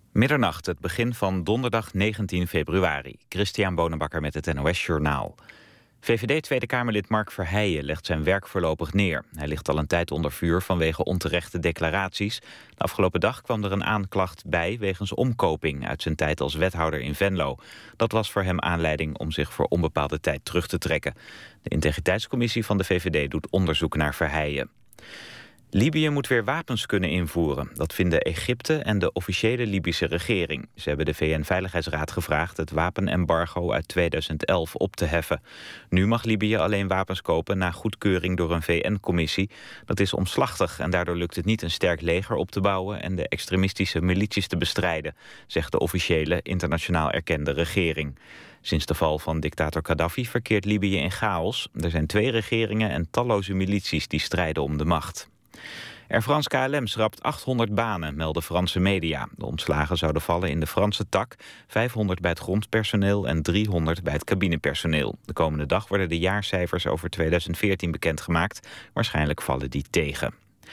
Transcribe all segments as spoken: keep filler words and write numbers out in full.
Middernacht, het begin van donderdag negentien februari. Christian Bonenbakker met het N O S Journaal. V V D Tweede Kamerlid Mark Verheijen legt zijn werk voorlopig neer. Hij ligt al een tijd onder vuur vanwege onterechte declaraties. De afgelopen dag kwam er een aanklacht bij wegens omkoping uit zijn tijd als wethouder in Venlo. Dat was voor hem aanleiding om zich voor onbepaalde tijd terug te trekken. De integriteitscommissie van de V V D doet onderzoek naar Verheijen. Libië moet weer wapens kunnen invoeren. Dat vinden Egypte en de officiële Libische regering. Ze hebben de V N-veiligheidsraad gevraagd het wapenembargo uit tweeduizend elf op te heffen. Nu mag Libië alleen wapens kopen na goedkeuring door een V N-commissie. Dat is omslachtig en daardoor lukt het niet een sterk leger op te bouwen en de extremistische milities te bestrijden, zegt de officiële internationaal erkende regering. Sinds de val van dictator Gaddafi verkeert Libië in chaos. Er zijn twee regeringen en talloze milities die strijden om de macht. Air France K L M schrapt achthonderd banen, melden Franse media. De ontslagen zouden vallen in de Franse tak, vijfhonderd bij het grondpersoneel en driehonderd bij het cabinepersoneel. De komende dag worden de jaarcijfers over tweeduizend veertien bekendgemaakt. Waarschijnlijk vallen die tegen.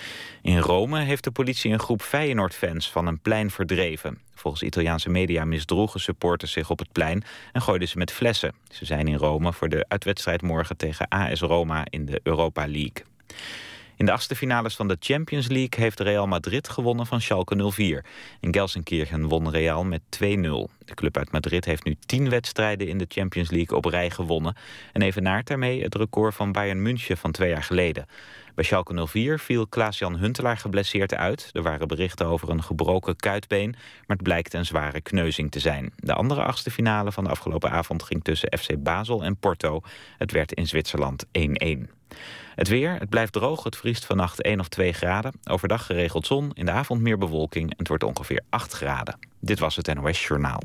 In Rome heeft de politie een groep Feyenoord-fans van een plein verdreven. Volgens Italiaanse media misdroegen supporters zich op het plein en gooiden ze met flessen. Ze zijn in Rome voor de uitwedstrijd morgen tegen A S Roma in de Europa League. In de achtste finales van de Champions League heeft Real Madrid gewonnen van Schalke nul vier. In Gelsenkirchen won Real met twee nul. De club uit Madrid heeft nu tien wedstrijden in de Champions League op rij gewonnen en evenaart daarmee het record van Bayern München van twee jaar geleden. Bij Schalke nul vier viel Klaas-Jan Huntelaar geblesseerd uit. Er waren berichten over een gebroken kuitbeen, maar het blijkt een zware kneuzing te zijn. De andere achtste finale van de afgelopen avond ging tussen F C Basel en Porto. Het werd in Zwitserland één-één. Het weer, het blijft droog, het vriest vannacht één of twee graden. Overdag geregeld zon, in de avond meer bewolking en het wordt ongeveer acht graden. Dit was het N O S Journaal.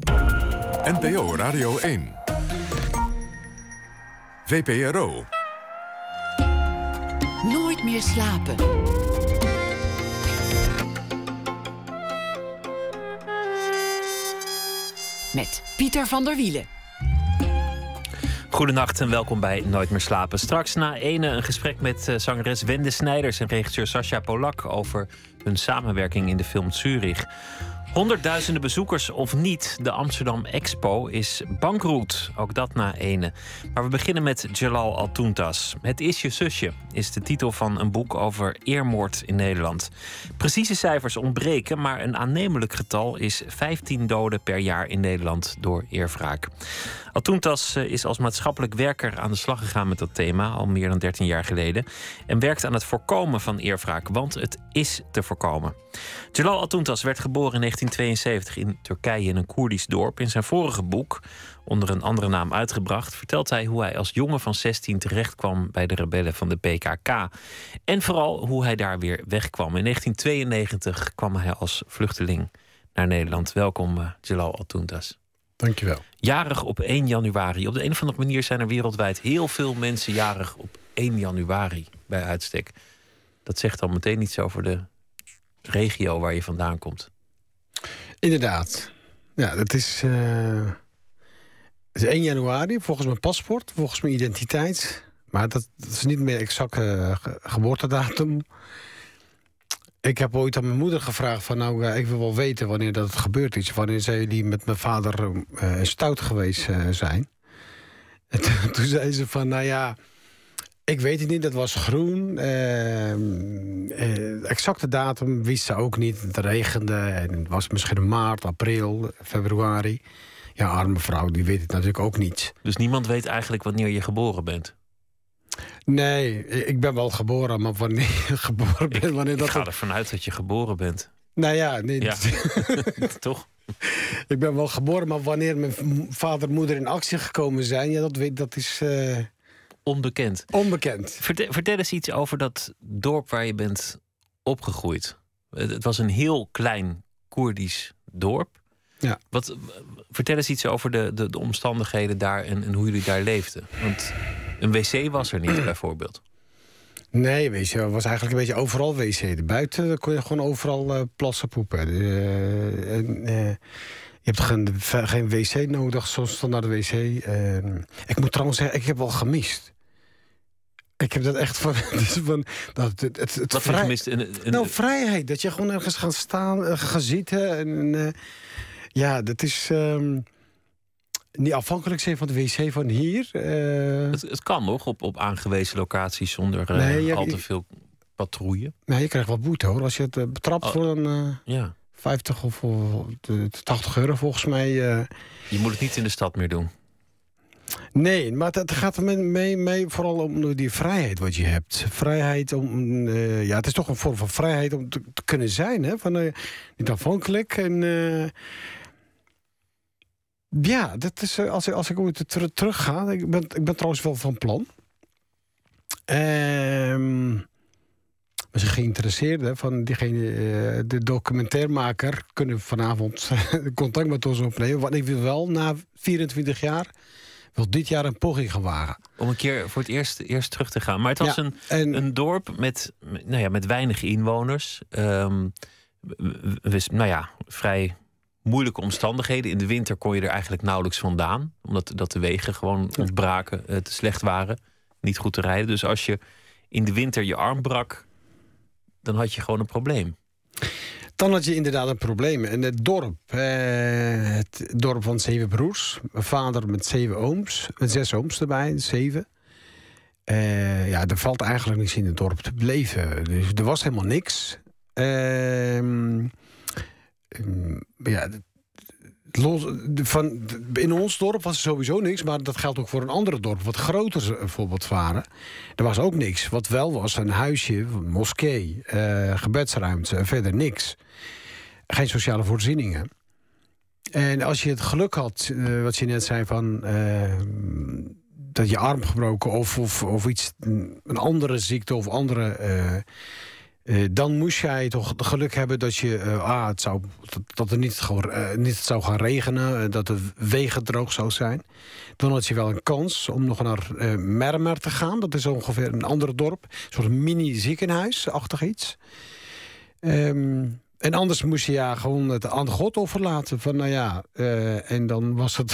N P O Radio één. V P R O. Nooit meer slapen. Met Pieter van der Wielen. Goedenacht en welkom bij Nooit meer slapen. Straks na ene een gesprek met uh, zangeres Wende Snijders en regisseur Sascha Polak over hun samenwerking in de film Zurich. Honderdduizenden bezoekers of niet, de Amsterdam Expo is bankroet. Ook dat na ene. Maar we beginnen met Djelal Altountas. Het is je zusje is de titel van een boek over eermoord in Nederland. Precieze cijfers ontbreken, maar een aannemelijk getal is vijftien doden per jaar in Nederland door eerwraak. Altountas is als maatschappelijk werker aan de slag gegaan met dat thema, al meer dan dertien jaar geleden. En werkt aan het voorkomen van eerwraak, want het is te voorkomen. Djelal Altountas werd geboren in negentien tweeënzeventig in Turkije in een Koerdisch dorp. In zijn vorige boek, onder een andere naam uitgebracht, vertelt hij hoe hij als jongen van zestien terechtkwam bij de rebellen van de P K K. En vooral hoe hij daar weer wegkwam. In negentien tweeënnegentig kwam hij als vluchteling naar Nederland. Welkom, uh, Djelal Altountas. Dankjewel. Jarig op één januari. Op de een of andere manier zijn er wereldwijd heel veel mensen jarig op één januari bij uitstek. Dat zegt al meteen iets over de regio waar je vandaan komt. Inderdaad. Ja, dat is, uh, het is één januari, volgens mijn paspoort, volgens mijn identiteit. Maar dat, dat is niet meer exact uh, ge- geboortedatum. Ik heb ooit aan mijn moeder gevraagd van nou, uh, ik wil wel weten wanneer dat gebeurd is. Wanneer zij jullie met mijn vader uh, stout geweest uh, zijn. En toen, toen zei ze van nou ja, ik weet het niet, dat was groen. Uh, uh, exacte datum wist ze ook niet. Het regende en het was misschien maart, april, februari. Ja, arme vrouw, die weet het natuurlijk ook niet. Dus niemand weet eigenlijk wanneer je geboren bent? Nee, ik ben wel geboren, maar wanneer je geboren bent... Ik, wanneer ik dat ga het... ervan uit dat je geboren bent. Nou ja, nee. Ja. Toch? Ik ben wel geboren, maar wanneer mijn vader en moeder in actie gekomen zijn... ja, dat, weet, dat is... Uh... Onbekend. Onbekend. Vertel, vertel eens iets over dat dorp waar je bent opgegroeid. Het, het was een heel klein Koerdisch dorp. Ja. Wat, vertel eens iets over de, de, de omstandigheden daar en, en hoe jullie daar leefden. Want een wc was er niet, bijvoorbeeld. Nee, wc was eigenlijk een beetje overal wc. Buiten kon je gewoon overal uh, plassen poepen. Uh, en, uh, je hebt geen, geen wc nodig, zoals standaard wc. Uh, ik moet trouwens zeggen, ik heb wel gemist. Ik heb dat echt van... Dus van dat, het, het, het Wat vrij... gemist? Een, een, Nou, vrijheid. Dat je gewoon ergens gaat staan, uh, gaan zitten. En, uh, ja, dat is... Um, niet afhankelijk zijn van de wc van hier. Uh... Het, het kan nog op, op aangewezen locaties zonder uh, nee, ja, al te ik... veel patrouille. Nee, je krijgt wel boete hoor. Als je het uh, betrapt oh. voor een uh, ja. vijftig of uh, tachtig euro volgens mij. Uh... Je moet het niet in de stad meer doen. Nee, maar het gaat er mee, mee vooral om die vrijheid wat je hebt. Vrijheid om... Uh, ja, het is toch een vorm van vrijheid om te, te kunnen zijn. Hè? Van, uh, niet afhankelijk. En, uh, ja, dat is, als, als ik ooit ter, terug ga... Ik ben, ik ben trouwens wel van plan. Um, als je geïnteresseerde van diegene, uh, de documentairmaker... kunnen vanavond contact met ons opnemen. Want ik wil wel na vierentwintig jaar... wil dit jaar een poging gaan wagen. Om een keer voor het eerst, eerst terug te gaan. Maar het was ja, een, en... een dorp met, nou ja, met weinig inwoners. Um, nou ja, vrij moeilijke omstandigheden. In de winter kon je er eigenlijk nauwelijks vandaan. Omdat dat de wegen gewoon ontbraken, uh, te slecht waren. Niet goed te rijden. Dus als je in de winter je arm brak... dan had je gewoon een probleem. Dan had je inderdaad een probleem. En het dorp, eh, het dorp van zeven broers. Mijn vader met zeven ooms. Met zes ooms erbij, zeven. Uh, ja, er valt eigenlijk niks in het dorp te beleven. Dus er was helemaal niks. Uh, um, ja, los, van, in ons dorp was er sowieso niks. Maar dat geldt ook voor een andere dorp. Wat groter bijvoorbeeld waren. Er was ook niks. Wat wel was, een huisje, een moskee, uh, gebedsruimte en verder niks. Geen sociale voorzieningen. En als je het geluk had, uh, wat je net zei van... Uh, dat je arm gebroken of, of, of iets, een andere ziekte of andere... Uh, uh, dan moest jij toch het geluk hebben dat je... Uh, ah, het zou, dat, dat er niet, uh, niet zou gaan regenen, uh, dat de wegen droog zou zijn. Dan had je wel een kans om nog naar uh, Mermer te gaan. Dat is ongeveer een ander dorp. Een soort mini-ziekenhuis-achtig iets. Um, en anders moest je ja gewoon het aan God overlaten. Van nou ja, uh, en dan was het...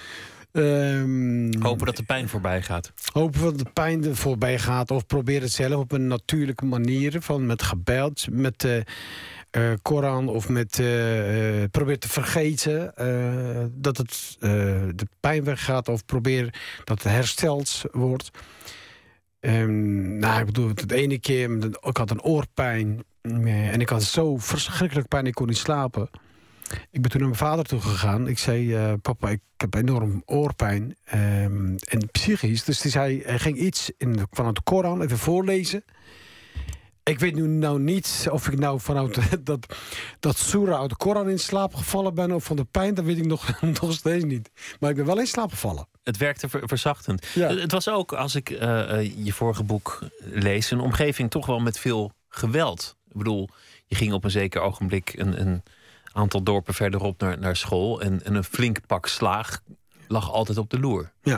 Um, hopen dat de pijn voorbij gaat. Hopen dat de pijn er voorbij gaat. Of probeer het zelf op een natuurlijke manier. Van met gebed, met de uh, uh, Koran of met... Uh, uh, probeer te vergeten uh, dat het uh, de pijn weggaat. Of probeer dat het hersteld wordt. Um, nou, ik bedoel, het ene keer... Ik had een oorpijn. En ik had zo verschrikkelijk pijn. Ik kon niet slapen. Ik ben toen naar mijn vader toe gegaan. Ik zei, uh, papa, ik heb enorm oorpijn. Um, en psychisch. Dus die zei, hij ging iets in de, vanuit de Koran even voorlezen. Ik weet nu nou niet of ik nou vanuit dat, dat soera uit de Koran in slaap gevallen ben... of van de pijn, dat weet ik nog, nog steeds niet. Maar ik ben wel in slaap gevallen. Het werkte ver, verzachtend. Ja. Het was ook, als ik uh, uh, je vorige boek lees... een omgeving toch wel met veel geweld. Ik bedoel, je ging op een zeker ogenblik... een, een aantal dorpen verderop naar, naar school... En, en een flink pak slaag lag altijd op de loer. Ja.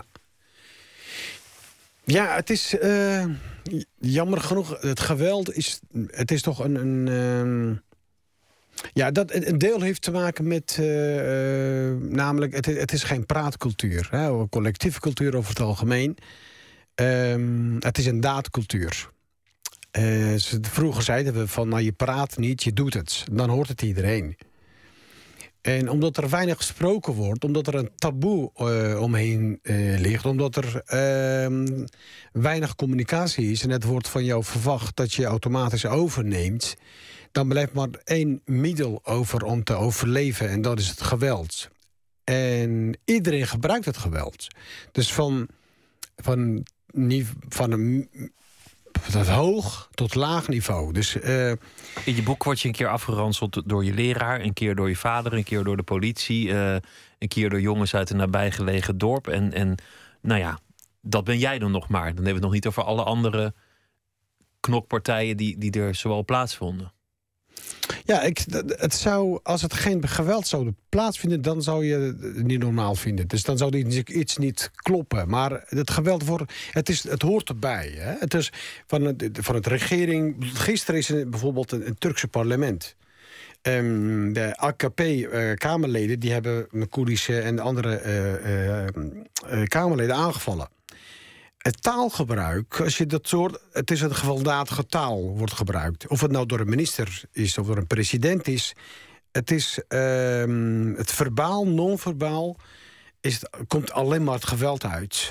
Ja, het is uh, jammer genoeg. Het geweld is, het is toch een... een uh, ja, dat, een deel heeft te maken met... Uh, uh, namelijk, het, het is geen praatcultuur. Hè, een collectieve cultuur over het algemeen. Um, het is een daadcultuur. Uh, vroeger zeiden we van, nou, je praat niet, je doet het. Dan hoort het iedereen. En omdat er weinig gesproken wordt, omdat er een taboe uh, omheen uh, ligt... omdat er uh, weinig communicatie is en het wordt van jou verwacht... dat je automatisch overneemt... dan blijft maar één middel over om te overleven en dat is het geweld. En iedereen gebruikt het geweld. Dus van, van, van een... dat hoog tot laag niveau. Dus, uh, in je boek word je een keer afgeranseld door je leraar... een keer door je vader, een keer door de politie... Uh, een keer door jongens uit een nabijgelegen dorp. En, en nou ja, dat ben jij dan nog maar. Dan hebben we het nog niet over alle andere knokpartijen... die, die er zoal plaatsvonden. Ja, ik, het zou, als het geen geweld zou plaatsvinden... dan zou je het niet normaal vinden. Dus dan zou iets niet kloppen. Maar het geweld, voor, het, is, het hoort erbij. Hè? Het is van, het, van het regering... Gisteren is er bijvoorbeeld een, een Turkse parlement. Um, de A K P-Kamerleden... Uh, die hebben de Koerdische en de andere uh, uh, uh, Kamerleden aangevallen. het taalgebruik, als je dat soort... Het is een gewelddadige taal wordt gebruikt. Of het nou door een minister is of door een president is. Het is um, het verbaal, non-verbaal... Is het, komt alleen maar het geweld uit.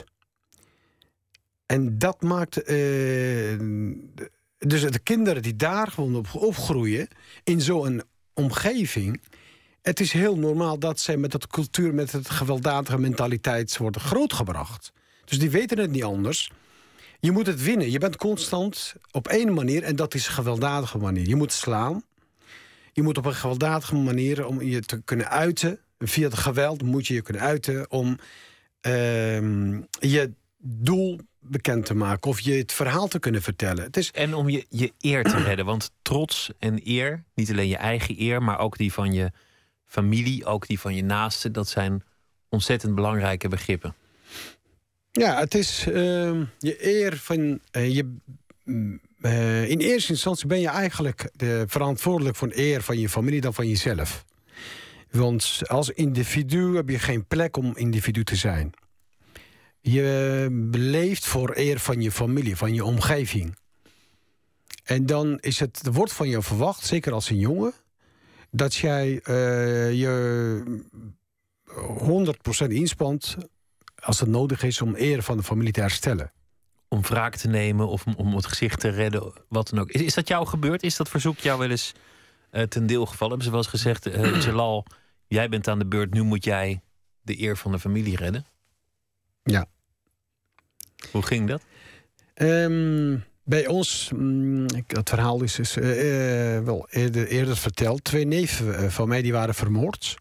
En dat maakt... Uh, dus de kinderen die daar gewoon op opgroeien... in zo'n omgeving... Het is heel normaal dat zij met dat cultuur... met het gewelddadige mentaliteit worden grootgebracht. Dus die weten het niet anders. Je moet het winnen. Je bent constant op één manier... en dat is een gewelddadige manier. Je moet slaan. Je moet op een gewelddadige manier... om je te kunnen uiten... Via het geweld moet je je kunnen uiten... om uh, je doel bekend te maken... of je het verhaal te kunnen vertellen. Het is... En om je, je eer te redden. Want trots en eer, niet alleen je eigen eer... maar ook die van je familie, ook die van je naasten... dat zijn ontzettend belangrijke begrippen. Ja, het is uh, je eer van... Uh, je, uh, in eerste instantie ben je eigenlijk de, verantwoordelijk... voor de eer van je familie dan van jezelf. Want als individu heb je geen plek om individu te zijn. Je leeft voor eer van je familie, van je omgeving. En dan is het, er wordt van jou verwacht, zeker als een jongen... dat jij uh, je honderd procent inspant als het nodig is... om eer van de familie te herstellen. Om wraak te nemen of om het gezicht te redden, wat dan ook. Is, is dat jou gebeurd? Is dat verzoek jou wel eens uh, ten deel gevallen? Hebben ze wel eens gezegd, uh, Jalal, jij bent aan de beurt, nu moet jij de eer van de familie redden? Ja. Hoe ging dat? Um, bij ons, um, het verhaal is dus, uh, uh, wel eerder, eerder verteld. Twee neven van mij die waren vermoord.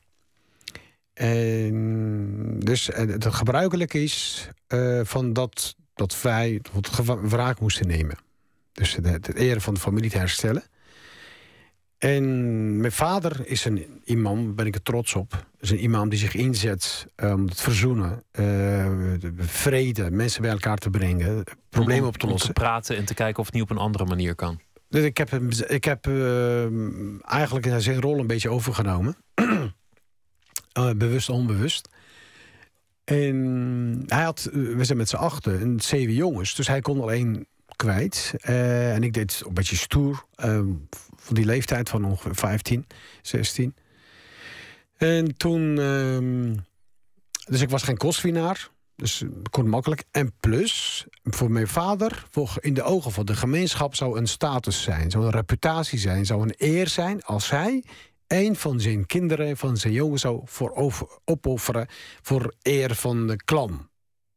En dus uh, het gebruikelijk is uh, van dat, dat wij wraak moesten nemen. Dus de, de eer van de familie te herstellen. En mijn vader is een imam, daar ben ik er trots op. Is een imam die zich inzet om het verzoenen, uh, de vrede, mensen bij elkaar te brengen, problemen om, op te lossen. Om te praten en te kijken of het niet op een andere manier kan. Dus ik heb, ik heb uh, eigenlijk zijn rol een beetje overgenomen. uh, bewust, onbewust. En hij had, we zijn met z'n achten, en zeven jongens, dus hij kon alleen kwijt. Uh, en ik deed een beetje stoer. Uh, van die leeftijd van ongeveer vijftien, zestien. En toen... Uh, dus ik was geen kostwinnaar. Dus ik kon makkelijk. En plus, voor mijn vader... Voor in de ogen van de gemeenschap zou een status zijn. Zou een reputatie zijn. Zou een eer zijn als hij... een van zijn kinderen, van zijn jongen zou voor over, opofferen... voor eer van de clan.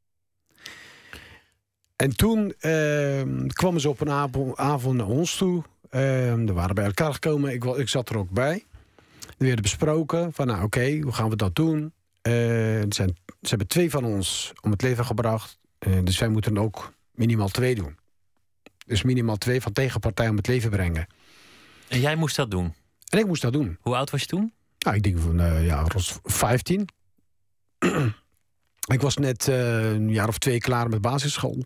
En toen uh, kwamen ze op een avond, avond naar ons toe. Uh, er waren bij elkaar gekomen. Ik, ik zat er ook bij. Er werden besproken van, nou oké, okay, hoe gaan we dat doen? Uh, er zijn, ze hebben twee van ons om het leven gebracht. Uh, dus wij moeten ook minimaal twee doen. Dus minimaal twee van tegenpartij om het leven brengen. En jij moest dat doen? En ik moest dat doen. Hoe oud was je toen? Nou, ik denk van, uh, ja, rond vijftien. Ik was net uh, een jaar of twee klaar met basisschool.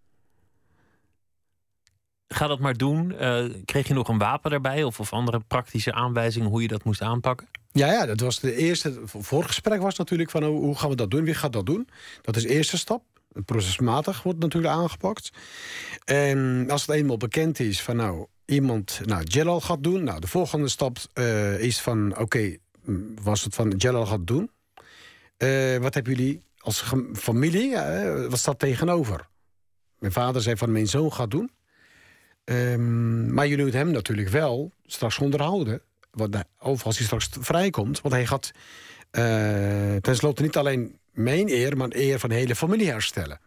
Ga dat maar doen. Uh, kreeg je nog een wapen daarbij? Of, of andere praktische aanwijzingen hoe je dat moest aanpakken? Ja, ja, dat was de eerste. Het voorgesprek was natuurlijk van hoe, hoe gaan we dat doen? Wie gaat dat doen? Dat is de eerste stap. Procesmatig wordt natuurlijk aangepakt. En als het eenmaal bekend is van nou, iemand, nou, Jalal gaat doen. Nou, de volgende stap uh, is van oké, okay, was het van Jalal gaat doen. Uh, wat hebben jullie als familie, uh, wat staat tegenover? Mijn vader zei van mijn zoon gaat doen. Um, maar jullie moeten hem natuurlijk wel straks onderhouden. Want, of als hij straks vrijkomt. Want hij gaat uh, tenslotte niet alleen mijn eer, maar de eer van de hele familie herstellen.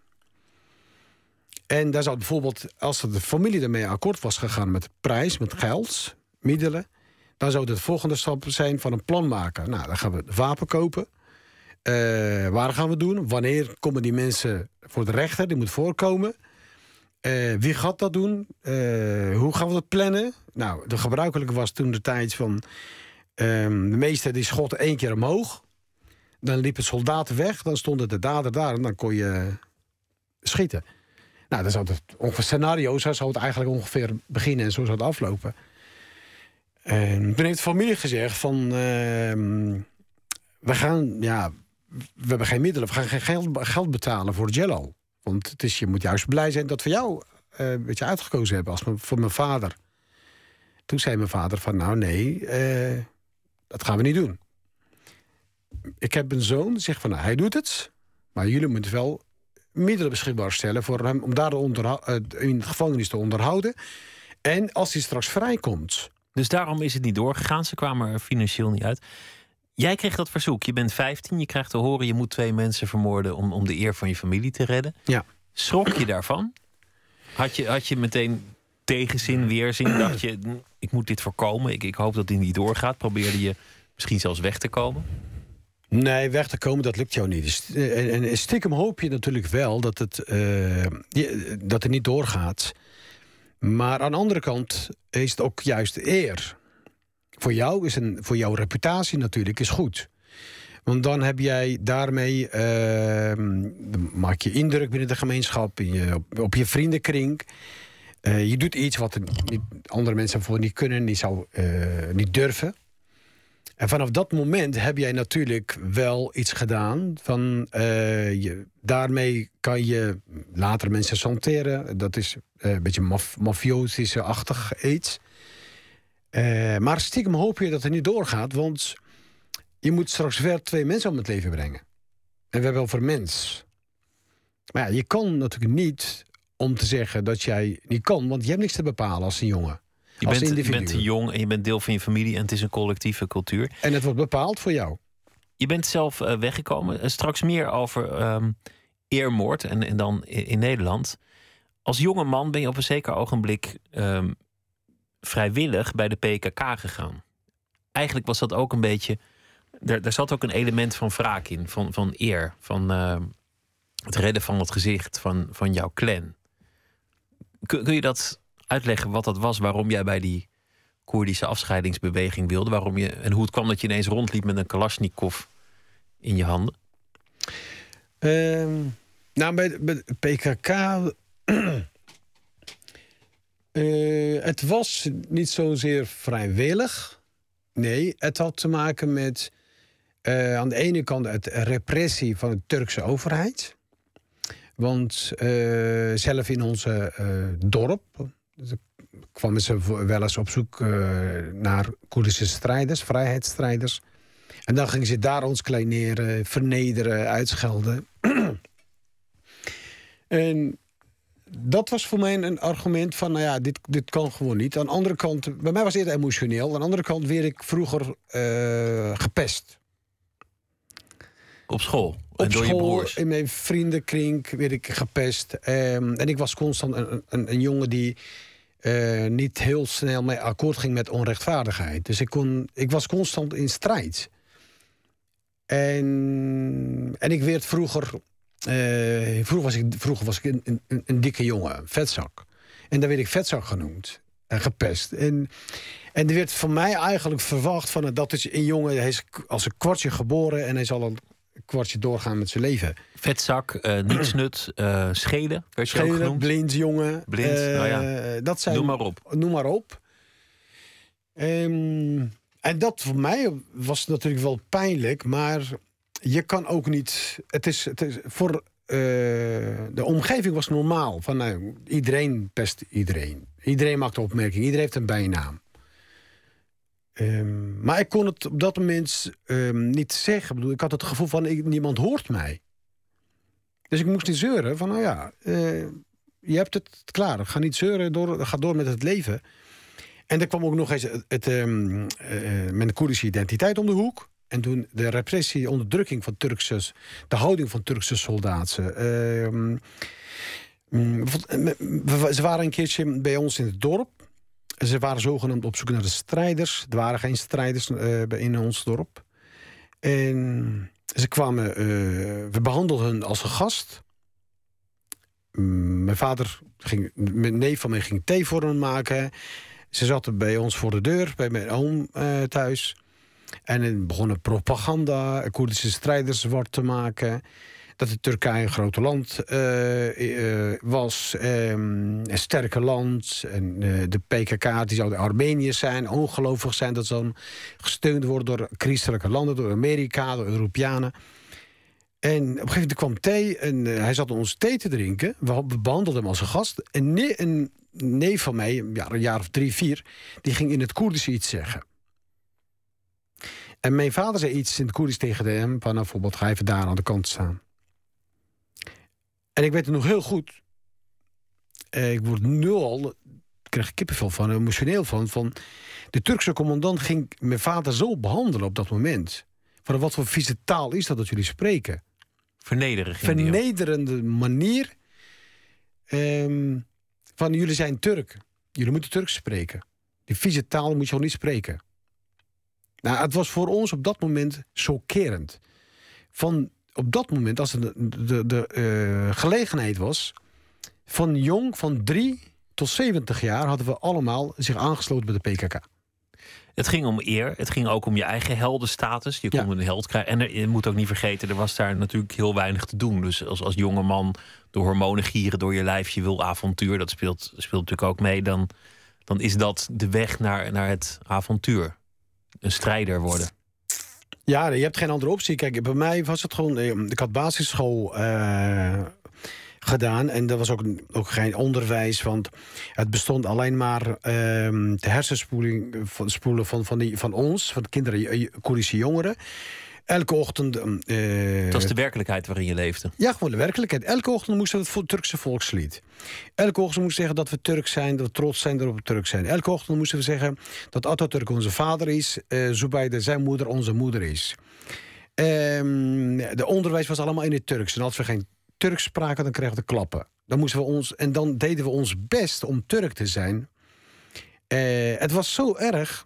En daar zou bijvoorbeeld, als de familie ermee akkoord was gegaan met prijs, met geld, middelen, dan zou de volgende stap zijn van een plan maken. Nou, dan gaan we wapen kopen. Uh, waar gaan we doen? Wanneer komen die mensen voor de rechter? Die moet voorkomen. Uh, wie gaat dat doen? Uh, hoe gaan we dat plannen? Nou, de gebruikelijke was toen de tijd van... Um, de meesten die schoten één keer omhoog. Dan liepen soldaten weg. Dan stonden de dader daar en dan kon je schieten. Nou, dan zou het ongeveer scenario's, zo zou het eigenlijk ongeveer beginnen en zo zou het aflopen. En toen heeft de familie gezegd van... Uh, we gaan, ja, we hebben geen middelen. We gaan geen geld, geld betalen voor Jalal. Want het is, je moet juist blij zijn dat we jou uh, een beetje uitgekozen hebben. Als mijn, voor mijn vader. Toen zei mijn vader van, nou nee, uh, dat gaan we niet doen. Ik heb een zoon die zegt van, nou, hij doet het. Maar jullie moeten wel middelen beschikbaar stellen voor hem om daar de onderhou- uh, in de gevangenis te onderhouden. En als hij straks vrijkomt. Dus daarom is het niet doorgegaan. Ze kwamen er financieel niet uit. Jij kreeg dat verzoek. Je bent vijftien. Je krijgt te horen, je moet twee mensen vermoorden om, om de eer van je familie te redden. Ja. Schrok je daarvan? Had je, had je meteen tegenzin, weerzin? Dacht je, ik moet dit voorkomen. Ik, ik hoop dat dit niet doorgaat. Probeerde je misschien zelfs weg te komen? Nee, weg te komen, dat lukt jou niet. En, en stiekem hoop je natuurlijk wel dat het, uh, dat het niet doorgaat. Maar aan de andere kant is het ook juist eer. Voor jou is een, voor jouw reputatie natuurlijk is goed. Want dan heb jij daarmee uh, maak je indruk binnen de gemeenschap, in je, op, op je vriendenkring. Uh, je doet iets wat niet, andere mensen bijvoorbeeld niet kunnen, niet zou uh, niet durven. En vanaf dat moment heb jij natuurlijk wel iets gedaan. Van, uh, je, daarmee kan je later mensen chanteren. Dat is uh, een beetje maf- mafiotische-achtig iets. Uh, maar stiekem hoop je dat het niet doorgaat. Want je moet straks weer twee mensen om het leven brengen. En we hebben over mens. Maar ja, je kan natuurlijk niet om te zeggen dat jij niet kan. Want je hebt niks te bepalen als een jongen. Je bent, je bent jong en je bent deel van je familie en het is een collectieve cultuur. En het wordt bepaald voor jou. Je bent zelf uh, weggekomen. Uh, straks meer over um, eermoord en, en dan in, in Nederland. Als jonge man ben je op een zeker ogenblik um, vrijwillig bij de P K K gegaan. Eigenlijk was dat ook een beetje... Er, er zat ook een element van wraak in, van, van eer. Van uh, het redden van het gezicht van, van jouw clan. Kun, kun je dat uitleggen wat dat was? Waarom jij bij die Koerdische afscheidingsbeweging wilde? Waarom je, en hoe het kwam dat je ineens rondliep met een Kalashnikov in je handen? Um, nou, bij de, bij de P K K... uh, het was niet zozeer vrijwillig. Nee, het had te maken met... Uh, aan de ene kant het repressie van de Turkse overheid. Want uh, zelf in onze uh, dorp... kwamen ze wel eens op zoek uh, naar Koerdische strijders, vrijheidsstrijders. En dan gingen ze daar ons kleineren, vernederen, uitschelden. En dat was voor mij een argument van, nou ja, dit, dit kan gewoon niet. Aan de andere kant, bij mij was het eerder emotioneel. Aan de andere kant werd ik vroeger uh, gepest. Op school? Op en door school, je broers? In mijn vriendenkring werd ik gepest. Um, en ik was constant een, een, een jongen die uh, niet heel snel mee akkoord ging met onrechtvaardigheid. Dus ik, kon, ik was constant in strijd. En, en ik werd vroeger... Uh, vroeger was ik, vroeger was ik een, een, een dikke jongen, een vetzak. En dan werd ik vetzak genoemd en gepest. En, en er werd van mij eigenlijk verwacht van... dat is een jongen, hij is als een kwartje geboren... en hij zal een kwartje doorgaan met zijn leven. Vetzak, uh, nietsnut, uh, schelen, werd je ook Schelen, genoemd? blind jongen. Blind, uh, nou ja. Dat zijn, noem maar op. Noem maar op. Um, en dat voor mij was natuurlijk wel pijnlijk, maar... Je kan ook niet... Het is, het is voor uh, de omgeving was normaal. Van, nou, iedereen pest iedereen. Iedereen maakt opmerkingen. Iedereen heeft een bijnaam. Um, maar ik kon het op dat moment um, niet zeggen. Ik bedoel, ik had het gevoel van, ik, niemand hoort mij. Dus ik moest niet zeuren. Van, nou ja, uh, je hebt het klaar. Ga niet zeuren, door, ga door met het leven. En er kwam ook nog eens het, het, um, uh, met de Koerdische identiteit om de hoek. En toen de repressie, onderdrukking van Turkse... de houding van Turkse soldaten. Uh, ze waren een keertje bij ons in het dorp. Ze waren zogenaamd op zoek naar de strijders. Er waren geen strijders uh, in ons dorp. En ze kwamen... Uh, we behandelden hen als een gast. Um, mijn vader ging... Mijn neef van mij ging thee voor hen maken. Ze zaten bij ons voor de deur, bij mijn oom uh, thuis... En het begon propaganda, Koerdische strijders zwart te maken. Dat het Turkije een groot land uh, uh, was, um, een sterke land. En uh, de P K K, die zouden Armeniërs zijn, ongelovig zijn. Dat ze dan gesteund worden door christelijke landen, door Amerika, door Europeanen. En op een gegeven moment kwam thee en uh, hij zat ons thee te drinken. We, we behandelden hem als een gast. En ne- een neef van mij, ja, een jaar of drie, vier, die ging in het Koerdisch iets zeggen. En mijn vader zei iets in het Koerdisch tegen hem, van bijvoorbeeld, ga even daar aan de kant staan. En ik weet het nog heel goed. Uh, ik word nu al, ik krijg kippenvel van, emotioneel van, van. De Turkse commandant ging mijn vader zo behandelen op dat moment. Van wat voor vieze taal is dat dat jullie spreken? Vernederig. Vernederende manier. Um, van jullie zijn Turk. Jullie moeten Turks spreken. Die vieze taal moet je gewoon niet spreken. Nou, het was voor ons op dat moment chockerend. Van op dat moment, als het de, de, de uh, gelegenheid was, van jong, van drie tot zeventig jaar, hadden we allemaal zich aangesloten bij de P K K. Het ging om eer, het ging ook om je eigen heldenstatus. Je kon ja. een held krijgen. En er, je moet ook niet vergeten, er was daar natuurlijk heel weinig te doen. Dus als, als jonge man de hormonen gieren door je lijf, je wil avontuur, dat speelt, speelt natuurlijk ook mee. Dan, dan is dat de weg naar, naar het avontuur. Een strijder worden. Ja, je hebt geen andere optie. Kijk, bij mij was het gewoon, ik had basisschool uh, gedaan en dat was ook, ook geen onderwijs, want het bestond alleen maar uh, de hersenspoeling van, spoelen van, van, die, van ons, van de kinderen, Koerdische jongeren. Elke ochtend... Uh, dat was de werkelijkheid waarin je leefde? Ja, gewoon de werkelijkheid. Elke ochtend moesten we het Turkse volkslied. Elke ochtend moesten we zeggen dat we Turk zijn, dat we trots zijn dat we Turk zijn. Elke ochtend moesten we zeggen dat Atatürk onze vader is, uh, Zubayde zijn moeder onze moeder is. Um, de onderwijs was allemaal in het Turks. En als we geen Turks spraken, dan kregen we klappen. Dan moesten we ons, en dan deden we ons best om Turk te zijn. Uh, het was zo erg.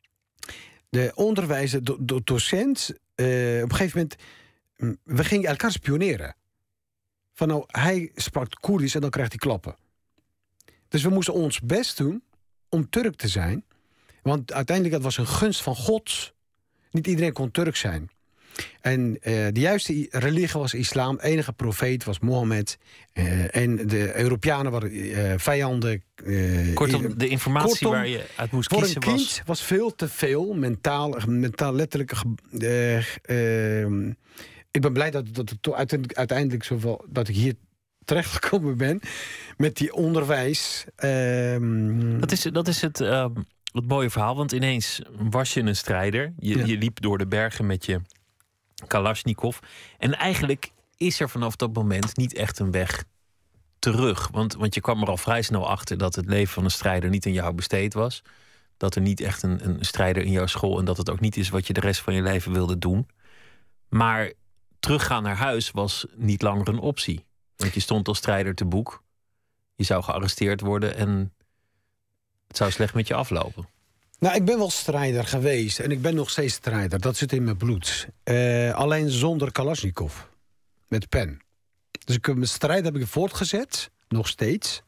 De onderwijzer, de, de docent, uh, op een gegeven moment, we gingen elkaar spioneren. Van nou, hij sprak Koerdisch en dan krijgt hij klappen. Dus we moesten ons best doen om Turk te zijn. Want uiteindelijk, dat was een gunst van God. Niet iedereen kon Turk zijn. En uh, de juiste religie was islam. De enige profeet was Mohammed. Uh, en de Europeanen waren uh, vijanden. Uh, Kortom, de informatie kortom, waar je uit moest voor kiezen een kind was... was veel te veel. Mentaal, mentaal letterlijk... Uh, uh, ik ben blij dat, dat het uiteindelijk, uiteindelijk zoveel, dat ik hier terechtgekomen ben. Met die onderwijs. Uh, dat is, dat is het, uh, het mooie verhaal. Want ineens was je een strijder. Je, ja. je liep door de bergen met je Kalashnikov. En eigenlijk is er vanaf dat moment niet echt een weg terug. Want, want je kwam er al vrij snel achter dat het leven van een strijder niet aan jou besteed was. Dat er niet echt een, een strijder in jouw school en dat het ook niet is wat je de rest van je leven wilde doen. Maar teruggaan naar huis was niet langer een optie. Want je stond als strijder te boek. Je zou gearresteerd worden en het zou slecht met je aflopen. Nou, ik ben wel strijder geweest en ik ben nog steeds strijder. Dat zit in mijn bloed. Uh, alleen zonder Kalashnikov. Met pen. Dus ik, mijn strijd heb ik voortgezet. Nog steeds.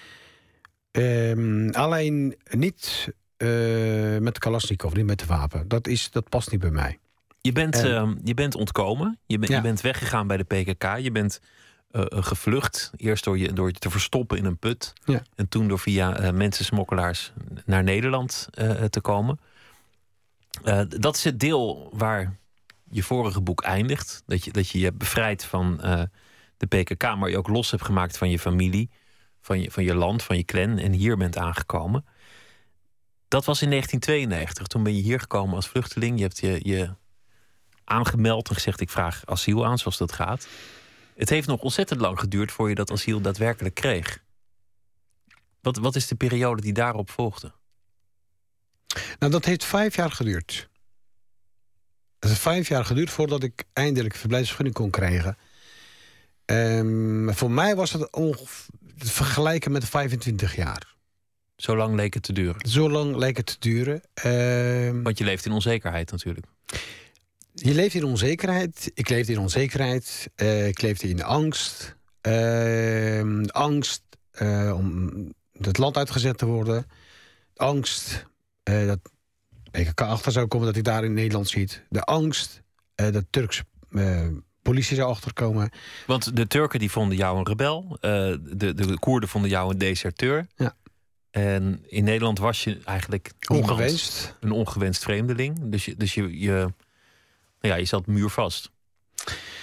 Um, alleen niet uh, met Kalashnikov, niet met de wapen. Dat, is, dat past niet bij mij. Je bent, en, uh, je bent ontkomen. Je, ben, ja. je bent weggegaan bij de P K K. Je bent uh, gevlucht. Eerst door je, door je te verstoppen in een put. Ja. En toen door via uh, mensensmokkelaars naar Nederland uh, te komen. Uh, dat is het deel waar je vorige boek eindigt. Dat je dat je, je hebt bevrijd van uh, de P K K. Maar je ook los hebt gemaakt van je familie. Van je, van je land, van je clan. En hier bent aangekomen. Dat was in negentien tweeënnegentig. Toen ben je hier gekomen als vluchteling. Je hebt je, je aangemeld en gezegd: ik vraag asiel aan, zoals dat gaat. Het heeft nog ontzettend lang geduurd voor je dat asiel daadwerkelijk kreeg. Wat, wat is de periode die daarop volgde? Nou, dat heeft vijf jaar geduurd. Het heeft vijf jaar geduurd voordat ik eindelijk verblijfsvergunning kon krijgen. Um, voor mij was het ongeveer te vergelijken met vijfentwintig jaar. Zo lang leek het te duren? Zo lang leek het te duren. Um, Want je leeft in onzekerheid natuurlijk. Je leeft in onzekerheid. Ik leefde in onzekerheid. Uh, ik leefde in angst. Uh, angst uh, om het land uitgezet te worden. Angst uh, dat P K K achter zou komen, dat ik daar in Nederland zit. De angst uh, dat Turkse uh, politie zou achterkomen. Want de Turken die vonden jou een rebel. Uh, de, de Koerden vonden jou een deserteur. Ja. En in Nederland was je eigenlijk niemand, ongewenst. Een ongewenst vreemdeling. Dus je, dus je, je, nou ja, je zat muurvast.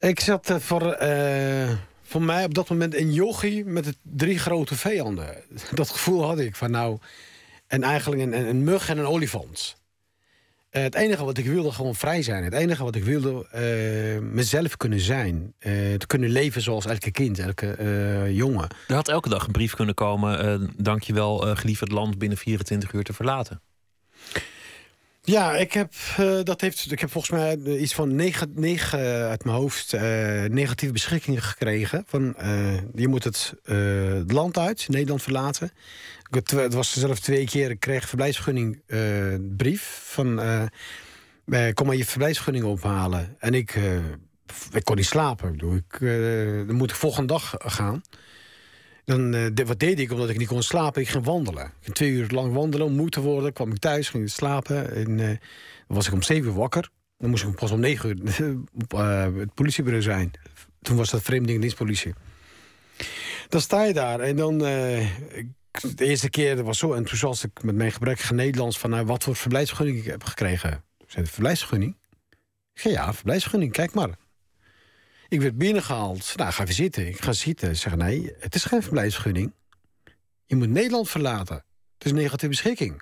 Ik zat uh, voor, uh, voor mij op dat moment in yogi met de drie grote vijanden. Dat gevoel had ik van nou... En eigenlijk een, een mug en een olifant. Uh, het enige wat ik wilde, gewoon vrij zijn. Het enige wat ik wilde, uh, mezelf kunnen zijn. Uh, te kunnen leven zoals elke kind, elke uh, jongen. Er had elke dag een brief kunnen komen. Uh, dank je wel, uh, geliefd het land binnen vierentwintig uur te verlaten. Ja, ik heb, uh, dat heeft, ik heb volgens mij uh, iets van negen, negen uh, uit mijn hoofd uh, negatieve beschikkingen gekregen. Van, uh, je moet het, uh, het land uit, Nederland verlaten. Het, het was zelf twee keer, ik kreeg verblijfsvergunning uh, brief van... Uh, kom maar je verblijfsvergunning ophalen. En ik, uh, ik kon niet slapen. Ik bedoel, ik, uh, dan moet ik volgende dag gaan. Dan, uh, de, wat deed ik? Omdat ik niet kon slapen, ik ging wandelen. Ik ging twee uur lang wandelen, om moe te worden. Kwam ik thuis, ging ik slapen. En uh, dan was ik om zeven uur wakker. Dan moest ik pas om negen uur op uh, het politiebureau zijn. Toen was dat vreemdelingendienstpolitie. Dan sta je daar en dan... Uh, de eerste keer dat was zo enthousiast ik met mijn gebrekkige Nederlands... van uh, wat voor verblijfsvergunning ik heb gekregen. Ik zei, verblijfsvergunning? Ik zei, ja, verblijfsvergunning, kijk maar. Ik werd binnengehaald. Nou, ga even zitten. Ik ga zitten. Ik zeg, nee, het is geen verblijfsvergunning. Je moet Nederland verlaten. Het is een negatieve beschikking.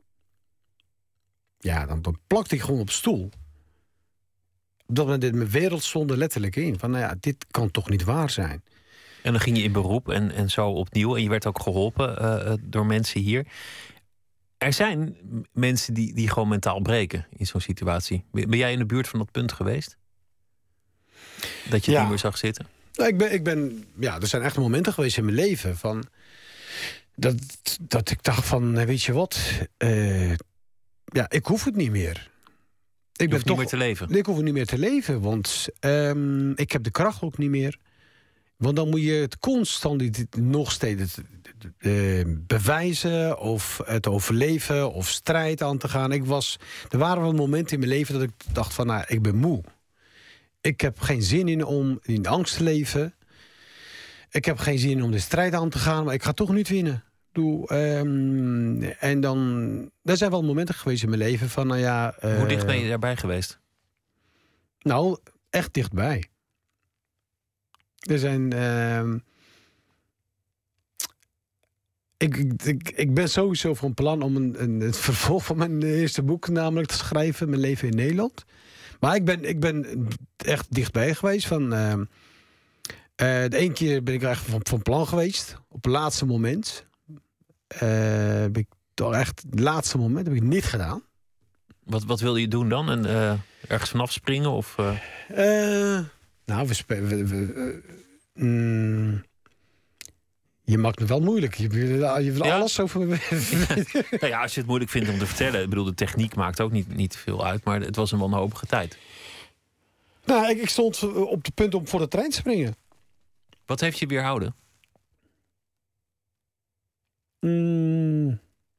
Ja, dan, dan plakte ik gewoon op stoel. Op dat moment, mijn wereld stond er letterlijk in. Van, nou ja, dit kan toch niet waar zijn. En dan ging je in beroep en, en zo opnieuw. En je werd ook geholpen uh, door mensen hier. Er zijn mensen die, die gewoon mentaal breken in zo'n situatie. Ben jij in de buurt van dat punt geweest? Dat je het ja. niet meer zag zitten? Nou, ik ben, ik ben, ja, er zijn echt momenten geweest in mijn leven... Van, dat, dat ik dacht van, weet je wat... Uh, ja, ik hoef het niet meer. Ik ben toch niet meer te leven? Ik hoef het niet meer te leven, want um, ik heb de kracht ook niet meer... Want dan moet je het constant nog steeds uh, bewijzen of het overleven of strijd aan te gaan. Ik was, er waren wel momenten in mijn leven dat ik dacht van, nou, ik ben moe. Ik heb geen zin in om in angst te leven. Ik heb geen zin om de strijd aan te gaan, maar ik ga toch niet winnen. Doe, um, en dan, er zijn wel momenten geweest in mijn leven van, nou ja... Uh, Hoe dicht ben je daarbij geweest? Nou, echt dichtbij. Er zijn... Uh, ik, ik, ik ben sowieso van plan om een, een, het vervolg van mijn eerste boek namelijk te schrijven. Mijn leven in Nederland. Maar ik ben, ik ben echt dichtbij geweest. Van, uh, uh, de ene keer ben ik echt van, van plan geweest. Op het laatste moment. Uh, heb ik toch echt het laatste moment heb ik niet gedaan. Wat, wat wilde je doen dan? En, uh, ergens vanaf springen? Of, uh... Uh, Nou, we spelen. Uh, mm, je maakt me wel moeilijk. Je, je, je wil ja. alles over me. Nou ja, als je het moeilijk vindt om te vertellen. Ik bedoel, de techniek maakt ook niet, niet veel uit. Maar het was een wanhopige tijd. Nou, ik, ik stond op het punt om voor de trein te springen. Wat heeft je weerhouden? Mm.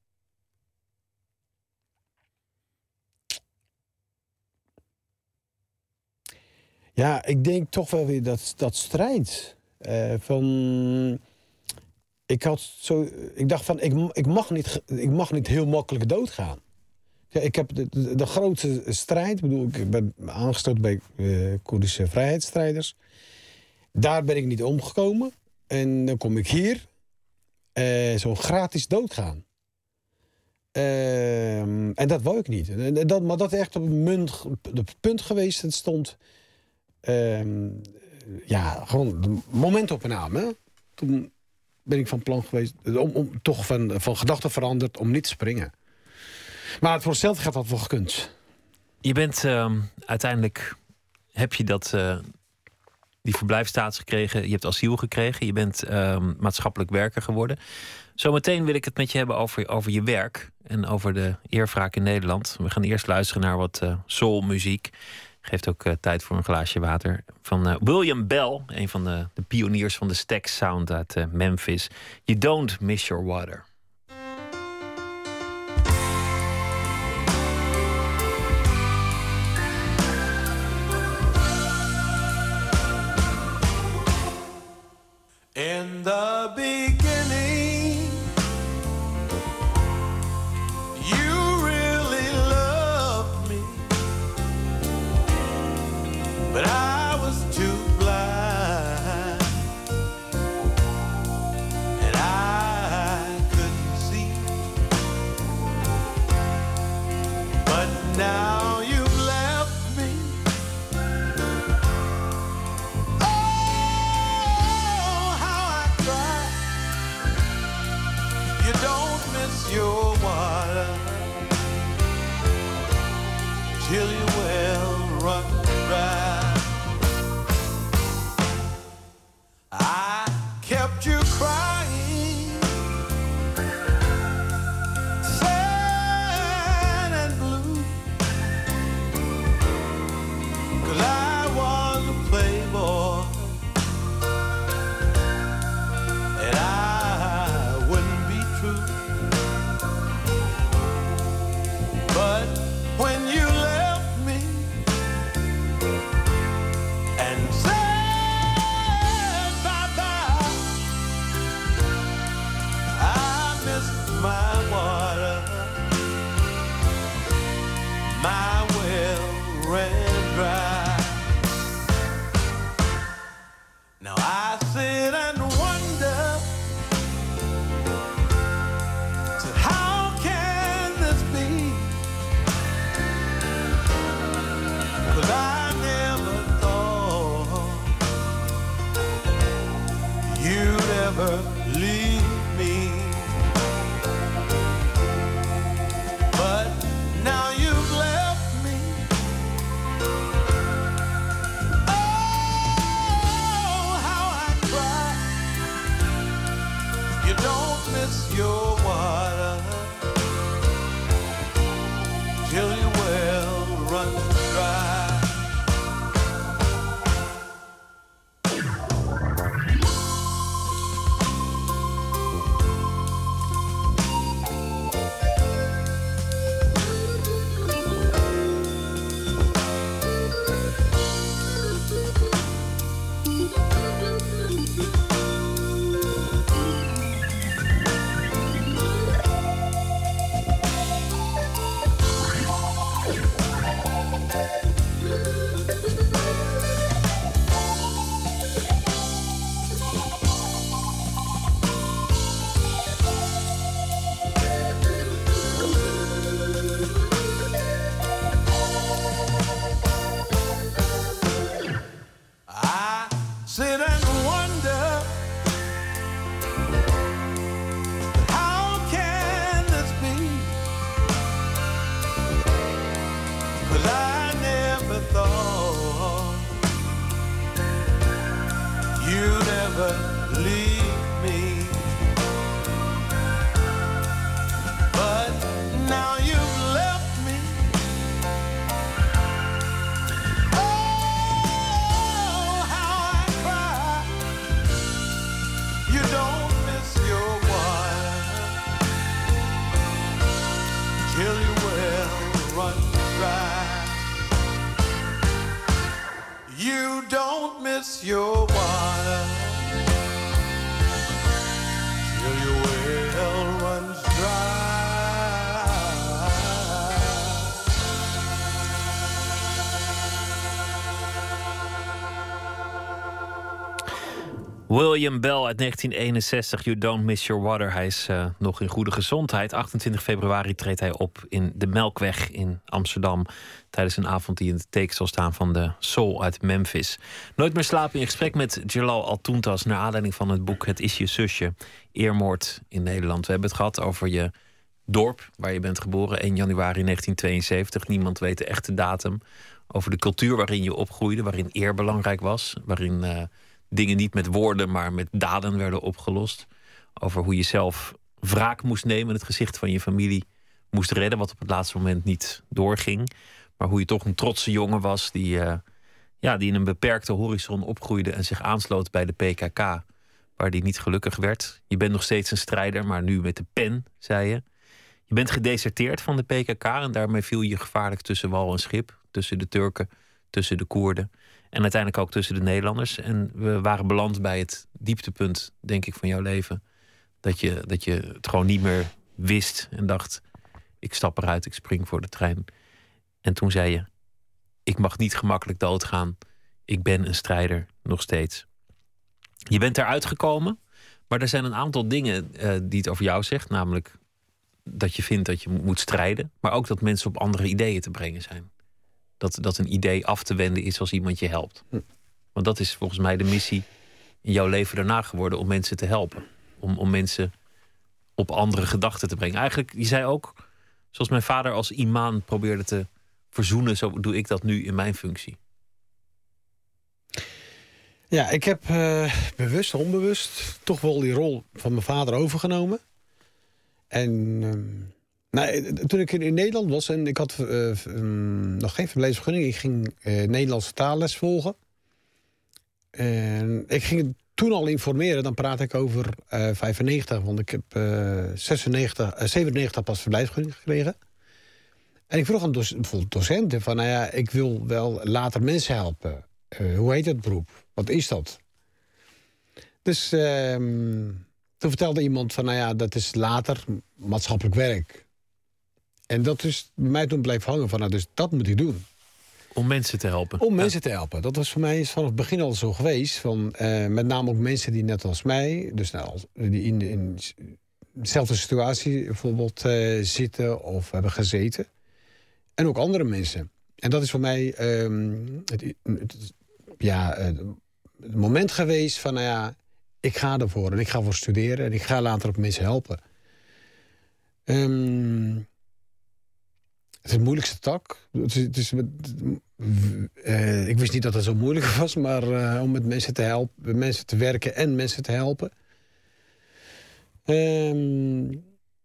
Ja, ik denk toch wel weer dat, dat strijd. Uh, van, ik, had zo, ik dacht van, ik, ik, mag niet, ik mag niet heel makkelijk doodgaan. Ja, ik heb de, de, de grootste strijd, ik bedoel, ik ben aangesloten bij uh, Koerdische vrijheidsstrijders. Daar ben ik niet omgekomen. En dan kom ik hier, uh, zo gratis doodgaan. Uh, en dat wou ik niet. En dat, maar dat is echt op het, munt, op het punt geweest, het stond... Um, ja, gewoon de momentopname. Toen ben ik van plan geweest om, om toch van, van gedachten veranderd om niet te springen. Maar het voor hetzelfde gaat dat wel gekund. Je bent uh, uiteindelijk heb je dat uh, die verblijfstatus gekregen. Je hebt asiel gekregen. Je bent uh, maatschappelijk werker geworden. Zometeen wil ik het met je hebben over, over je werk en over de eerwraak in Nederland. We gaan eerst luisteren naar wat uh, soulmuziek. Geeft ook uh, tijd voor een glaasje water. Van uh, William Bell, een van de, de pioniers van de Stax Sound uit uh, Memphis. You don't miss your water. In the beginning, you really loved me, but I was too well run dry. I kept you crying, sad and blue, 'cause I was a playboy and I wouldn't be true. But when you left me and said bye-bye, I missed my water, my well ran dry. Now I sit and wonder, so how can this be? 'Cause I never thought you'd ever leave me. But now you've left me. Oh, how I cry. You don't miss your water till your well runs dry. I sit and wonder, how can this be? 'Cause I never thought you'd ever leave me. But now you've left me. Oh, how I cry. You don't miss your water till your well runs dry. You don't miss your water till your well runs dry. William Bell uit negentien eenenzestig, You Don't Miss Your Water. Hij is uh, nog in goede gezondheid. achtentwintig februari treedt hij op in de Melkweg in Amsterdam, tijdens een avond die in het teken zal staan van de soul uit Memphis. Nooit meer slapen in gesprek met Djelal Altountas naar aanleiding van het boek Het is je zusje, eermoord in Nederland. We hebben het gehad over je dorp waar je bent geboren, één januari negentien tweeënzeventig. Niemand weet de echte datum. Over de cultuur waarin je opgroeide, waarin eer belangrijk was, waarin uh, dingen niet met woorden, maar met daden werden opgelost. Over hoe je zelf wraak moest nemen en het gezicht van je familie moest redden, wat op het laatste moment niet doorging. Maar hoe je toch een trotse jongen was die, uh, ja, die in een beperkte horizon opgroeide en zich aansloot bij de P K K, waar die niet gelukkig werd. Je bent nog steeds een strijder, maar nu met de pen, zei je. Je bent gedeserteerd van de P K K en daarmee viel je gevaarlijk tussen wal en schip. Tussen de Turken, tussen de Koerden en uiteindelijk ook tussen de Nederlanders. En we waren beland bij het dieptepunt, denk ik, van jouw leven. Dat je, dat je het gewoon niet meer wist en dacht, ik stap eruit, ik spring voor de trein. En toen zei je, ik mag niet gemakkelijk doodgaan. Ik ben een strijder, nog steeds. Je bent eruit gekomen, maar er zijn een aantal dingen uh, die het over jou zegt. Namelijk dat je vindt dat je moet strijden, maar ook dat mensen op andere ideeën te brengen zijn. Dat, dat een idee af te wenden is als iemand je helpt. Hm. Want dat is volgens mij de missie in jouw leven daarna geworden, om mensen te helpen. Om, om mensen op andere gedachten te brengen. Eigenlijk, je zei ook, zoals mijn vader als imam probeerde te verzoenen. Zo doe ik dat nu in mijn functie. Ja, ik heb uh, bewust, onbewust toch wel die rol van mijn vader overgenomen. En uh, nou, toen ik in Nederland was en ik had uh, um, nog geen verblijfsvergunning, ik ging uh, Nederlandse taalles volgen. En ik ging toen al informeren, dan praat ik over uh, vijfennegentig, want ik heb uh, zesennegentig, uh, zevenennegentig pas verblijfsvergunning gekregen. En ik vroeg aan doc- bijvoorbeeld docenten van, nou ja, ik wil wel later mensen helpen. Uh, hoe heet dat beroep? Wat is dat? Dus uh, toen vertelde iemand van, nou ja, dat is later maatschappelijk werk. En dat is bij mij toen blijven hangen van, nou, dus dat moet ik doen. Om mensen te helpen. Om mensen te helpen. Dat was voor mij vanaf het begin al zo geweest. Van, uh, met name ook mensen die net als mij, dus nou, die in, in dezelfde situatie bijvoorbeeld uh, zitten of hebben gezeten. En ook andere mensen. En dat is voor mij um, het, het, ja, het moment geweest van, nou ja, ik ga ervoor en ik ga voor studeren en ik ga later ook mensen helpen. Um, het is het moeilijkste tak. Het is, het is, uh, ik wist niet dat het zo moeilijk was, maar uh, om met mensen te helpen, met mensen te werken en mensen te helpen. Um,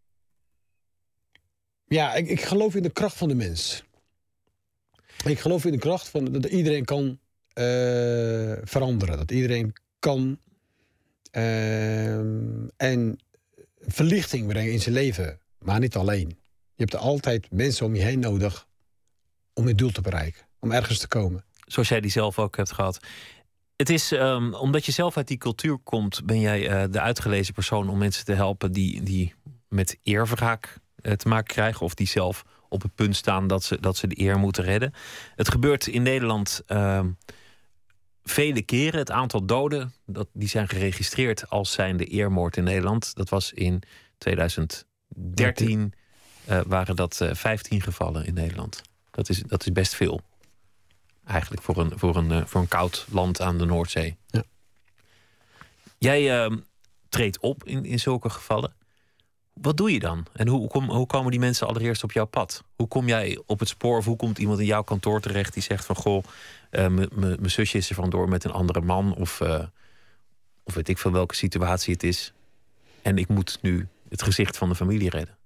ja, ik, ik geloof in de kracht van de mens. Ik geloof in de kracht van dat iedereen kan uh, veranderen. Dat iedereen kan uh, en verlichting brengen in zijn leven. Maar niet alleen. Je hebt er altijd mensen om je heen nodig om je doel te bereiken. Om ergens te komen. Zoals jij die zelf ook hebt gehad. Het is, um, omdat je zelf uit die cultuur komt, ben jij uh, de uitgelezen persoon om mensen te helpen die, die met eerwraak uh, te maken krijgen. Of die zelf op het punt staan dat ze, dat ze de eer moeten redden. Het gebeurt in Nederland uh, vele keren. Het aantal doden dat, die zijn geregistreerd als zijnde eermoord in Nederland. Dat was in tweeduizend dertien uh, waren dat uh, vijftien gevallen in Nederland. Dat is, dat is best veel. Eigenlijk voor een, voor een, uh, voor een koud land aan de Noordzee. Ja. Jij uh, treedt op in, in zulke gevallen. Wat doe je dan? En hoe, kom, hoe komen die mensen allereerst op jouw pad? Hoe kom jij op het spoor of hoe komt iemand in jouw kantoor terecht die zegt van, goh, uh, mijn zusje is er vandoor met een andere man of, uh, of weet ik veel welke situatie het is. En ik moet nu het gezicht van de familie redden.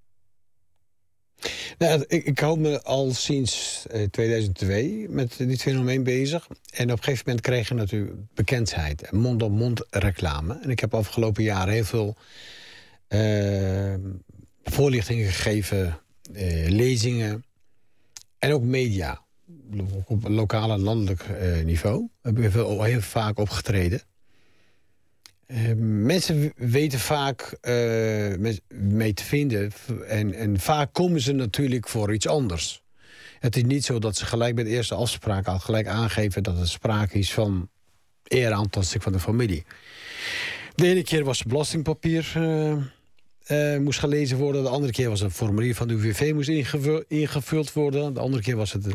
Nou, ik, ik hou me al sinds uh, tweeduizend twee met dit fenomeen bezig. En op een gegeven moment kreeg je natuurlijk bekendheid. Mond-op-mond reclame. En ik heb afgelopen jaren heel veel uh, voorlichtingen gegeven. Uh, lezingen. En ook media. Op lokaal en landelijk uh, niveau. Heb ik heel, heel vaak opgetreden. Uh, mensen weten vaak uh, mee te vinden. En, en vaak komen ze natuurlijk voor iets anders. Het is niet zo dat ze gelijk bij de eerste afspraak al gelijk aangeven dat het sprake is van eeraantasting van de familie. De ene keer was het belastingpapier uh, uh, moest gelezen worden. De andere keer was het formulier van de U W V moest ingevuld, ingevuld worden. De andere keer was het de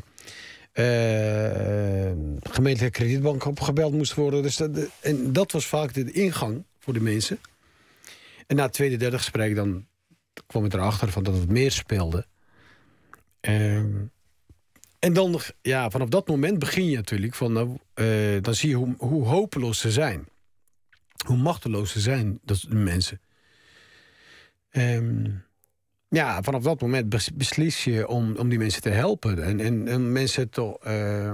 uh, gemeentelijke kredietbank opgebeld moest worden. Dus dat, de, en dat was vaak de ingang voor de mensen. En na het tweede, derde gesprek dan kwam ik erachter van dat het meer speelde. Uh, en dan, ja, vanaf dat moment begin je natuurlijk van, nou, uh, dan zie je hoe, hoe hopeloos ze zijn. Hoe machteloos ze zijn, dat de mensen. Um, ja, vanaf dat moment beslis je om, om die mensen te helpen. En, en, en mensen toch uh,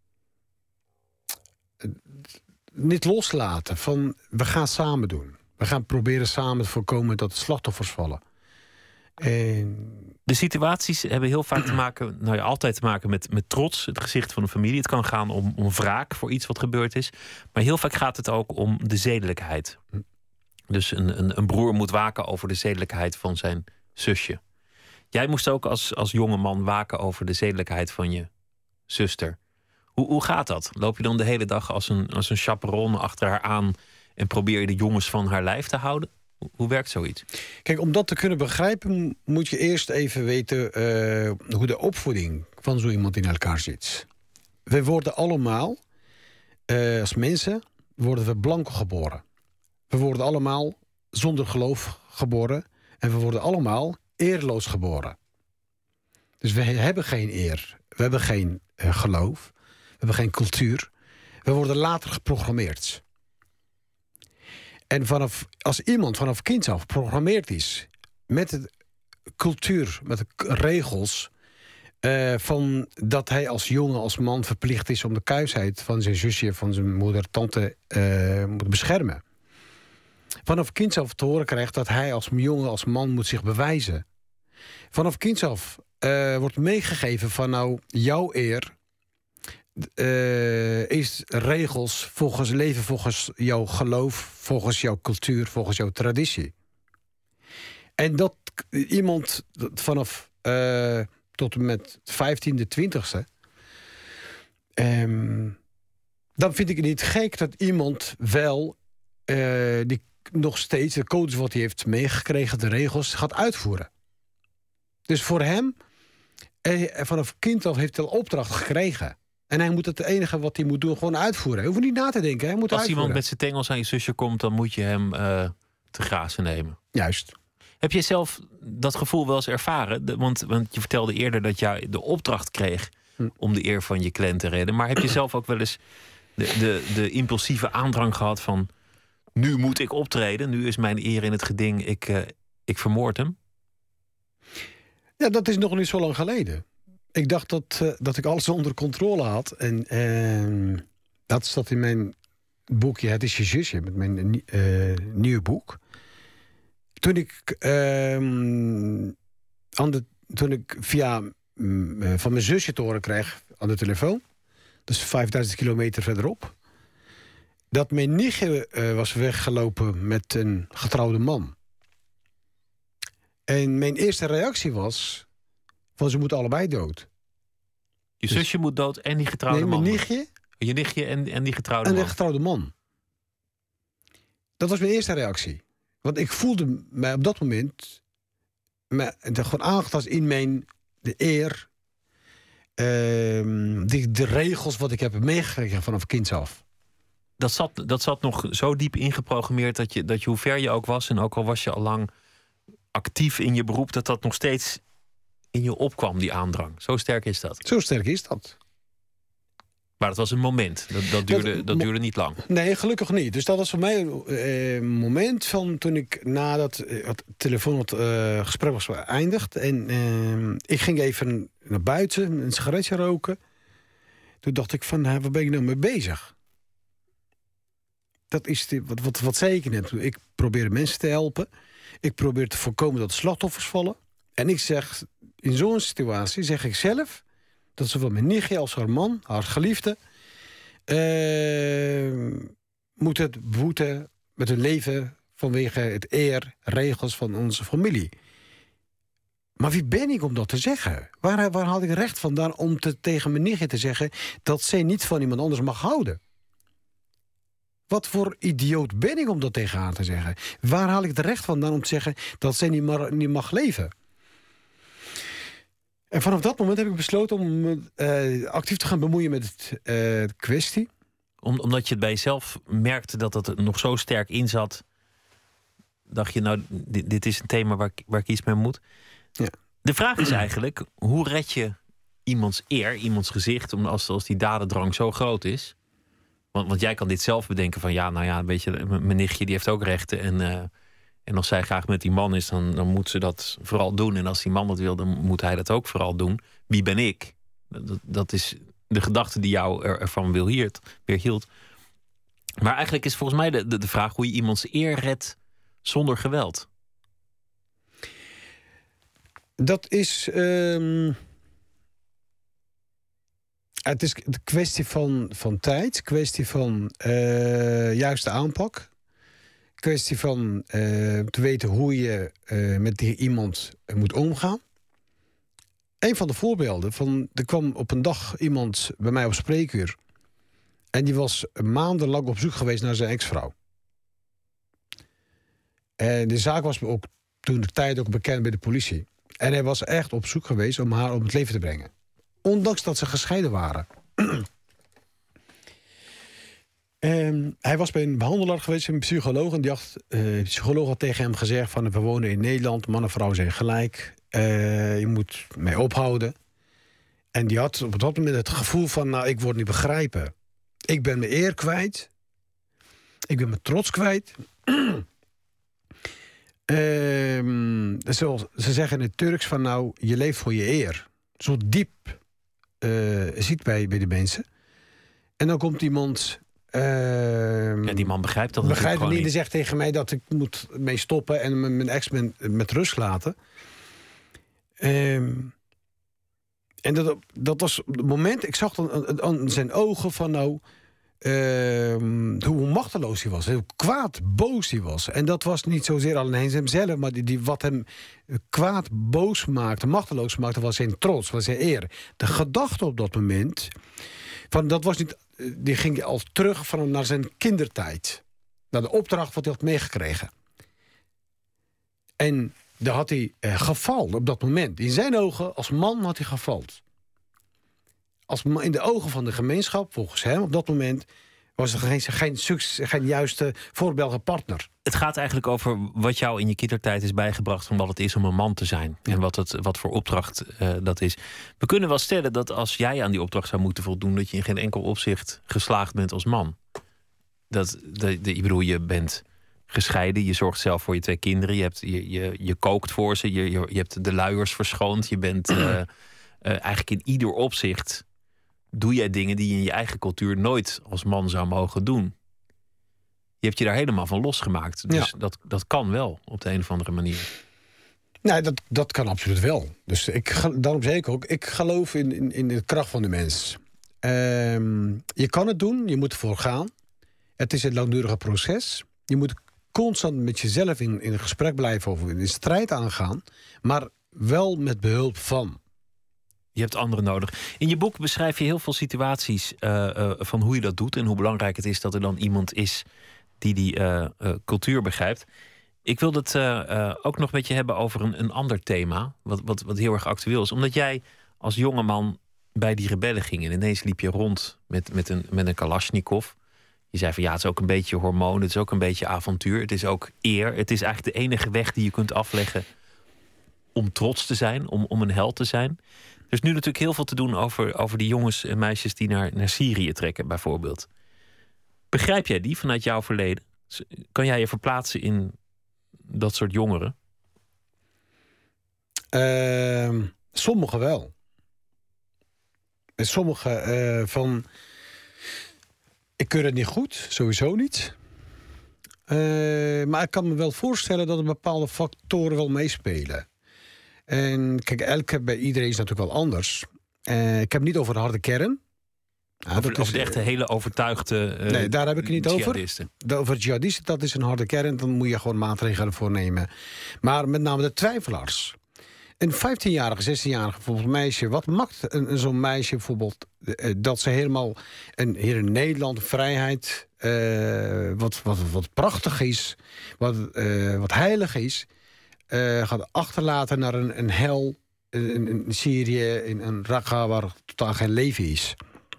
niet loslaten van, we gaan samen doen. We gaan proberen samen te voorkomen dat de slachtoffers vallen. En de situaties hebben heel vaak te maken, nou ja, altijd te maken met, met trots, het gezicht van de familie. Het kan gaan om, om wraak voor iets wat gebeurd is. Maar heel vaak gaat het ook om de zedelijkheid. Dus een, een, een broer moet waken over de zedelijkheid van zijn zusje. Jij moest ook als, als jonge man waken over de zedelijkheid van je zuster. Hoe, hoe gaat dat? Loop je dan de hele dag als een, als een chaperone achter haar aan en probeer je de jongens van haar lijf te houden? Hoe werkt zoiets? Kijk, om dat te kunnen begrijpen moet je eerst even weten uh, hoe de opvoeding van zo iemand in elkaar zit. We worden allemaal, uh, als mensen, worden we blanco geboren. We worden allemaal zonder geloof geboren. En we worden allemaal eerloos geboren. Dus we hebben geen eer. We hebben geen uh, geloof. We hebben geen cultuur. We worden later geprogrammeerd. En vanaf, als iemand vanaf kinds af geprogrammeerd is met de cultuur, met de regels, uh, van dat hij als jongen, als man verplicht is om de kuisheid van zijn zusje, van zijn moeder, tante uh, moet beschermen. Vanaf kinds af te horen krijgt dat hij als jongen, als man moet zich bewijzen. Vanaf kinds af uh, wordt meegegeven van nou, jouw eer Uh, is regels volgens leven, volgens jouw geloof, volgens jouw cultuur, volgens jouw traditie. En dat iemand vanaf uh, tot en met vijftiende, twintigste, um, dan vind ik het niet gek dat iemand wel uh, die nog steeds de codes wat hij heeft meegekregen, de regels, gaat uitvoeren. Dus voor hem, uh, vanaf kind af heeft hij al opdracht gekregen. En hij moet het enige wat hij moet doen gewoon uitvoeren. Hij hoeft niet na te denken. Hij moet Als uitvoeren. iemand met zijn tengels aan je zusje komt, dan moet je hem uh, te grazen nemen. Juist. Heb je zelf dat gevoel wel eens ervaren? De, want, want je vertelde eerder dat jij de opdracht kreeg hm. om de eer van je clan te redden. Maar heb je zelf ook wel eens de, de, de impulsieve aandrang gehad van, nu moet ik optreden, nu is mijn eer in het geding, ik, uh, ik vermoord hem? Ja, dat is nog niet zo lang geleden. Ik dacht dat, uh, dat ik alles onder controle had. En uh, dat staat in mijn boekje Het is je zusje, met mijn uh, nieuwe boek. Toen ik, uh, aan de, toen ik via uh, van mijn zusje te horen kreeg aan de telefoon, dus vijfduizend kilometer verderop, dat mijn nichtje uh, was weggelopen met een getrouwde man. En mijn eerste reactie was van ze moeten allebei dood. Je dus, zusje moet dood en die getrouwde nee, man? Nee, mijn nichtje. Je nichtje en, en die getrouwde en man? En de getrouwde man. Dat was mijn eerste reactie. Want ik voelde mij op dat moment me, gewoon aangetast in mijn de eer, uh, de, de regels wat ik heb meegekregen vanaf kinds af. Dat zat, dat zat nog zo diep ingeprogrammeerd dat je, dat je hoe ver je ook was, en ook al was je al lang actief in je beroep, dat dat nog steeds in je opkwam, die aandrang. Zo sterk is dat. Zo sterk is dat. Maar dat was een moment. Dat, dat, duurde, dat, dat duurde niet lang. Nee, gelukkig niet. Dus dat was voor mij een uh, moment van toen ik nadat uh, het telefoongesprek uh, was geëindigd. En uh, ik ging even naar buiten, een sigaretje roken. Toen dacht ik van, waar ben ik nou mee bezig? Dat is die, wat, wat, wat zei ik net. Ik probeer mensen te helpen. Ik probeer te voorkomen dat slachtoffers vallen. En ik zeg, in zo'n situatie zeg ik zelf dat zowel mijn nichtje als haar man, haar geliefde, uh, moeten het boeten met hun leven vanwege het eer, regels van onze familie. Maar wie ben ik om dat te zeggen? Waar, waar had ik recht vandaan om te, tegen mijn nichtje te zeggen dat zij niet van iemand anders mag houden? Wat voor idioot ben ik om dat tegen haar te zeggen? Waar haal ik het recht vandaan om te zeggen dat zij niet, maar, niet mag leven? En vanaf dat moment heb ik besloten om uh, actief te gaan bemoeien met het, uh, de kwestie. Om, omdat je het bij jezelf merkte dat het nog zo sterk in zat, dacht je, nou, dit, dit is een thema waar ik, waar ik iets mee moet. Ja. De vraag is eigenlijk, hoe red je iemands eer, iemands gezicht, als, als die dadendrang zo groot is? Want, want jij kan dit zelf bedenken van, ja, nou ja, weet je, mijn nichtje die heeft ook rechten. En, uh, en als zij graag met die man is, dan, dan moet ze dat vooral doen. En als die man dat wil, dan moet hij dat ook vooral doen. Wie ben ik? Dat, dat is de gedachte die jou er, ervan weerhield, weerhield. Maar eigenlijk is volgens mij de, de, de vraag hoe je iemands eer redt zonder geweld. Dat is... Um... Het is de kwestie van, van tijd, kwestie van uh, juiste aanpak. Kwestie van uh, te weten hoe je uh, met die iemand moet omgaan. Een van de voorbeelden, van, er kwam op een dag iemand bij mij op spreekuur. En die was maandenlang op zoek geweest naar zijn ex-vrouw. En de zaak was ook toen de tijd ook bekend bij de politie. En hij was echt op zoek geweest om haar om het leven te brengen. Ondanks dat ze gescheiden waren. En hij was bij een behandelaar geweest, een psycholoog. En die had, uh, de psycholoog had tegen hem gezegd van, we wonen in Nederland, man en vrouw zijn gelijk. Uh, je moet mee ophouden. En die had op dat moment het gevoel van, nou, ik word niet begrijpen. Ik ben mijn eer kwijt. Ik ben mijn trots kwijt. um, zoals ze zeggen in het Turks van, nou, je leeft voor je eer. Zo diep uh, ziet bij, bij de mensen. En dan komt iemand... Uh, ja, die man begrijpt dat begrijpt het niet. niet. En zegt tegen mij dat ik moet mee stoppen en mijn ex met, met rust laten. Um, en dat, dat was het moment, ik zag dan aan zijn ogen van, nou, uh, hoe machteloos hij was. Hoe kwaad, boos hij was. En dat was niet zozeer alleen hemzelf, maar die, die, wat hem kwaad, boos maakte, machteloos maakte, was zijn trots, was zijn eer. De gedachte op dat moment, van, dat was niet, die ging al terug van naar zijn kindertijd. Naar de opdracht wat hij had meegekregen. En daar had hij eh, gefaald op dat moment. In zijn ogen, als man, had hij gefaald. Als man, in de ogen van de gemeenschap, volgens hem, op dat moment was er geen, geen, geen, geen juiste voorbeeldige partner. Het gaat eigenlijk over wat jou in je kindertijd is bijgebracht van wat het is om een man te zijn. Ja. En wat, het, wat voor opdracht uh, dat is. We kunnen wel stellen dat als jij aan die opdracht zou moeten voldoen, dat je in geen enkel opzicht geslaagd bent als man. Dat, de, de, ik bedoel, je bent gescheiden, je zorgt zelf voor je twee kinderen, je, hebt, je, je, je kookt voor ze, je, je, je hebt de luiers verschoond, je bent uh, uh, eigenlijk in ieder opzicht doe jij dingen die je in je eigen cultuur nooit als man zou mogen doen. Je hebt je daar helemaal van losgemaakt. Dus ja. dat, dat kan wel, op de een of andere manier. Nee, dat, dat kan absoluut wel. Dus ik, daarom zei ik ook, ik geloof in, in, in de kracht van de mens. Um, je kan het doen, je moet ervoor gaan. Het is een langdurige proces. Je moet constant met jezelf in, in een gesprek blijven of in een strijd aangaan. Maar wel met behulp van. Je hebt anderen nodig. In je boek beschrijf je heel veel situaties uh, uh, van hoe je dat doet en hoe belangrijk het is dat er dan iemand is die die uh, uh, cultuur begrijpt. Ik wil het uh, uh, ook nog met je hebben over een, een ander thema, wat, wat, wat heel erg actueel is. Omdat jij als jongeman bij die rebellen ging en ineens liep je rond met, met, een, met een Kalashnikov. Je zei van ja, het is ook een beetje hormoon, het is ook een beetje avontuur, het is ook eer. Het is eigenlijk de enige weg die je kunt afleggen om trots te zijn, om, om een held te zijn. Er is nu natuurlijk heel veel te doen over, over die jongens en meisjes die naar, naar Syrië trekken, bijvoorbeeld. Begrijp jij die vanuit jouw verleden? Kan jij je verplaatsen in dat soort jongeren? Uh, sommige wel. En sommige uh, van... Ik keur het niet goed, sowieso niet. Uh, maar ik kan me wel voorstellen dat er bepaalde factoren wel meespelen. En kijk, elke bij iedereen is natuurlijk wel anders. Uh, ik heb het niet over de harde kern. Ja, over, over de echte hele overtuigde uh, nee, daar heb ik het niet jihadisten. over. De, over jihadisten, dat is een harde kern. Dan moet je gewoon maatregelen voor nemen. Maar met name de twijfelaars. Een vijftienjarige, zestienjarige bijvoorbeeld meisje. Wat maakt een, zo'n meisje bijvoorbeeld uh, dat ze helemaal een, hier in Nederland vrijheid, uh, wat, wat, wat prachtig is, wat, uh, wat heilig is, uh, gaat achterlaten naar een, een hel in, in Syrië, in een Raqqa waar totaal geen leven is.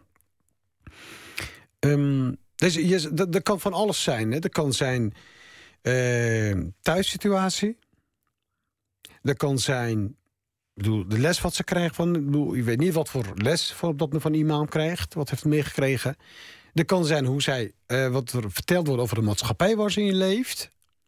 Um, dus je, dat, dat kan van alles zijn. Hè. Dat kan zijn uh, thuissituatie. Dat kan zijn, ik bedoel, de les wat ze krijgt van, ik bedoel, je weet niet wat voor les van, dat men van imam krijgt, wat heeft meegekregen. Dat kan zijn hoe zij, uh, wat er verteld wordt over de maatschappij waar ze in leeft.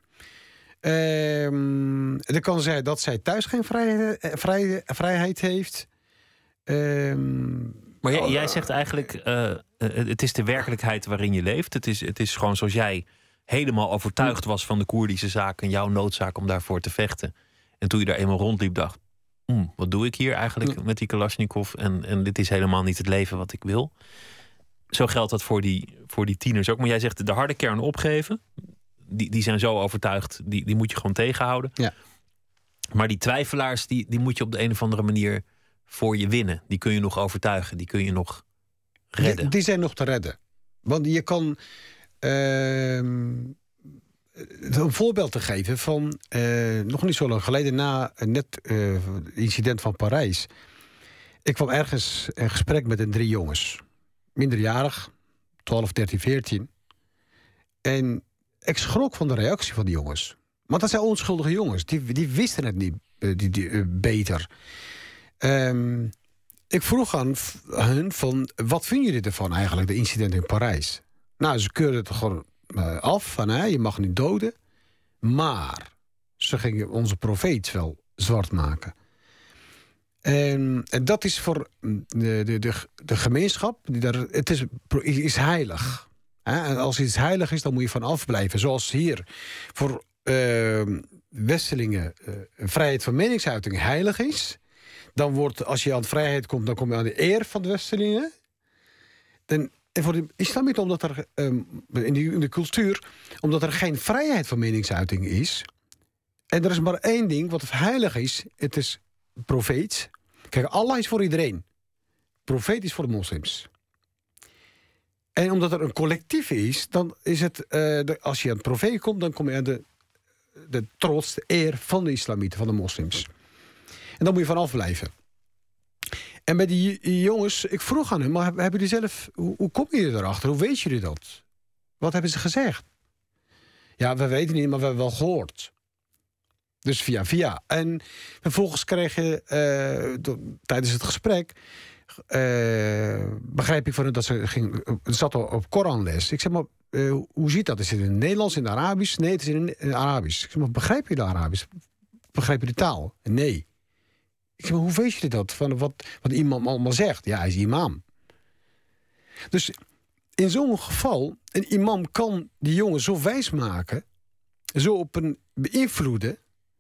Um, dat kan zijn dat zij thuis geen vrij, vrij, vrijheid heeft. Um, maar jij, jij zegt eigenlijk, uh, het is de werkelijkheid waarin je leeft. Het is, het is gewoon zoals jij helemaal overtuigd was van de Koerdische zaak en jouw noodzaak om daarvoor te vechten. En toen je daar eenmaal rondliep, dacht, mm, wat doe ik hier eigenlijk met die Kalashnikov? En, en dit is helemaal niet het leven wat ik wil. Zo geldt dat voor die, voor die tieners ook. Maar jij zegt de harde kern opgeven. Die, die zijn zo overtuigd, die, die moet je gewoon tegenhouden. Ja. Maar die twijfelaars, die, die moet je op de een of andere manier voor je winnen. Die kun je nog overtuigen, die kun je nog redden. Die, die zijn nog te redden. Want je kan... Uh... een voorbeeld te geven van uh, nog niet zo lang geleden na uh, net uh, incident van Parijs. Ik kwam ergens een gesprek met een drie jongens. Minderjarig, twaalf, dertien, veertien. En ik schrok van de reactie van die jongens. Want dat zijn onschuldige jongens. Die, die wisten het niet uh, die, die, uh, beter. Um, ik vroeg aan v- hun van, wat vinden jullie ervan eigenlijk, de incident in Parijs? Nou, ze keurden het gewoon uh, af, van hè, je mag niet doden. Maar ze gingen onze profeet wel zwart maken. En, en dat is voor de, de, de, de gemeenschap, die daar, het is, is heilig. Hè? En als iets heilig is, dan moet je van afblijven. Zoals hier voor uh, Westelingen uh, vrijheid van meningsuiting heilig is. Dan wordt, als je aan vrijheid komt, dan kom je aan de eer van de Westelingen. En, en voor de islamieten, omdat er um, in, die, in de cultuur, omdat er geen vrijheid van meningsuiting is. En er is maar één ding wat heilig is. Het is profeet. Kijk, Allah is voor iedereen. Profeet is voor de moslims. En omdat er een collectief is, dan is het, uh, de, als je aan het profeet komt, dan kom je aan de, de trots, de eer van de islamieten, van de moslims. En dan moet je van afblijven. En bij die jongens, ik vroeg aan hen, maar hebben jullie zelf, hoe, hoe komen jullie erachter? Hoe weten jullie dat? Wat hebben ze gezegd? Ja, we weten niet, maar we hebben wel gehoord. Dus via via. En vervolgens kreeg je uh, do, tijdens het gesprek, uh, begrijp ik van het dat ze ging, uh, zat op Koranles. Ik zeg maar, uh, hoe ziet dat? Is het in het Nederlands, in het Arabisch? Nee, het is in het Arabisch. Ik zeg maar, begrijp je de Arabisch? Begrijp je de taal? Nee. Ik zeg maar, hoe weet je dat? Van wat, wat iemand allemaal zegt? Ja, hij is imam. Dus in zo'n geval, een imam kan die jongen zo wijs maken, zo op een beïnvloeden.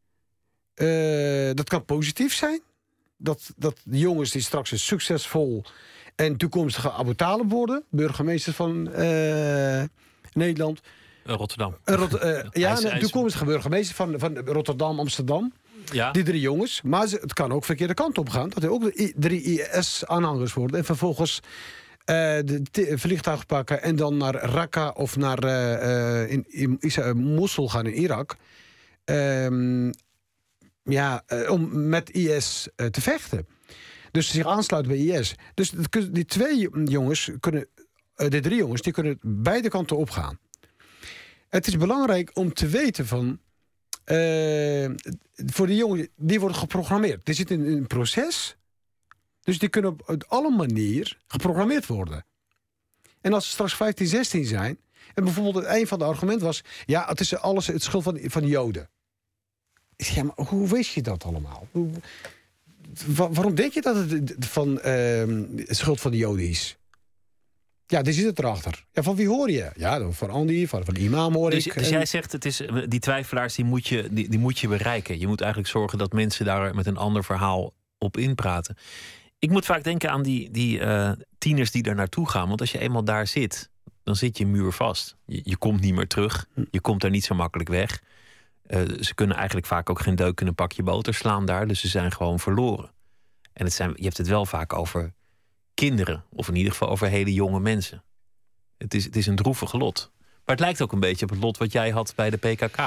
Uh, dat kan positief zijn. Dat, dat de jongens die straks een succesvol en toekomstige Abu Talib worden, burgemeester van uh, Nederland. Uh, Rotterdam. Uh, Rot, uh, ja, een toekomstige burgemeester van, van Rotterdam, Amsterdam. Ja. Die drie jongens. Maar ze, het kan ook verkeerde kant op gaan. Dat er ook de drie I S-aanhangers worden. En vervolgens uh, de t- vliegtuig pakken en dan naar Raqqa of naar uh, uh, in, in, in Mosul gaan in Irak. Um, ja, uh, om met I S uh, te vechten. Dus zich aansluiten bij I S. Dus die twee jongens kunnen, uh, de drie jongens, die kunnen beide kanten opgaan. Het is belangrijk om te weten van, Uh, voor die jongen, die worden geprogrammeerd. Die zitten in een proces. Dus die kunnen op, op alle manieren geprogrammeerd worden. En als ze straks vijftien, zestien zijn, en bijvoorbeeld een van de argumenten was, ja, het is alles het schuld van, van de Joden. Ik zeg, ja, maar hoe weet je dat allemaal? Hoe, wa- waarom denk je dat het van uh, het schuld van de Joden is? Ja, die zit erachter. Ja, van wie hoor je? Ja, van Andy, van, van de imam hoor dus, ik. Dus en... jij zegt, het is, die twijfelaars die moet, je, die, die moet je bereiken. Je moet eigenlijk zorgen dat mensen daar met een ander verhaal op inpraten. Ik moet vaak denken aan die, die uh, tieners die daar naartoe gaan. Want als je eenmaal daar zit, dan zit je muurvast. Je, je komt niet meer terug. Je komt daar niet zo makkelijk weg. Uh, ze kunnen eigenlijk vaak ook geen deuk in een pakje boter slaan daar. Dus ze zijn gewoon verloren. En het zijn, je hebt het wel vaak over kinderen. Of in ieder geval over hele jonge mensen. Het is, het is een droevig lot. Maar het lijkt ook een beetje op het lot wat jij had bij de P K K.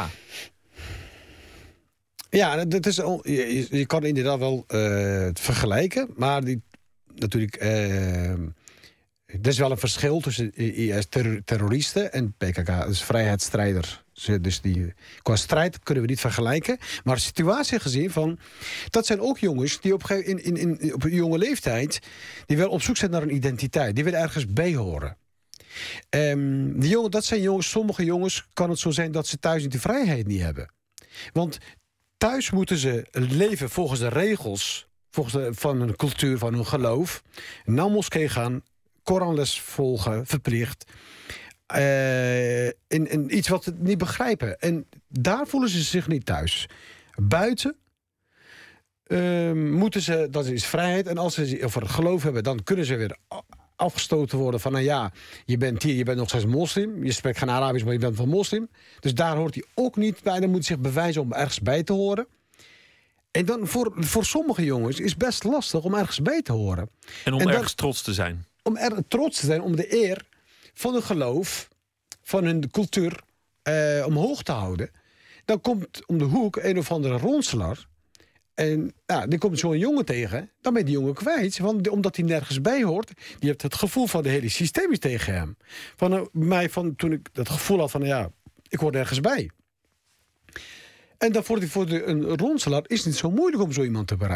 Ja, dat is, je, je kan inderdaad wel uh, vergelijken. Maar die, natuurlijk, uh, er is wel een verschil tussen I S terroristen en P K K, dus vrijheidsstrijders. Dus die, qua strijd kunnen we niet vergelijken. Maar de situatie gezien van, dat zijn ook jongens die op, in, in, in, op een jonge leeftijd, die wel op zoek zijn naar een identiteit. Die willen ergens bij horen. Um, die jongen, dat zijn jongens, sommige jongens kan het zo zijn dat ze thuis die vrijheid niet hebben. Want thuis moeten ze leven volgens de regels, volgens de, van hun cultuur, van hun geloof. Naar moskee gaan, Koranles volgen, verplicht. Uh, in, in iets wat ze niet begrijpen. En daar voelen ze zich niet thuis. Buiten uh, moeten ze, dat is vrijheid. En als ze over het geloof hebben, dan kunnen ze weer afgestoten worden van, nou ja, je bent hier, je bent nog steeds moslim. Je spreekt geen Arabisch, maar je bent van moslim. Dus daar hoort hij ook niet bij. Dan moet hij zich bewijzen om ergens bij te horen. En dan voor, voor sommige jongens is het best lastig om ergens bij te horen. En om en ergens dan, trots te zijn. Om er trots te zijn, om de eer van hun geloof, van hun cultuur eh, omhoog te houden. Dan komt om de hoek een of andere ronselaar. En nou, die komt zo'n jongen tegen. Dan ben je die jongen kwijt. Want, omdat hij nergens bij hoort. Die heeft het gevoel van de hele systeem is tegen hem. Van uh, mij, van, toen ik dat gevoel had van, ja, ik hoor nergens bij. En dan voor, die, voor de, een ronselaar is het niet zo moeilijk om zo iemand te bereiken.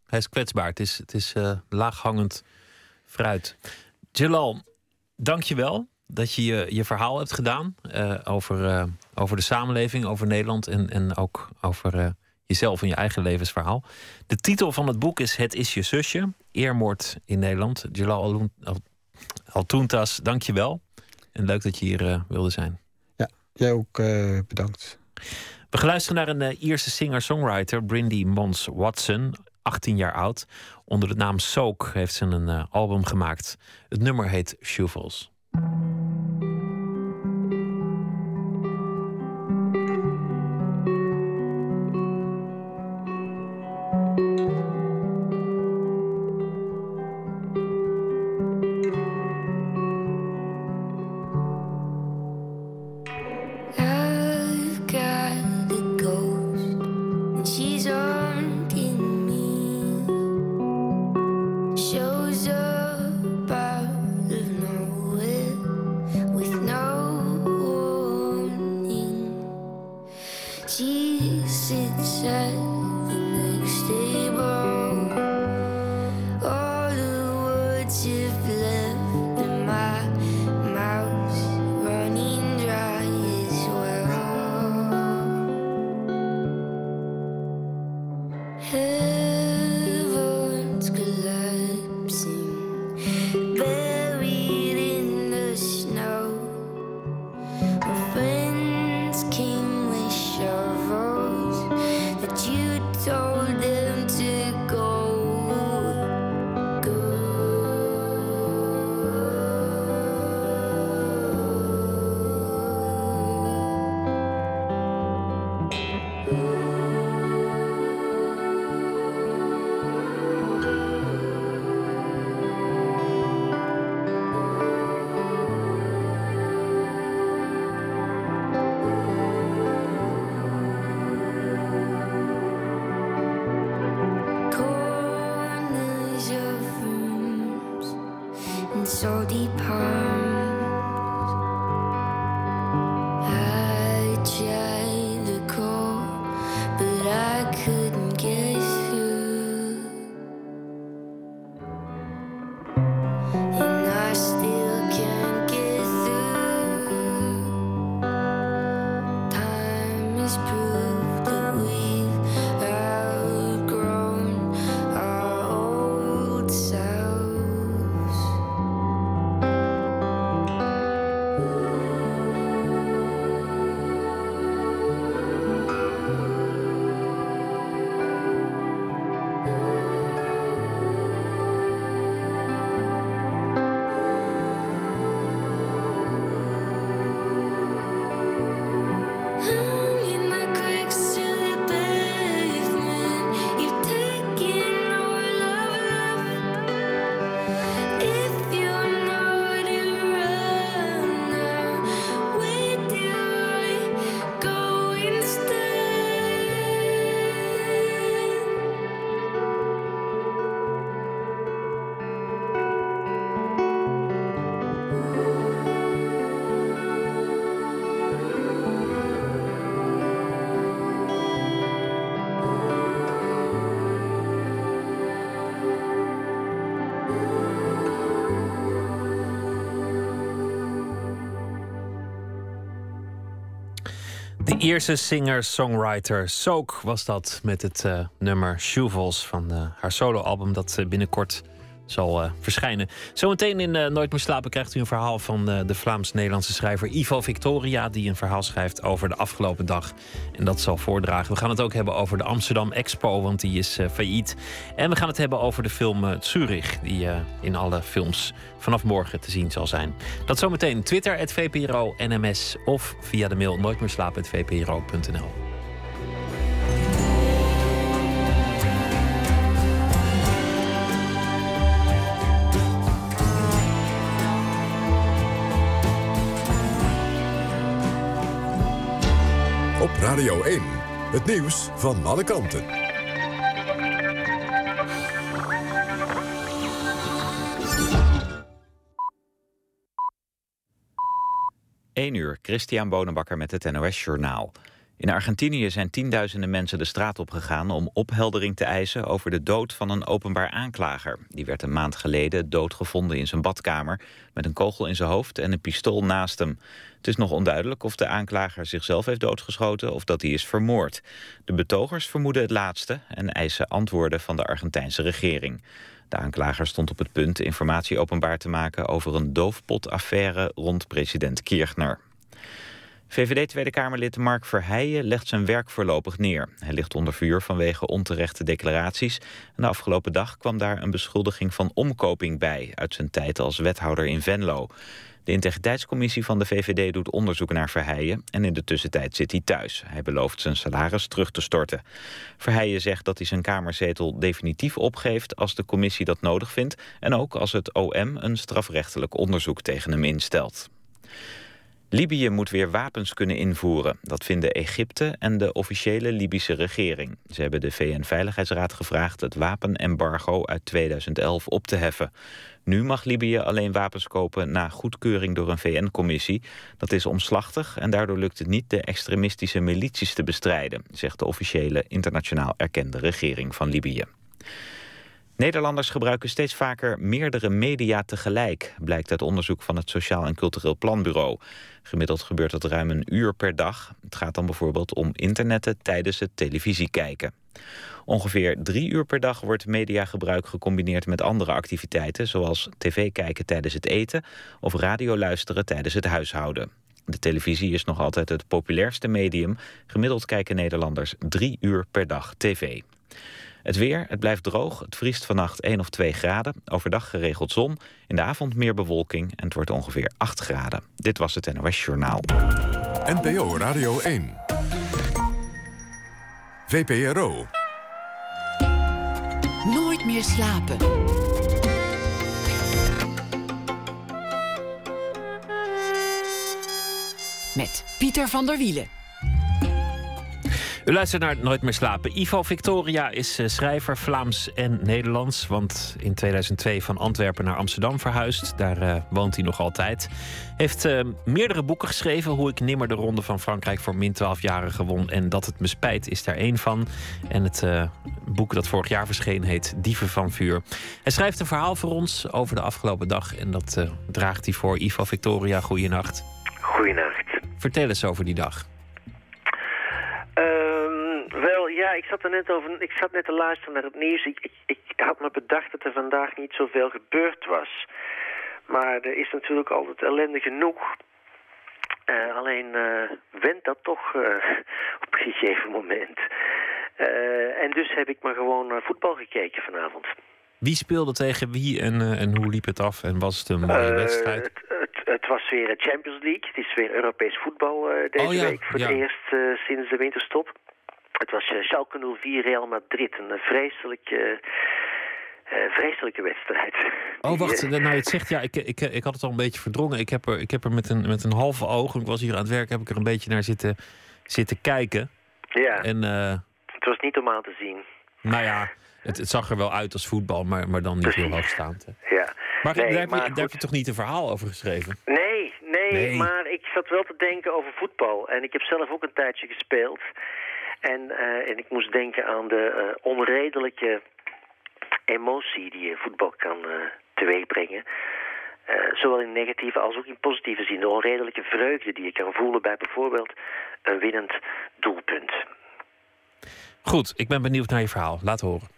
Hij is kwetsbaar. Het is, het is uh, laaghangend fruit. Djelal, dank je wel dat je je, je verhaal hebt gedaan uh, over, uh, over de samenleving, over Nederland en, en ook over uh, jezelf en je eigen levensverhaal. De titel van het boek is Het is je zusje, eermoord in Nederland. Djelal Altountas, dank je wel. En leuk dat je hier uh, wilde zijn. Ja, jij ook uh, bedankt. We gaan luisteren naar een uh, Ierse singer-songwriter, Brindy Mons Watson, achttien jaar oud. Onder de naam Soak heeft ze een uh, album gemaakt. Het nummer heet Shovels. Shows up out of nowhere with no salty palms. I tried to call, but I couldn't get through. And I still can't get through. Time has proved that we've outgrown our old selves. De Ierse singer-songwriter Soak was dat met het uh, nummer Shovels van uh, haar soloalbum dat uh, binnenkort zal uh, verschijnen. Zometeen in uh, Nooit meer slapen krijgt u een verhaal van uh, de Vlaams-Nederlandse schrijver Ivo Victoria, die een verhaal schrijft over de afgelopen dag en dat zal voordragen. We gaan het ook hebben over de Amsterdam Expo, want die is uh, failliet. En we gaan het hebben over de film uh, Zurich, die uh, in alle films vanaf morgen te zien zal zijn. Dat zometeen. Twitter, at V P R O N M S of via de mail nooitmeerslapen at v p r o punt n l. Op Radio één, het nieuws van alle kanten. één uur, Christian Bonenbakker met het N O S Journaal. In Argentinië zijn tienduizenden mensen de straat opgegaan om opheldering te eisen over de dood van een openbaar aanklager. Die werd een maand geleden doodgevonden in zijn badkamer met een kogel in zijn hoofd en een pistool naast hem. Het is nog onduidelijk of de aanklager zichzelf heeft doodgeschoten of dat hij is vermoord. De betogers vermoeden het laatste en eisen antwoorden van de Argentijnse regering. De aanklager stond op het punt informatie openbaar te maken over een doofpotaffaire rond president Kirchner. V V D Tweede Kamerlid Mark Verheijen legt zijn werk voorlopig neer. Hij ligt onder vuur vanwege onterechte declaraties. En de afgelopen dag kwam daar een beschuldiging van omkoping bij uit zijn tijd als wethouder in Venlo. De integriteitscommissie van de V V D doet onderzoek naar Verheijen en in de tussentijd zit hij thuis. Hij belooft zijn salaris terug te storten. Verheijen zegt dat hij zijn kamerzetel definitief opgeeft als de commissie dat nodig vindt en ook als het O M een strafrechtelijk onderzoek tegen hem instelt. Libië moet weer wapens kunnen invoeren. Dat vinden Egypte en de officiële Libische regering. Ze hebben de V N-veiligheidsraad gevraagd het wapenembargo uit tweeduizend elf op te heffen. Nu mag Libië alleen wapens kopen na goedkeuring door een V N-commissie. Dat is omslachtig en daardoor lukt het niet de extremistische milities te bestrijden, zegt de officiële internationaal erkende regering van Libië. Nederlanders gebruiken steeds vaker meerdere media tegelijk, blijkt uit onderzoek van het Sociaal en Cultureel Planbureau. Gemiddeld gebeurt dat ruim een uur per dag. Het gaat dan bijvoorbeeld om internetten tijdens het televisie kijken. Ongeveer drie uur per dag wordt mediagebruik gecombineerd met andere activiteiten, zoals tv kijken tijdens het eten of radio luisteren tijdens het huishouden. De televisie is nog altijd het populairste medium. Gemiddeld kijken Nederlanders drie uur per dag tv. Het weer, het blijft droog, het vriest vannacht één of twee graden. Overdag geregeld zon, in de avond meer bewolking en het wordt ongeveer acht graden. Dit was het N O S Journaal. N P O Radio één. V P R O. Nooit meer slapen. Met Pieter van der Wielen. U luistert naar Nooit meer slapen. Ivo Victoria is uh, schrijver, Vlaams en Nederlands. Want in tweeduizend twee van Antwerpen naar Amsterdam verhuisd. Daar uh, woont hij nog altijd. Heeft uh, meerdere boeken geschreven. Hoe ik nimmer de Ronde van Frankrijk voor min twaalfjarigen won. En dat het me spijt is daar één van. En het uh, boek dat vorig jaar verscheen heet Dieven van Vuur. Hij schrijft een verhaal voor ons over de afgelopen dag. En dat uh, draagt hij voor. Ivo Victoria, goeienacht. Goeienacht. Vertel eens over die dag. Um, wel, ja, ik zat er net over. Ik zat net te luisteren naar het nieuws. Ik, ik, ik had me bedacht dat er vandaag niet zoveel gebeurd was. Maar er is natuurlijk altijd ellende genoeg. Uh, alleen uh, went dat toch uh, op een gegeven moment. Uh, en dus heb ik maar gewoon uh, voetbal gekeken vanavond. Wie speelde tegen wie en, uh, en hoe liep het af? En was het een mooie uh, wedstrijd? Het, het, het was weer de Champions League. Het is weer Europees voetbal uh, deze oh, ja. week. Voor ja. het eerst uh, sinds de winterstop. Het was uh, Schalke nul vier Real Madrid. Een uh, vreselijke, uh, vreselijke wedstrijd. Oh, wacht. Die, uh, nou, je het zegt, ja, ik, ik, ik had het al een beetje verdrongen. Ik heb er, ik heb er met, een, met een halve oog, ik was hier aan het werk, heb ik er een beetje naar zitten, zitten kijken. Ja, en, uh, het was niet om aan te zien. Nou ja, het, het zag er wel uit als voetbal, maar, maar dan niet Precies. heel hoogstaand. Hè. Ja. Maar, nee, daar, heb maar je, daar heb je toch niet een verhaal over geschreven? Nee, nee, nee, maar ik zat wel te denken over voetbal. En ik heb zelf ook een tijdje gespeeld. En, uh, en ik moest denken aan de uh, onredelijke emotie die voetbal kan uh, teweegbrengen. Uh, zowel in negatieve als ook in positieve zin. De onredelijke vreugde die je kan voelen bij bijvoorbeeld een winnend doelpunt. Goed, ik ben benieuwd naar je verhaal. Laat horen.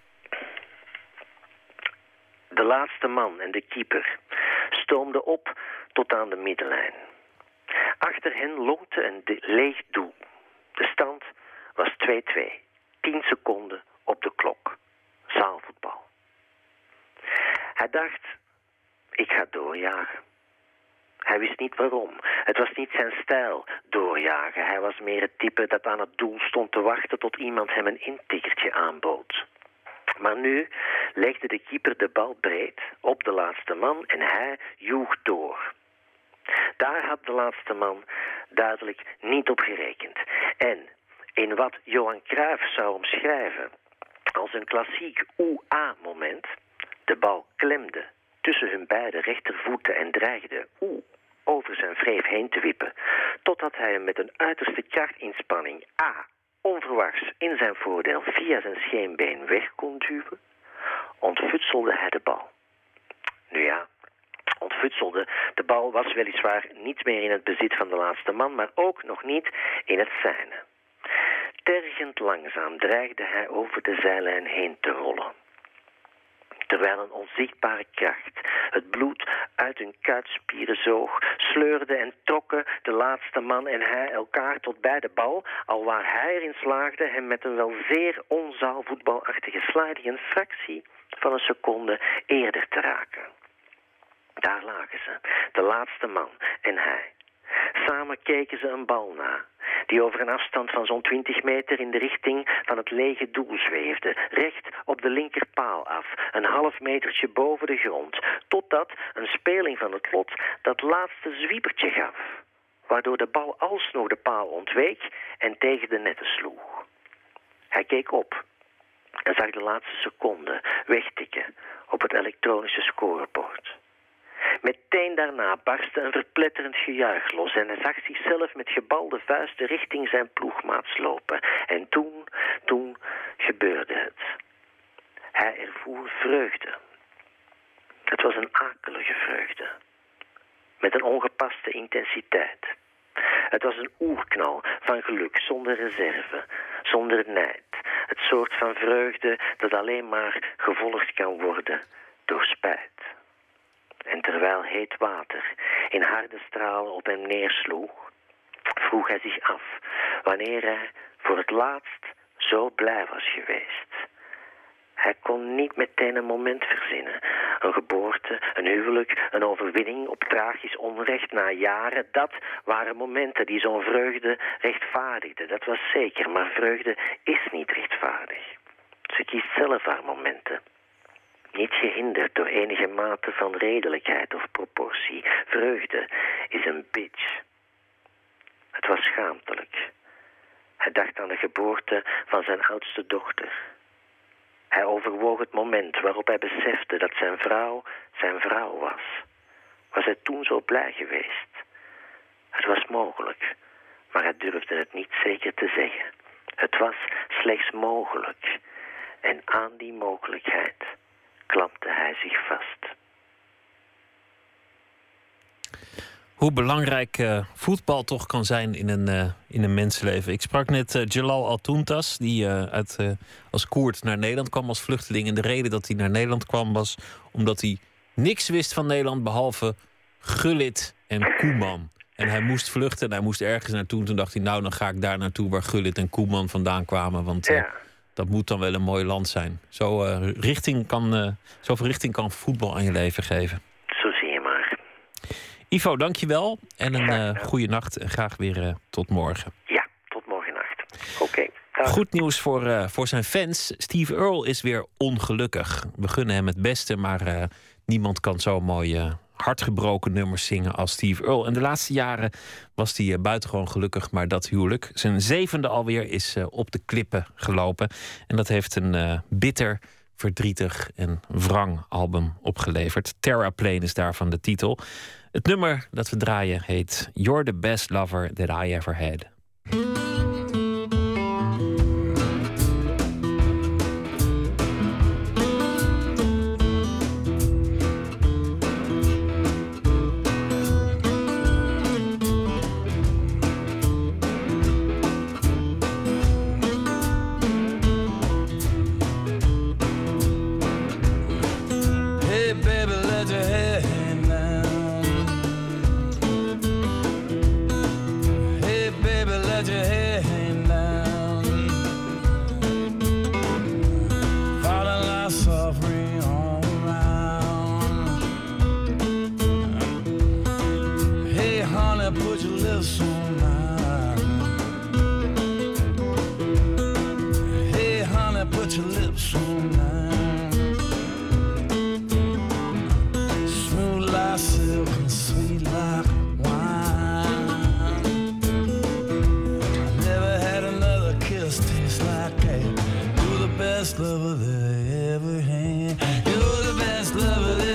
De laatste man en de keeper stoomden op tot aan de middenlijn. Achter hen lonkte een leeg doel. De stand was twee-twee. Tien seconden op de klok. Zaalvoetbal. Hij dacht, ik ga doorjagen. Hij wist niet waarom. Het was niet zijn stijl, doorjagen. Hij was meer het type dat aan het doel stond te wachten tot iemand hem een intikkertje aanbood. Maar nu legde de keeper de bal breed op de laatste man en hij joeg door. Daar had de laatste man duidelijk niet op gerekend. En in wat Johan Cruijff zou omschrijven als een klassiek oe-a-moment, de bal klemde tussen hun beide rechtervoeten en dreigde oe over zijn wreef heen te wippen, tot totdat hij hem met een uiterste krachtinspanning A. onverwachts in zijn voordeel via zijn scheenbeen weg kon duwen, ontfutselde hij de bal. Nu ja, ontfutselde. De bal was weliswaar niet meer in het bezit van de laatste man, maar ook nog niet in het zijne. Tergend langzaam dreigde hij over de zijlijn heen te rollen. Terwijl een onzichtbare kracht het bloed uit hun kuitspieren zoog, sleurde en trokken de laatste man en hij elkaar tot bij de bal, alwaar hij erin slaagde hem met een wel zeer onzaalvoetbalachtige sliding een fractie van een seconde eerder te raken. Daar lagen ze, de laatste man en hij. Samen keken ze een bal na, die over een afstand van zo'n twintig meter in de richting van het lege doel zweefde, recht op de linkerpaal af, een half metertje boven de grond, totdat een speling van het lot dat laatste zwiepertje gaf, waardoor de bal alsnog de paal ontweek en tegen de netten sloeg. Hij keek op en zag de laatste seconde wegtikken op het elektronische scorebord. Meteen daarna barstte een verpletterend gejuich los en hij zag zichzelf met gebalde vuisten richting zijn ploegmaats lopen. En toen, toen gebeurde het. Hij ervoer vreugde. Het was een akelige vreugde. Met een ongepaste intensiteit. Het was een oerknal van geluk, zonder reserve, zonder nijd. Het soort van vreugde dat alleen maar gevolgd kan worden door spijt. En terwijl heet water in harde stralen op hem neersloeg, vroeg hij zich af wanneer hij voor het laatst zo blij was geweest. Hij kon niet meteen een moment verzinnen. Een geboorte, een huwelijk, een overwinning op tragisch onrecht na jaren. Dat waren momenten die zo'n vreugde rechtvaardigden. Dat was zeker, maar vreugde is niet rechtvaardig. Ze kiest zelf haar momenten. Niet gehinderd door enige mate van redelijkheid of proportie. Vreugde is een bitch. Het was schaamtelijk. Hij dacht aan de geboorte van zijn oudste dochter. Hij overwoog het moment waarop hij besefte dat zijn vrouw zijn vrouw was. Was hij toen zo blij geweest? Het was mogelijk, maar hij durfde het niet zeker te zeggen. Het was slechts mogelijk. En aan die mogelijkheid klampte hij zich vast. Hoe belangrijk uh, voetbal toch kan zijn in een, uh, in een mensenleven. Ik sprak net uh, Jalal Altuntas, die uh, uit, uh, als Koerd naar Nederland kwam als vluchteling. En de reden dat hij naar Nederland kwam was omdat hij niks wist van Nederland behalve Gullit en Koeman. En hij moest vluchten en hij moest ergens naartoe. En toen dacht hij, nou dan ga ik daar naartoe waar Gullit en Koeman vandaan kwamen. Want uh, ja. dat moet dan wel een mooi land zijn. Zo, uh, richting kan, uh, zoveel richting kan voetbal aan je leven geven. Zo zie je maar. Ivo, dankjewel. En een uh, goede nacht. En graag weer uh, tot morgen. Ja, tot morgennacht. Oké. Okay, goed nieuws voor, uh, voor zijn fans. Steve Earle is weer ongelukkig. We gunnen hem het beste, maar uh, niemand kan zo mooi uh, hartgebroken nummers zingen als Steve Earle. En de laatste jaren was hij uh, buitengewoon gelukkig, maar dat huwelijk, zijn zevende alweer, is uh, op de klippen gelopen. En dat heeft een uh, bitter, verdrietig en wrang album opgeleverd. Terraplane is daarvan de titel. Het nummer dat we draaien heet You're the Best Lover That I Ever Had.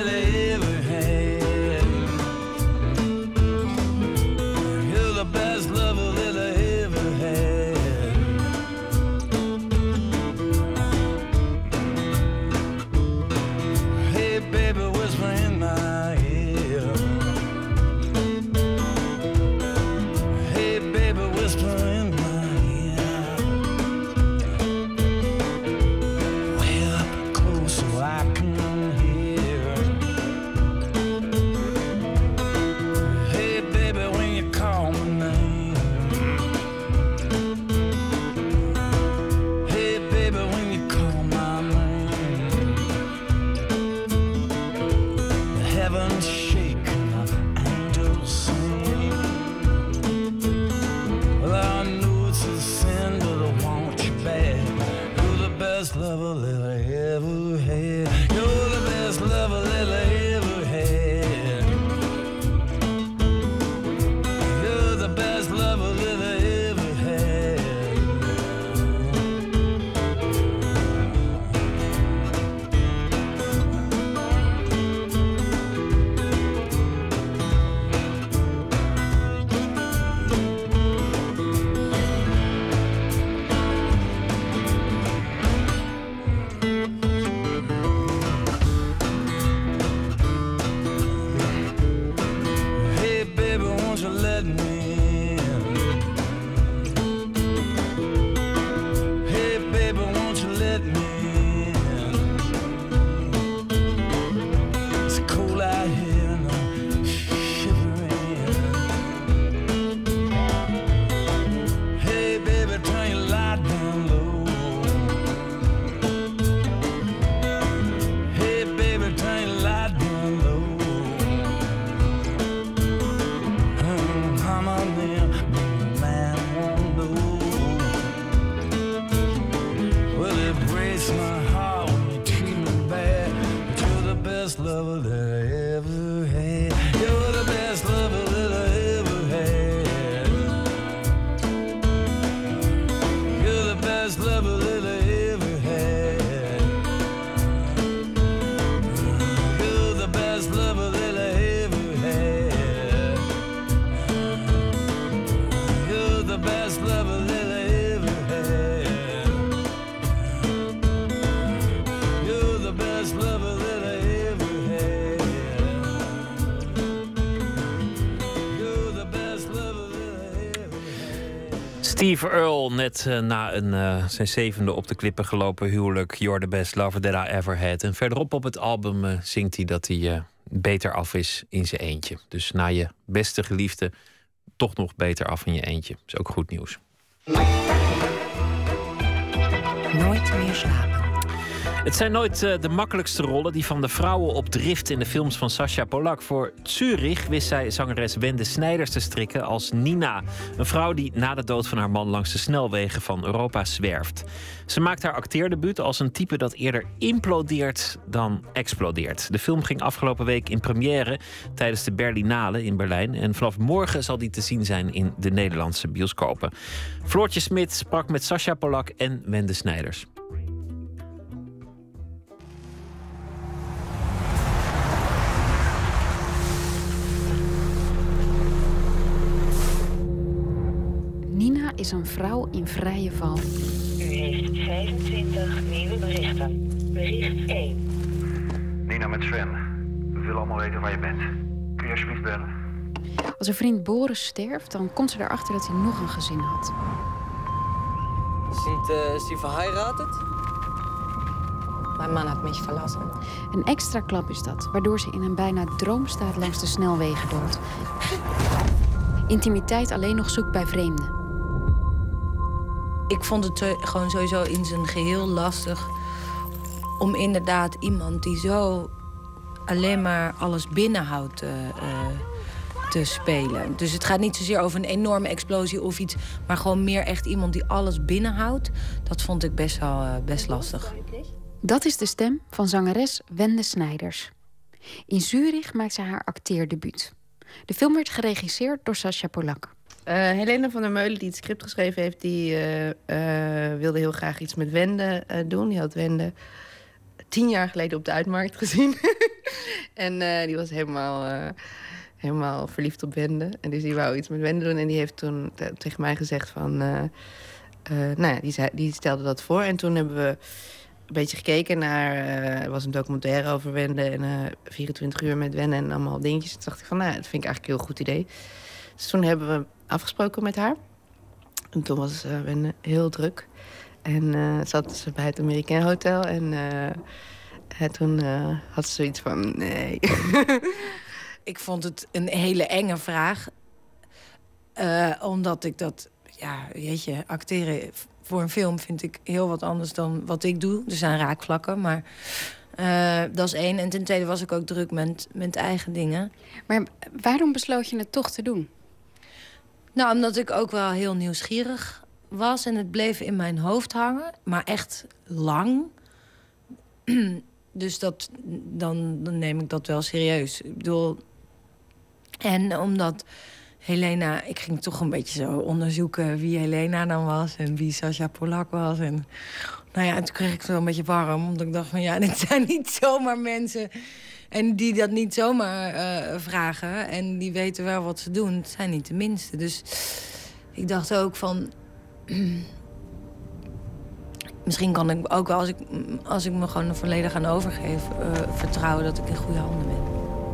Best Steve Earle, net uh, na een, uh, zijn zevende op de klippen gelopen huwelijk... You're the best lover that I ever had. En verderop op het album uh, zingt hij dat hij uh, beter af is in zijn eentje. Dus na je beste geliefde toch nog beter af in je eentje. Dat is ook goed nieuws. Nooit meer slapen. Het zijn nooit uh, de makkelijkste rollen, die van de vrouwen op drift in de films van Sacha Polak. Voor Zurich wist zij zangeres Wende Snijders te strikken als Nina. Een vrouw die na de dood van haar man langs de snelwegen van Europa zwerft. Ze maakt haar acteerdebuut als een type dat eerder implodeert dan explodeert. De film ging afgelopen week in première tijdens de Berlinale in Berlijn. En vanaf morgen zal die te zien zijn in de Nederlandse bioscopen. Floortje Smit sprak met Sacha Polak en Wende Snijders. Nina is een vrouw in vrije val. U heeft vijfentwintig nieuwe berichten. Bericht één. Nina met Sven. We willen allemaal weten waar je bent. Kun je alsjeblieft bellen? Als haar vriend Boris sterft, dan komt ze erachter dat hij nog een gezin had. Sind, uh, Sie verheiratet? Mijn man had mich verlassen. Een extra klap is dat, waardoor ze in een bijna droomstaat langs de snelwegen dood. Intimiteit alleen nog zoekt bij vreemden. Ik vond het zo, gewoon sowieso in zijn geheel lastig om inderdaad iemand die zo alleen maar alles binnenhoudt uh, uh, te spelen. Dus het gaat niet zozeer over een enorme explosie of iets, maar gewoon meer echt iemand die alles binnenhoudt. Dat vond ik best wel uh, best lastig. Dat is de stem van zangeres Wende Snijders. In Zurich maakt ze haar acteerdebuut. De film werd geregisseerd door Sacha Polak. Uh, Helena van der Meulen, die het script geschreven heeft, die uh, uh, wilde heel graag iets met Wende uh, doen. Die had Wende tien jaar geleden op de Uitmarkt gezien. en uh, die was helemaal, uh, helemaal verliefd op Wende. En dus die wou iets met Wende doen. En die heeft toen t- tegen mij gezegd van... Uh, uh, nou ja, die, zei, die stelde dat voor. En toen hebben we een beetje gekeken naar... Uh, er was een documentaire over Wende en uh, vierentwintig uur met Wende en allemaal dingetjes. Toen dacht ik van, nou, dat vind ik eigenlijk een heel goed idee. Dus toen hebben we afgesproken met haar. En toen was uh, Wende heel druk. En uh, zat ze bij het American Hotel. En, uh, en toen uh, had ze zoiets van, nee. Ik vond het een hele enge vraag. Uh, omdat ik dat, ja, weet je, acteren voor een film vind ik heel wat anders dan wat ik doe. Er zijn raakvlakken, maar uh, dat is één. En ten tweede was ik ook druk met, met eigen dingen. Maar waarom besloot je het toch te doen? Nou, omdat ik ook wel heel nieuwsgierig was. En het bleef in mijn hoofd hangen. Maar echt lang. Dus dat, dan, dan neem ik dat wel serieus. Ik bedoel... En omdat Helena... Ik ging toch een beetje zo onderzoeken wie Helena dan was. En wie Sacha Polak was. En nou ja, toen kreeg ik het wel een beetje warm. Omdat ik dacht van ja, dit zijn niet zomaar mensen... En die dat niet zomaar uh, vragen. En die weten wel wat ze doen. Het zijn niet de minste. Dus ik dacht ook van... misschien kan ik ook wel, als ik, als ik me gewoon volledig aan overgeef... Uh, vertrouwen dat ik in goede handen ben.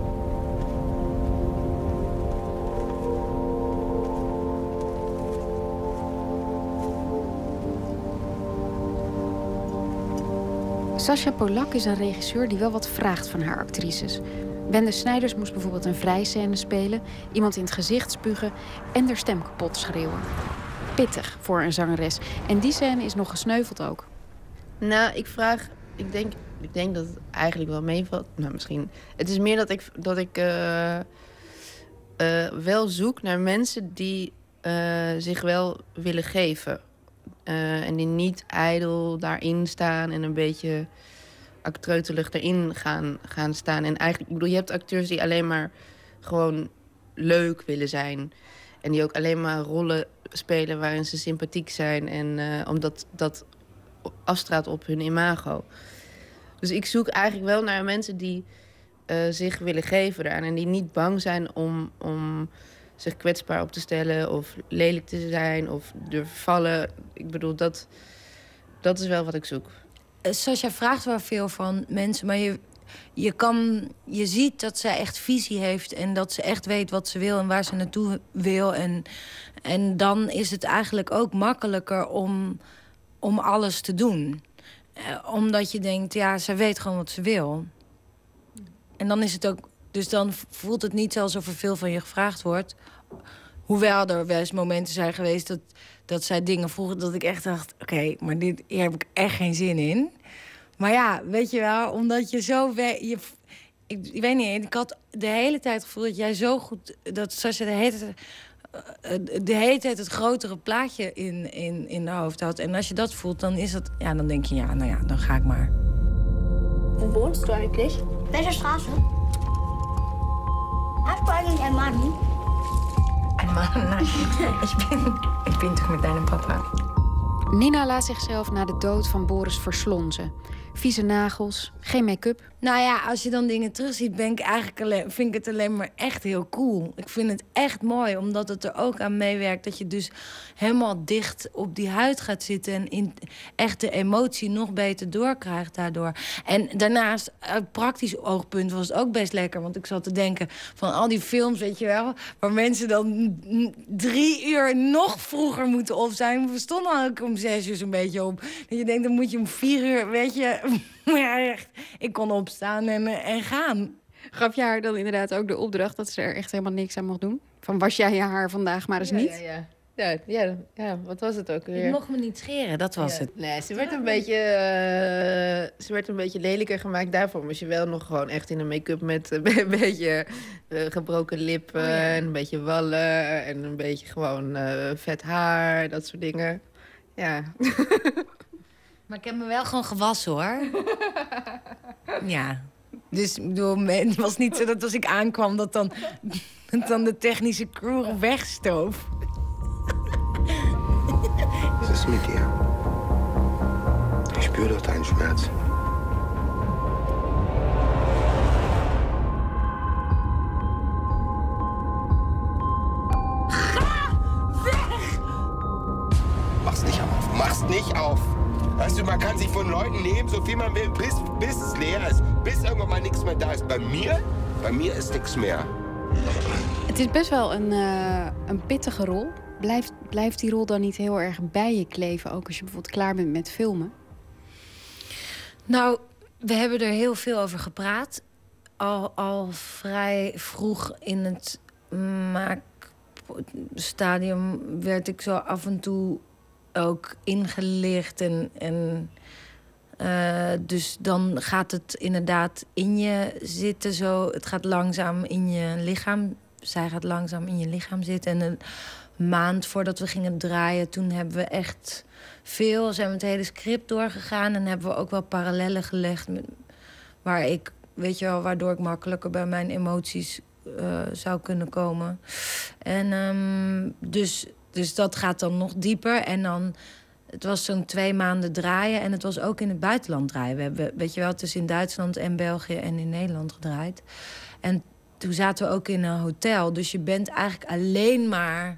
Sacha Polak is een regisseur die wel wat vraagt van haar actrices. Wende Snijders moest bijvoorbeeld een vrijscène spelen... iemand in het gezicht spugen en haar stem kapot schreeuwen. Pittig voor een zangeres. En die scène is nog gesneuveld ook. Nou, ik vraag... Ik denk, ik denk dat het eigenlijk wel meevalt. Nou, misschien... Het is meer dat ik, dat ik uh, uh, wel zoek naar mensen die uh, zich wel willen geven... Uh, en die niet ijdel daarin staan en een beetje actreutelig erin gaan, gaan staan. En eigenlijk, ik bedoel, je hebt acteurs die alleen maar gewoon leuk willen zijn. En die ook alleen maar rollen spelen waarin ze sympathiek zijn. En uh, omdat dat afstraalt op hun imago. Dus ik zoek eigenlijk wel naar mensen die uh, zich willen geven daaraan. En die niet bang zijn om... om zich kwetsbaar op te stellen of lelijk te zijn of durven vallen. Ik bedoel, dat, dat is wel wat ik zoek. Uh, Sacha vraagt wel veel van mensen, maar je, je, kan, je ziet dat zij echt visie heeft en dat ze echt weet wat ze wil en waar ze naartoe wil. En, en dan is het eigenlijk ook makkelijker om, om alles te doen. Uh, omdat je denkt, ja, ze weet gewoon wat ze wil. En dan is het ook, dus dan voelt het niet alsof er veel van je gevraagd wordt. Hoewel er wel eens momenten zijn geweest dat, dat zij dingen vroegen dat ik echt dacht, oké, okay, maar dit, hier heb ik echt geen zin in. Maar ja, weet je wel, omdat je zo... We, je, ik, ik weet niet, ik had de hele tijd het gevoel dat jij zo goed... dat Sascha de hele tijd, de hele tijd het grotere plaatje in, in, in de hoofd had. En als je dat voelt, dan is dat... Ja, dan denk je, ja, nou ja, dan ga ik maar. Wo wohnst du eigentlich? Welche Straße? Hast du eigentlich einen Mann? Ein Mann? Nein, ich bin, ich bin toch met deinem papa. Nina laat zichzelf na de dood van Boris verslonzen. Vieze nagels, geen make-up. Nou ja, als je dan dingen terugziet, ben ik eigenlijk alleen, vind ik het alleen maar echt heel cool. Ik vind het echt mooi, omdat het er ook aan meewerkt dat je dus helemaal dicht op die huid gaat zitten en in echt de emotie nog beter doorkrijgt daardoor. En daarnaast, uit praktisch oogpunt was het ook best lekker, want ik zat te denken van al die films, weet je wel, waar mensen dan drie uur nog vroeger moeten op zijn. We stonden ook om zes uur zo'n beetje op. Dat je denkt, dan moet je om vier uur, weet je... Ja, echt. Ik kon opstaan en, en gaan. Gaf je haar dan inderdaad ook de opdracht dat ze er echt helemaal niks aan mocht doen? Van was jij je haar vandaag maar eens ja, niet? Ja, ja. Ja, ja, ja, wat was het ook weer? Ik mocht me niet scheren, dat was ja. het. Nee, ze werd, een beetje, uh, ze werd een beetje lelijker gemaakt. Daarvoor moest je wel nog gewoon echt in een make-up met een beetje uh, gebroken lippen... Oh, ja. En een beetje wallen en een beetje gewoon uh, vet haar, dat soort dingen. Ja. Maar ik heb me wel gewoon gewassen, hoor. Ja. Dus ik bedoel, het was niet zo dat als ik aankwam... dat dan, dat dan de technische crew wegstoof. Was ist mit dir? Ich spüre doch deinen Schmerz. Mach's nicht auf. Mach's nicht auf. Weißt du, man kann sich von Leuten nehmen, so viel man will, bis, bis es leer ist. Bis irgendwann mal nichts mehr da ist. Bei mir, bei mir ist nichts mehr. Het is best wel een, uh, een pittige rol. Blijft, blijft die rol dan niet heel erg bij je kleven? Ook als je bijvoorbeeld klaar bent met filmen? Nou, we hebben er heel veel over gepraat. Al, al vrij vroeg in het maakstadium werd ik zo af en toe ook ingelicht. En, en uh, dus dan gaat het inderdaad in je zitten zo. Het gaat langzaam in je lichaam. Zij gaat langzaam in je lichaam zitten. En een maand voordat we gingen draaien, toen hebben we echt veel. Zijn we het hele script doorgegaan en hebben we ook wel parallellen gelegd met, waar ik, weet je wel, waardoor ik makkelijker bij mijn emoties uh, zou kunnen komen. En um, dus, dus dat gaat dan nog dieper. En dan, het was zo'n twee maanden draaien en het was ook in het buitenland draaien. We hebben, weet je wel, het is in Duitsland en België en in Nederland gedraaid. En toen zaten we ook in een hotel. Dus je bent eigenlijk alleen maar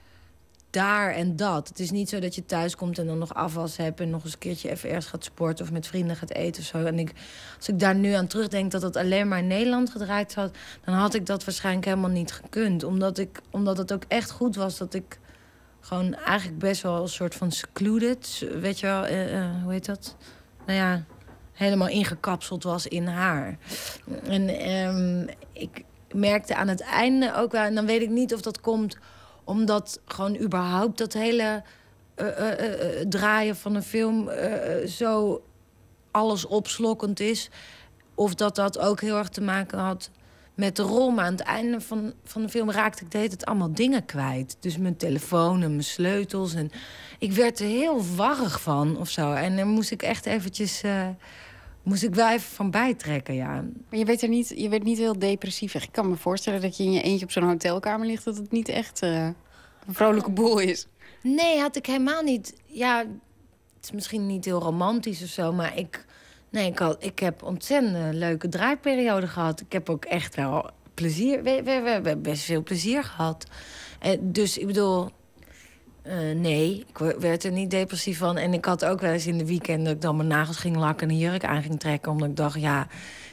daar en dat. Het is niet zo dat je thuis komt en dan nog afwas hebt en nog eens een keertje even ergens gaat sporten of met vrienden gaat eten of zo. En ik, als ik daar nu aan terugdenk dat het alleen maar in Nederland gedraaid had, dan had ik dat waarschijnlijk helemaal niet gekund. Omdat, ik, omdat het ook echt goed was dat ik gewoon eigenlijk best wel een soort van secluded, weet je wel, uh, uh, hoe heet dat? Nou ja, helemaal ingekapseld was in haar. En um, ik merkte aan het einde ook wel, en dan weet ik niet of dat komt omdat gewoon überhaupt dat hele uh, uh, uh, draaien van een film uh, zo alles opslokkend is. Of dat dat ook heel erg te maken had met de rol. Maar aan het einde van, van de film raakte ik de hele tijd allemaal dingen kwijt. Dus mijn telefoon en mijn sleutels. En ik werd er heel warrig van of zo. En dan moest ik echt eventjes Uh, moest ik wel even van bijtrekken, ja. Maar je werd er niet, je werd niet heel depressief. Ik kan me voorstellen dat je in je eentje op zo'n hotelkamer ligt, dat het niet echt uh, een vrolijke boel is. Nee, had ik helemaal niet. Ja, het is misschien niet heel romantisch of zo, maar ik, nee, ik, had, ik heb ontzettend leuke draaiperiode gehad. Ik heb ook echt wel plezier. We, we, we hebben best veel plezier gehad. Uh, dus ik bedoel, Uh, nee, ik werd er niet depressief van. En ik had ook wel eens in de weekend dat ik dan mijn nagels ging lakken en een jurk aan ging trekken. Omdat ik dacht, ja,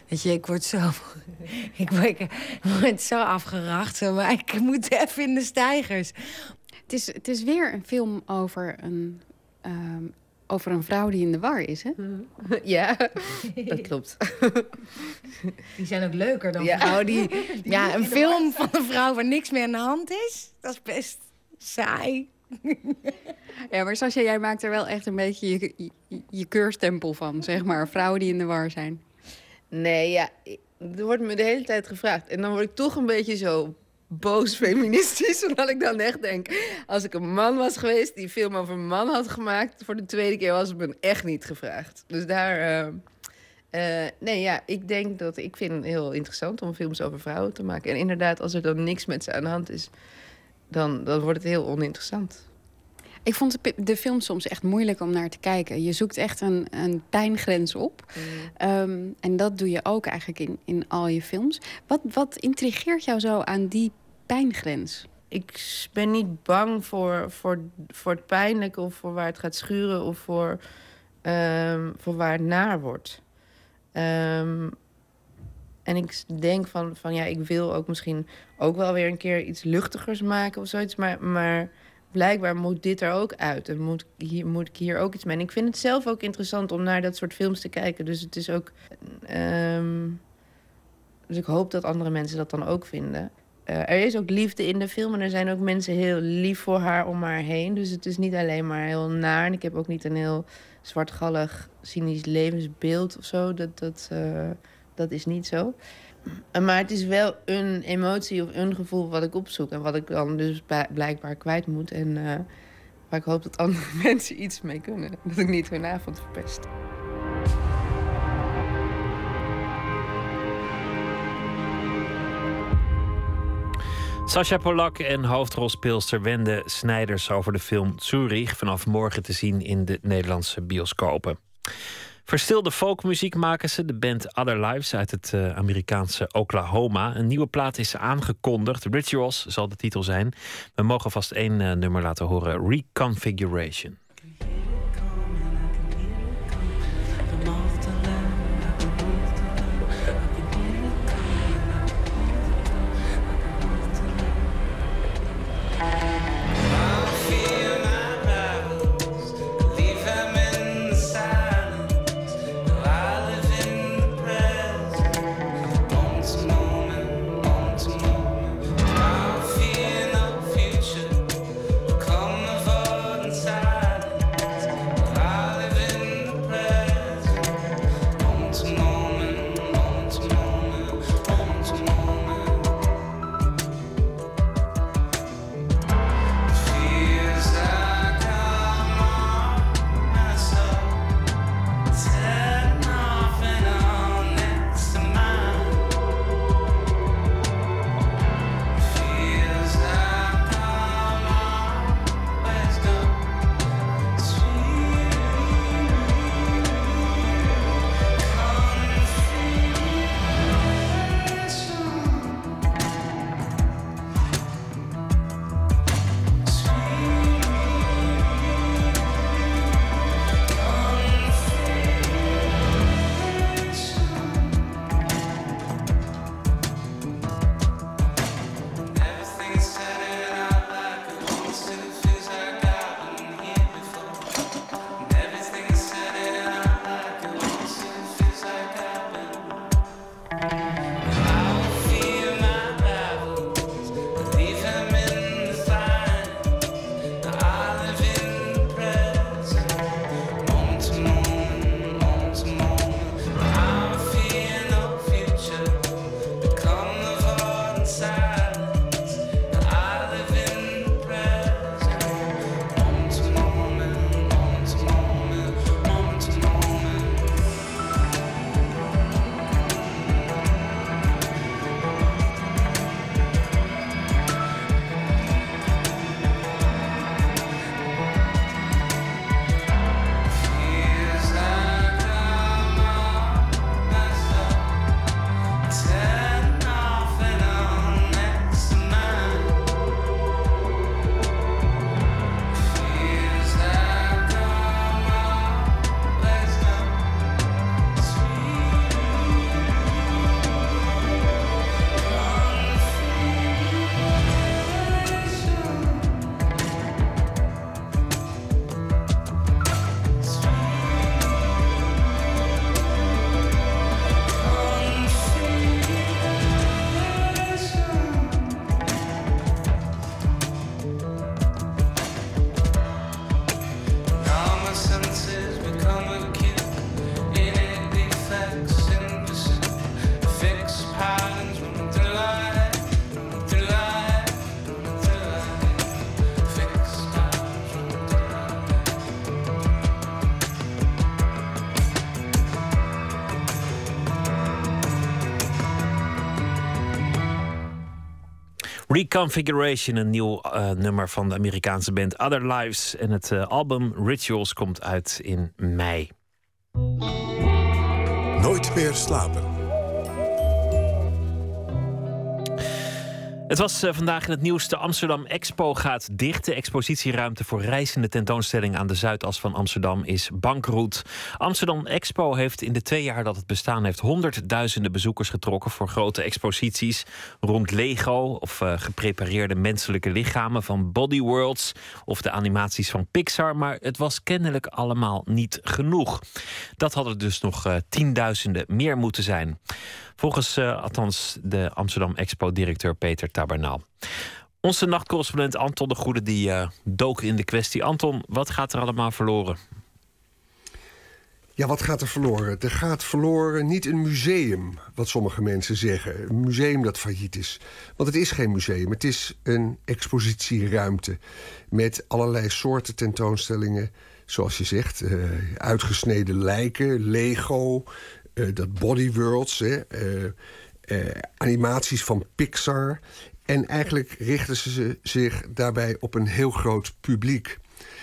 Weet je, ik word zo... ik, word, ik word zo afgeracht, maar ik moet even in de steigers. Het is, het is weer een film over een, um, over een vrouw die in de war is, hè? Ja, dat klopt. Die zijn ook leuker dan Ja. vrouwen die... Ja, een film van een vrouw waar niks meer aan de hand is, dat is best saai. Ja, maar Sascha, jij maakt er wel echt een beetje je, je, je keurstempel van, zeg maar. Vrouwen die in de war zijn. Nee, ja, er wordt me de hele tijd gevraagd. En dan word ik toch een beetje zo boos feministisch. Omdat ik dan echt denk, als ik een man was geweest die een film over een man had gemaakt, voor de tweede keer was het me echt niet gevraagd. Dus daar... Uh, uh, nee, ja, ik denk dat... Ik vind het heel interessant om films over vrouwen te maken. En inderdaad, als er dan niks met ze aan de hand is, dan, dan wordt het heel oninteressant. Ik vond de, de film soms echt moeilijk om naar te kijken. Je zoekt echt een, een pijngrens op. Mm. Um, en dat doe je ook eigenlijk in, in al je films. Wat, wat intrigeert jou zo aan die pijngrens? Ik ben niet bang voor, voor, voor het pijnlijke of voor waar het gaat schuren of voor, um, voor waar het naar wordt. Um, en ik denk van, van ja, ik wil ook misschien ook wel weer een keer iets luchtigers maken of zoiets. Maar, maar blijkbaar moet dit er ook uit. En moet, hier, moet ik hier ook iets mee. En ik vind het zelf ook interessant om naar dat soort films te kijken. Dus het is ook... Um, dus ik hoop dat andere mensen dat dan ook vinden. Uh, er is ook liefde in de film en er zijn ook mensen heel lief voor haar om haar heen. Dus het is niet alleen maar heel naar. En ik heb ook niet een heel zwartgallig, cynisch levensbeeld of zo. Dat, dat, uh, dat is niet zo. Maar het is wel een emotie of een gevoel wat ik opzoek. En wat ik dan dus blijkbaar kwijt moet. En uh, waar ik hoop dat andere mensen iets mee kunnen. Dat ik niet hun avond verpest. Sascha Polak en hoofdrolspeelster Wende Snijders over de film Zurich, vanaf morgen te zien in de Nederlandse bioscopen. Verstilde folkmuziek maken ze, de band Other Lives uit het uh, Amerikaanse Oklahoma. Een nieuwe plaat is aangekondigd. Rituals zal de titel zijn. We mogen vast één uh, nummer laten horen. Reconfiguration. Come the inside Reconfiguration, een nieuw uh, nummer van de Amerikaanse band Other Lives. En het uh, album Rituals komt uit in mei. Nooit meer slapen. Het was uh, vandaag in het nieuws. De Amsterdam Expo gaat dicht. De expositieruimte voor reizende tentoonstelling aan de Zuidas van Amsterdam is bankroet. Amsterdam Expo heeft in de twee jaar dat het bestaan heeft honderdduizenden bezoekers getrokken voor grote exposities rond Lego of uh, geprepareerde menselijke lichamen van Body Worlds of de animaties van Pixar. Maar het was kennelijk allemaal niet genoeg. Dat hadden dus nog uh, tienduizenden meer moeten zijn. Volgens uh, althans de Amsterdam Expo-directeur Peter Tabernaal. Onze nachtcorrespondent Anton de Goede die uh, dook in de kwestie. Anton, wat gaat er allemaal verloren? Ja, wat gaat er verloren? Er gaat verloren niet een museum, wat sommige mensen zeggen. Een museum dat failliet is. Want het is geen museum, het is een expositieruimte met allerlei soorten tentoonstellingen. Zoals je zegt, uh, uitgesneden lijken, Lego, uh, dat Body Worlds, hè, uh, uh, animaties van Pixar. En eigenlijk richten ze zich daarbij op een heel groot publiek.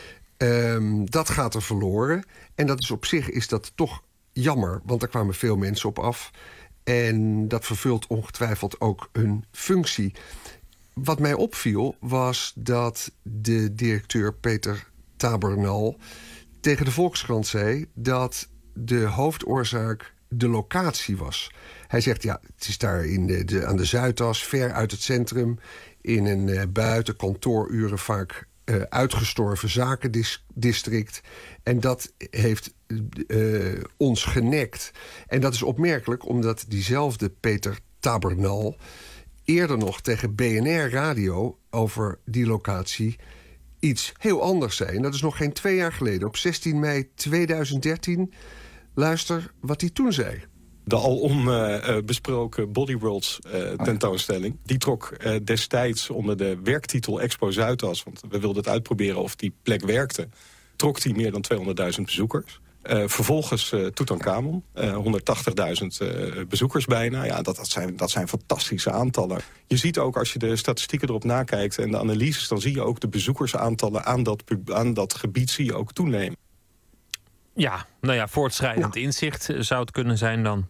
Um, dat gaat er verloren. En dat is op zich is dat toch jammer, want er kwamen veel mensen op af. En dat vervult ongetwijfeld ook een functie. Wat mij opviel was dat de directeur Peter Tabernaal tegen de Volkskrant zei dat de hoofdoorzaak de locatie was. Hij zegt, ja, het is daar in de, de, aan de Zuidas, ver uit het centrum, in een uh, buiten kantooruren vaak uh, uitgestorven zakendistrict. En dat heeft uh, ons genekt. En dat is opmerkelijk, omdat diezelfde Peter Tabernaal eerder nog tegen B N R Radio over die locatie iets heel anders zei. En dat is nog geen twee jaar geleden. Op zestien mei tweeduizend dertien. Luister wat hij toen zei. De alom uh, besproken Body Worlds uh, tentoonstelling. Die trok uh, destijds onder de werktitel Expo Zuidas, want we wilden het uitproberen of die plek werkte, trok die meer dan tweehonderdduizend bezoekers. Uh, vervolgens uh, Tutankhamon, uh, honderdtachtigduizend uh, bezoekers bijna. Ja, dat, dat, zijn, dat zijn fantastische aantallen. Je ziet ook als je de statistieken erop nakijkt en de analyses, dan zie je ook de bezoekersaantallen aan dat, aan dat gebied zie je ook toenemen. Ja, nou ja, voortschrijdend ja. inzicht zou het kunnen zijn dan.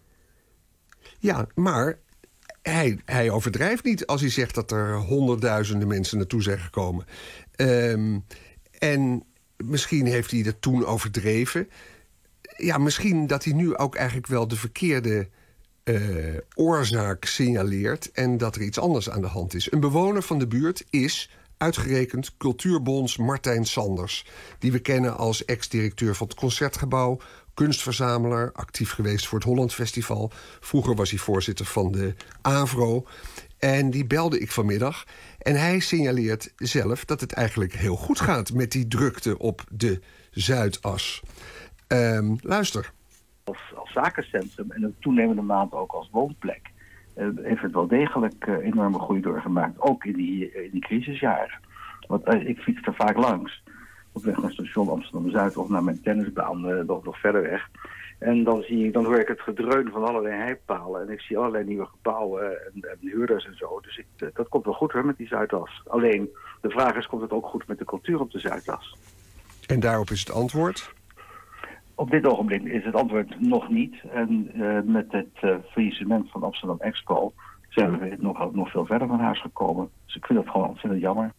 Ja, maar hij, hij overdrijft niet als hij zegt dat er honderdduizenden mensen naartoe zijn gekomen. Um, en misschien heeft hij dat toen overdreven. Ja, misschien dat hij nu ook eigenlijk wel de verkeerde uh, oorzaak signaleert en dat er iets anders aan de hand is. Een bewoner van de buurt is uitgerekend cultuurbonds Martijn Sanders, die we kennen als ex-directeur van het Concertgebouw, kunstverzamelaar, actief geweest voor het Holland Festival. Vroeger was hij voorzitter van de AVRO. En die belde ik vanmiddag. En hij signaleert zelf dat het eigenlijk heel goed gaat met die drukte op de Zuidas. Um, luister. Als, als zakencentrum en een toenemende mate ook als woonplek Uh, heeft het wel degelijk uh, enorme groei doorgemaakt. Ook in die, uh, in die crisisjaren. Want uh, ik fiets er vaak langs. Op weg naar station Amsterdam-Zuid of naar mijn tennisbaan uh, nog, nog verder weg. En dan, zie ik, dan hoor ik het gedreun van allerlei heipalen. En ik zie allerlei nieuwe gebouwen en, en huurders en zo. Dus ik, uh, dat komt wel goed hoor met die Zuidas. Alleen, de vraag is, komt het ook goed met de cultuur op de Zuidas? En daarop is het antwoord? Op dit ogenblik is het antwoord nog niet. En uh, met het uh, faillissement van Amsterdam Expo zijn we nog, nog veel verder van huis gekomen. Dus ik vind dat gewoon ontzettend jammer.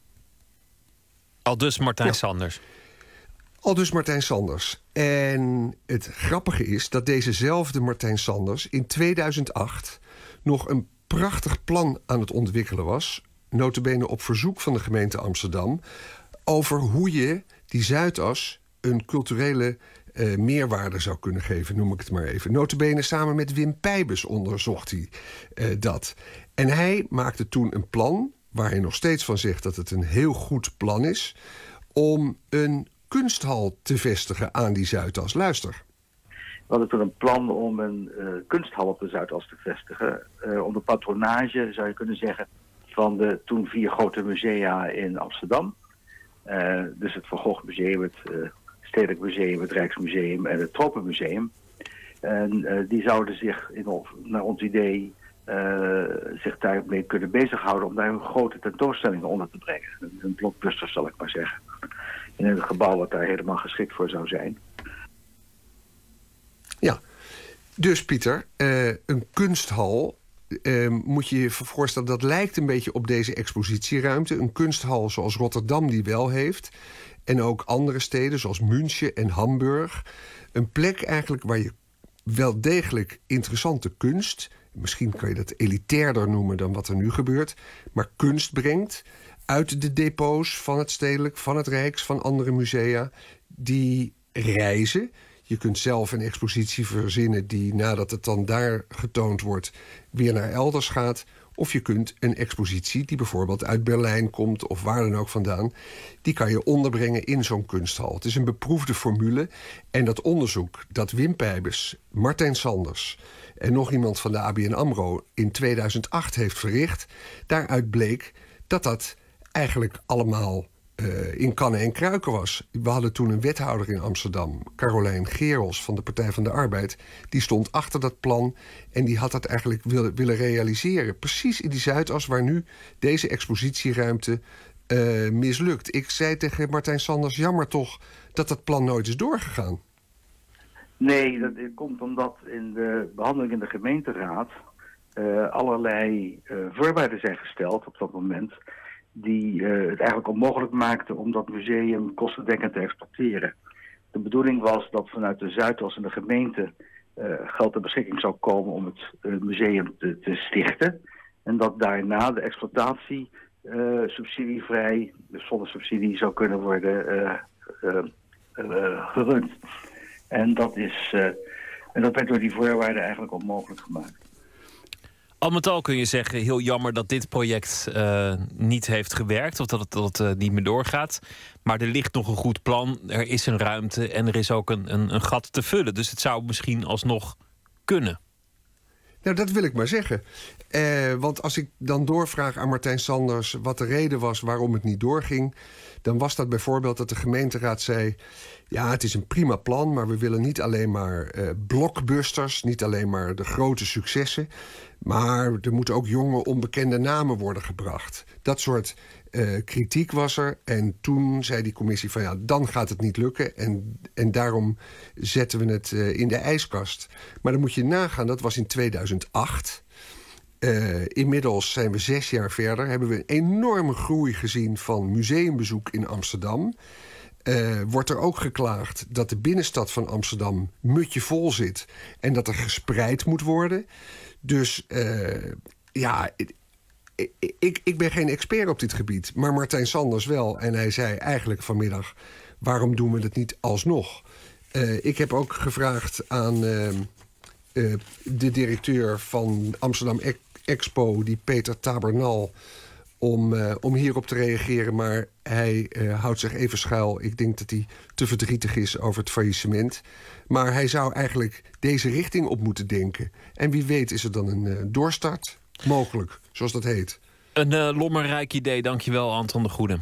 Aldus Martijn ja. Sanders. Aldus Martijn Sanders. En het grappige is dat dezezelfde Martijn Sanders in tweeduizend acht nog een prachtig plan aan het ontwikkelen was, nota bene op verzoek van de gemeente Amsterdam, over hoe je die Zuidas een culturele Uh, meerwaarde zou kunnen geven, noem ik het maar even. Nota bene samen met Wim Pijbus onderzocht hij uh, dat. En hij maakte toen een plan, waar hij nog steeds van zegt dat het een heel goed plan is, om een kunsthal te vestigen aan die Zuidas. Luister. We hadden toen een plan om een uh, kunsthal op de Zuidas te vestigen. Uh, om de patronage, zou je kunnen zeggen, van de toen vier grote musea in Amsterdam. Uh, dus het Van Gogh Museum, het Uh, Stedelijk Museum, het Rijksmuseum en het Tropenmuseum. En uh, die zouden zich in, naar ons idee uh, zich daarmee kunnen bezighouden om daar hun grote tentoonstellingen onder te brengen. Een blockbuster, zal ik maar zeggen. In een gebouw wat daar helemaal geschikt voor zou zijn. Ja, dus Pieter, uh, een kunsthal, uh, moet je je voorstellen, dat lijkt een beetje op deze expositieruimte. Een kunsthal zoals Rotterdam die wel heeft. En ook andere steden zoals München en Hamburg. Een plek eigenlijk waar je wel degelijk interessante kunst, misschien kan je dat elitairder noemen dan wat er nu gebeurt, maar kunst brengt uit de depots van het Stedelijk, van het Rijks, van andere musea, die reizen. Je kunt zelf een expositie verzinnen die, nadat het dan daar getoond wordt, weer naar elders gaat. Of je kunt een expositie die bijvoorbeeld uit Berlijn komt of waar dan ook vandaan, die kan je onderbrengen in zo'n kunsthal. Het is een beproefde formule. En dat onderzoek dat Wim Pijbers, Martijn Sanders en nog iemand van de A B N AMRO in tweeduizend acht heeft verricht, daaruit bleek dat dat eigenlijk allemaal uh, in kannen en kruiken was. We hadden toen een wethouder in Amsterdam, Carolijn Gerels van de Partij van de Arbeid. Die stond achter dat plan en die had dat eigenlijk willen, willen realiseren. Precies in die Zuidas waar nu deze expositieruimte uh, mislukt. Ik zei tegen Martijn Sanders, jammer toch dat dat plan nooit is doorgegaan. Nee, dat komt omdat in de behandeling in de gemeenteraad uh, allerlei uh, voorwaarden zijn gesteld op dat moment, die uh, het eigenlijk onmogelijk maakten om dat museum kostendekkend te exploiteren. De bedoeling was dat vanuit de Zuidas en de gemeente uh, geld ter beschikking zou komen om het uh, museum te, te stichten. En dat daarna de exploitatie uh, subsidievrij, dus zonder subsidie, zou kunnen worden uh, uh, uh, gerund. En dat, is, uh, en dat werd door die voorwaarden eigenlijk onmogelijk gemaakt. Al met al kun je zeggen, heel jammer dat dit project uh, niet heeft gewerkt, of dat het, dat het uh, niet meer doorgaat. Maar er ligt nog een goed plan, er is een ruimte en er is ook een, een, een gat te vullen. Dus het zou misschien alsnog kunnen. Nou, dat wil ik maar zeggen. Eh, want als ik dan doorvraag aan Martijn Sanders wat de reden was waarom het niet doorging, dan was dat bijvoorbeeld dat de gemeenteraad zei, ja, het is een prima plan, maar we willen niet alleen maar eh, blockbusters, niet alleen maar de grote successen, maar er moeten ook jonge onbekende namen worden gebracht. Dat soort uh, kritiek was er. En toen zei die commissie van ja, dan gaat het niet lukken. En, en daarom zetten we het uh, in de ijskast. Maar dan moet je nagaan, dat was in tweeduizend acht. Uh, inmiddels zijn we zes jaar verder. Hebben we een enorme groei gezien van museumbezoek in Amsterdam. Uh, wordt er ook geklaagd dat de binnenstad van Amsterdam mutje vol zit en dat er gespreid moet worden. Dus uh, ja, ik, ik, ik ben geen expert op dit gebied, maar Martijn Sanders wel. En hij zei eigenlijk vanmiddag, waarom doen we het niet alsnog? Uh, ik heb ook gevraagd aan uh, uh, de directeur van Amsterdam Expo, die Peter Tabernal, om, uh, om hierop te reageren. Maar hij uh, houdt zich even schuil. Ik denk dat hij te verdrietig is over het faillissement. Maar hij zou eigenlijk deze richting op moeten denken. En wie weet is er dan een uh, doorstart mogelijk, zoals dat heet. Een uh, lommerrijk idee, dankjewel Anton de Goede.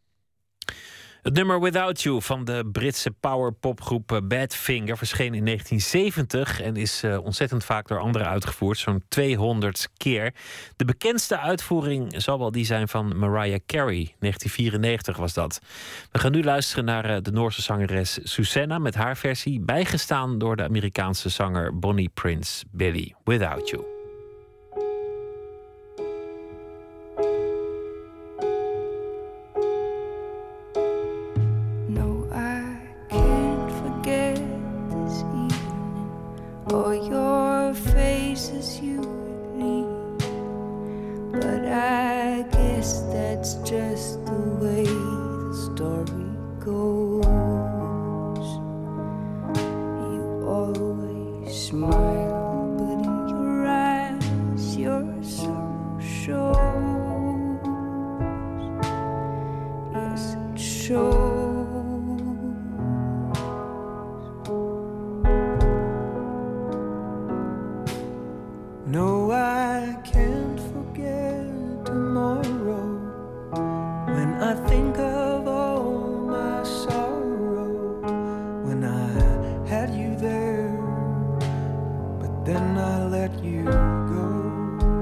Het nummer Without You van de Britse power-popgroep Badfinger verscheen in negentien zeventig en is uh, ontzettend vaak door anderen uitgevoerd, zo'n tweehonderd keer. De bekendste uitvoering zal wel die zijn van Mariah Carey, negentien vierennegentig was dat. We gaan nu luisteren naar uh, de Noorse zangeres Susanna met haar versie, bijgestaan door de Amerikaanse zanger Bonnie Prince Billy. Without You. Or your faces you leave, but I guess that's just the way the story goes. You always smile, but in your eyes your sorrow shows. Yes, it shows. No, I can't forget tomorrow when I think of all my sorrow, when I had you there, but then I let you go.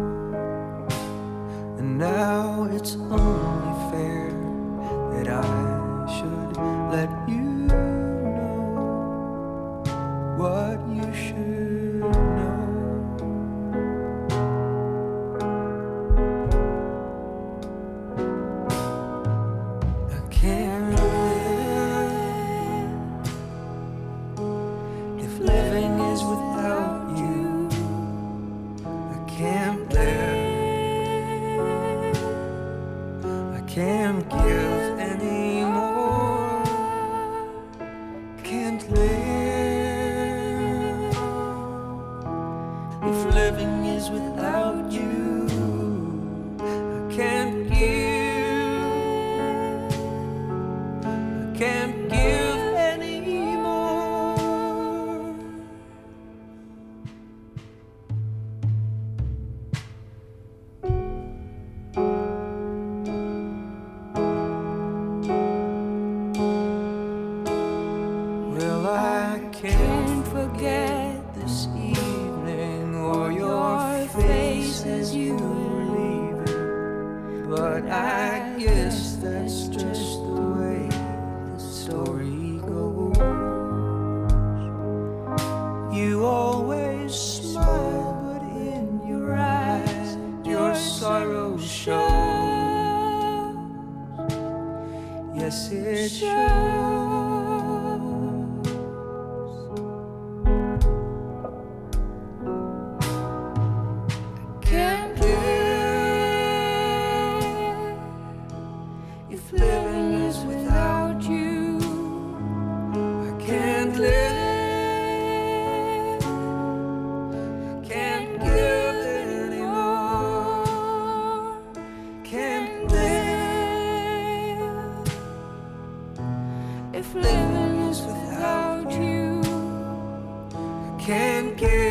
can't live if living is without you. I can't live. I can't give anymore. Can't live if living is without you. I can't give. I can't give anymore. Well, I can't forget this evening or your face as you were leaving, but I guess that's just the way the story goes. You always smile, but in your eyes your sorrow shows. Yes, it shows. Can't live if living is without you. I can't live. Can't give anymore. Can't live if living is without you. I can't give.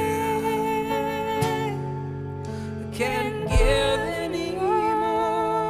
I can't give anymore.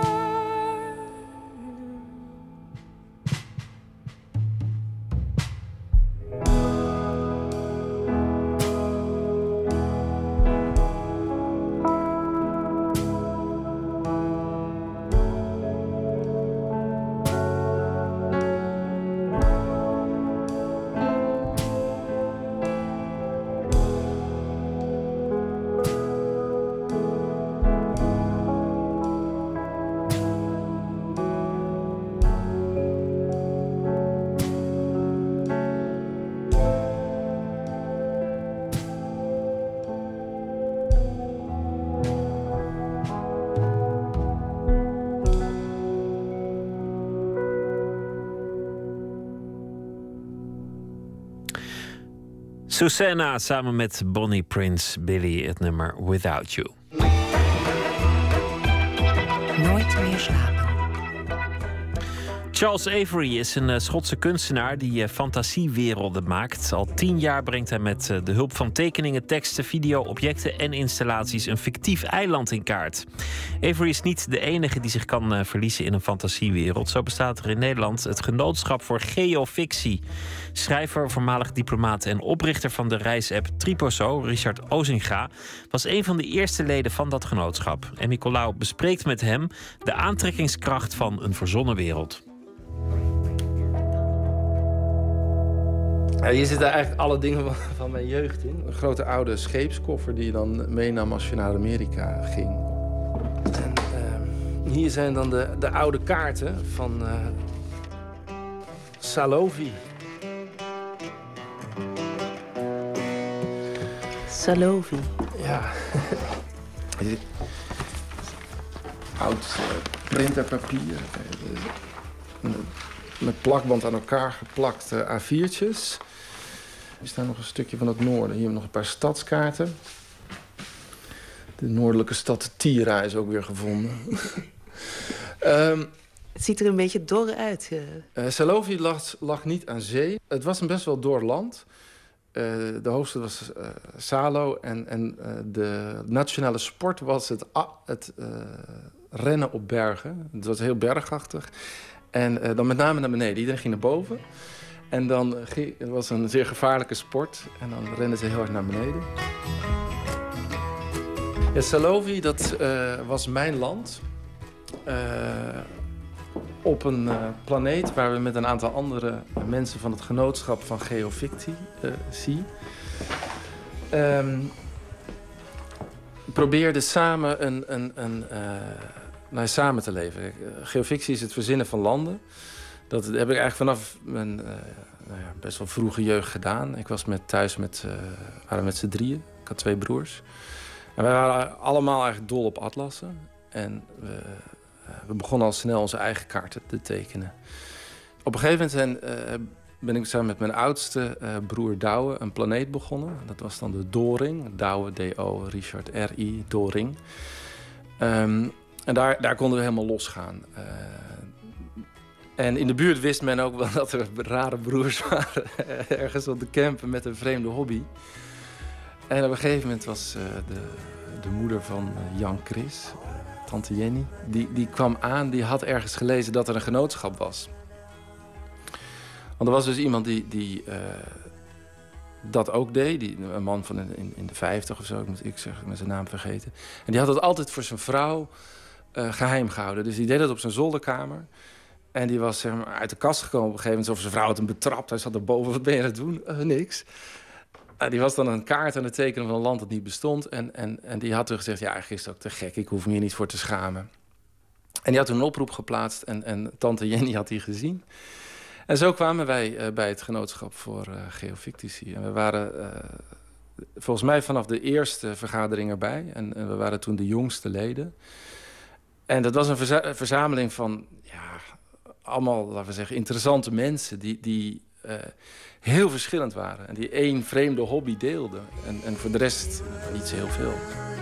Susanna samen met Bonnie Prince Billy, het nummer Without You. Nooit meer slapen. Charles Avery is een uh, Schotse kunstenaar die uh, fantasiewerelden maakt. Al tien jaar brengt hij met uh, de hulp van tekeningen, teksten, video, objecten en installaties een fictief eiland in kaart. Avery is niet de enige die zich kan uh, verliezen in een fantasiewereld. Zo bestaat er in Nederland het Genootschap voor Geofictie. Schrijver, voormalig diplomaat en oprichter van de reisapp Triposo, Richard Ozinga, was een van de eerste leden van dat genootschap. En Nicolaou bespreekt met hem de aantrekkingskracht van een verzonnen wereld. Ja, hier zitten eigenlijk alle dingen van, van mijn jeugd in. Een grote oude scheepskoffer die je dan meenam als je naar Amerika ging. En uh, hier zijn dan de, de oude kaarten van uh, Salovi. Salovi. Ja. Oud uh, printerpapier. Met plakband aan elkaar geplakte A viertjes. Er staat nog een stukje van het noorden. Hier hebben we nog een paar stadskaarten. De noordelijke stad Tira is ook weer gevonden. um, Het ziet er een beetje dor uit. Uh, Salovi lag, lag niet aan zee. Het was een best wel dor land. Uh, de hoofdstad was uh, Salo. En, en uh, de nationale sport was het, uh, het uh, rennen op bergen. Het was heel bergachtig. En uh, dan met name naar beneden. Iedereen ging naar boven. En dan ging, het was een zeer gevaarlijke sport. En dan renden ze heel hard naar beneden. Ja, Salovi, dat uh, was mijn land. Uh, op een uh, planeet waar we met een aantal andere mensen van het genootschap van Geofictie uh, zien. Um, probeerden samen een, een, een uh, nou, samen te leven. Uh, geofictie is het verzinnen van landen. Dat heb ik eigenlijk vanaf mijn uh, nou ja, best wel vroege jeugd gedaan. Ik was met, thuis met, uh, waren met z'n drieën. Ik had twee broers. En wij waren allemaal eigenlijk dol op atlassen. En we, uh, we begonnen al snel onze eigen kaarten te tekenen. Op een gegeven moment zijn, uh, ben ik samen met mijn oudste uh, broer Douwe een planeet begonnen. Dat was dan de Doring. Douwe, D O, Richard, R I, Doring. Um, en daar, daar konden we helemaal losgaan. Uh, en in de buurt wist men ook wel dat er rare broers waren. Ergens op de campen met een vreemde hobby. En op een gegeven moment was uh, de, de moeder van uh, Jan Chris, uh, tante Jenny, die, die kwam aan, die had ergens gelezen dat er een genootschap was. Want er was dus iemand die, die uh, dat ook deed, die, een man van in, in de vijftig of zo, ik moet ik zeggen, met zijn naam vergeten. En die had het altijd voor zijn vrouw uh, geheim gehouden. Dus die deed dat op zijn zolderkamer. En die was zeg maar, uit de kast gekomen op een gegeven moment, of zijn vrouw had hem betrapt. Hij zat erboven, wat ben je aan het doen? Uh, niks. Uh, die was dan een kaart aan het tekenen van een land dat niet bestond. En, en, en die had toen gezegd, ja, eigenlijk is het ook te gek, ik hoef me hier niet voor te schamen. En die had toen een oproep geplaatst en, en tante Jenny had die gezien. En zo kwamen wij uh, bij het Genootschap voor uh, Geofictici. En we waren uh, volgens mij vanaf de eerste vergadering erbij. En, en we waren toen de jongste leden. En dat was een verza- verzameling van, ja, allemaal, laten we zeggen, interessante mensen die, die uh, heel verschillend waren. En die één vreemde hobby deelden. En, en voor de rest niet zo heel veel.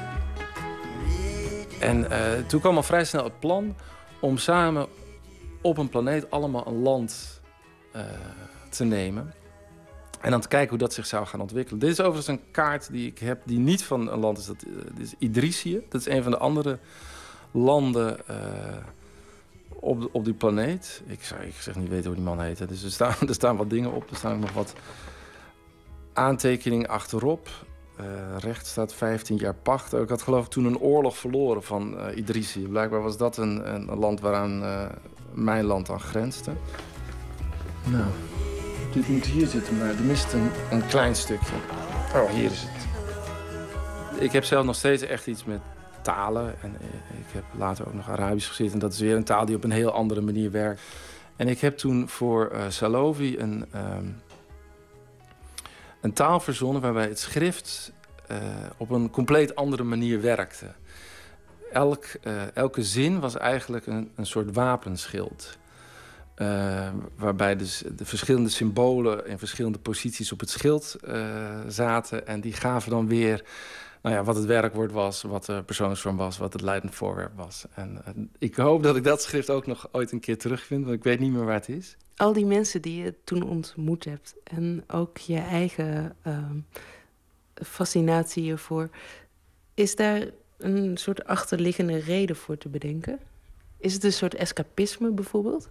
En uh, toen kwam al vrij snel het plan om samen op een planeet allemaal een land uh, te nemen. En dan te kijken hoe dat zich zou gaan ontwikkelen. Dit is overigens een kaart die ik heb die niet van een land is. Dat, uh, dit is Idrisië. Dat is een van de andere landen uh, op, op die planeet. Ik zou ik zeg niet weten hoe die man heet. Dus er staan, er staan wat dingen op. Er staan ook nog wat aantekeningen achterop. Uh, rechts staat vijftien jaar pacht. Ik had geloof ik toen een oorlog verloren van uh, Idrisië. Blijkbaar was dat een, een land waaraan uh, mijn land aan grensde. Nou, dit moet hier zitten, maar er mist een, een klein stukje. Oh, hier is het. Ik heb zelf nog steeds echt iets met talen. En ik heb later ook nog Arabisch gezeten. En dat is weer een taal die op een heel andere manier werkt. En ik heb toen voor uh, Salovi een, um, een taal verzonnen waarbij het schrift uh, op een compleet andere manier werkte. Elk, uh, elke zin was eigenlijk een, een soort wapenschild. Uh, waarbij dus de verschillende symbolen in verschillende posities op het schild uh, zaten. En die gaven dan weer nou ja, wat het werkwoord was, wat de persoonsvorm was, wat het leidend voorwerp was. En uh, ik hoop dat ik dat schrift ook nog ooit een keer terugvind, want ik weet niet meer waar het is. Al die mensen die je toen ontmoet hebt en ook je eigen uh, fascinatie hiervoor, is daar een soort achterliggende reden voor te bedenken? Is het een soort escapisme bijvoorbeeld?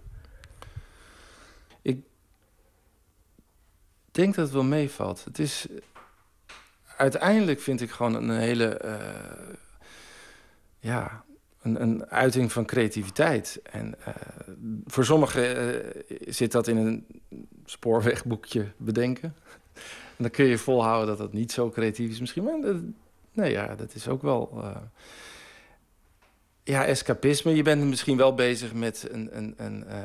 Ik denk dat het wel meevalt. Het is uiteindelijk vind ik gewoon een hele uh, ja, een, een uiting van creativiteit. En uh, voor sommigen uh, zit dat in een spoorwegboekje bedenken. En dan kun je volhouden dat dat niet zo creatief is misschien. Maar uh, nee, ja, dat is ook wel Uh, ja, escapisme. Je bent misschien wel bezig met een, een, een uh,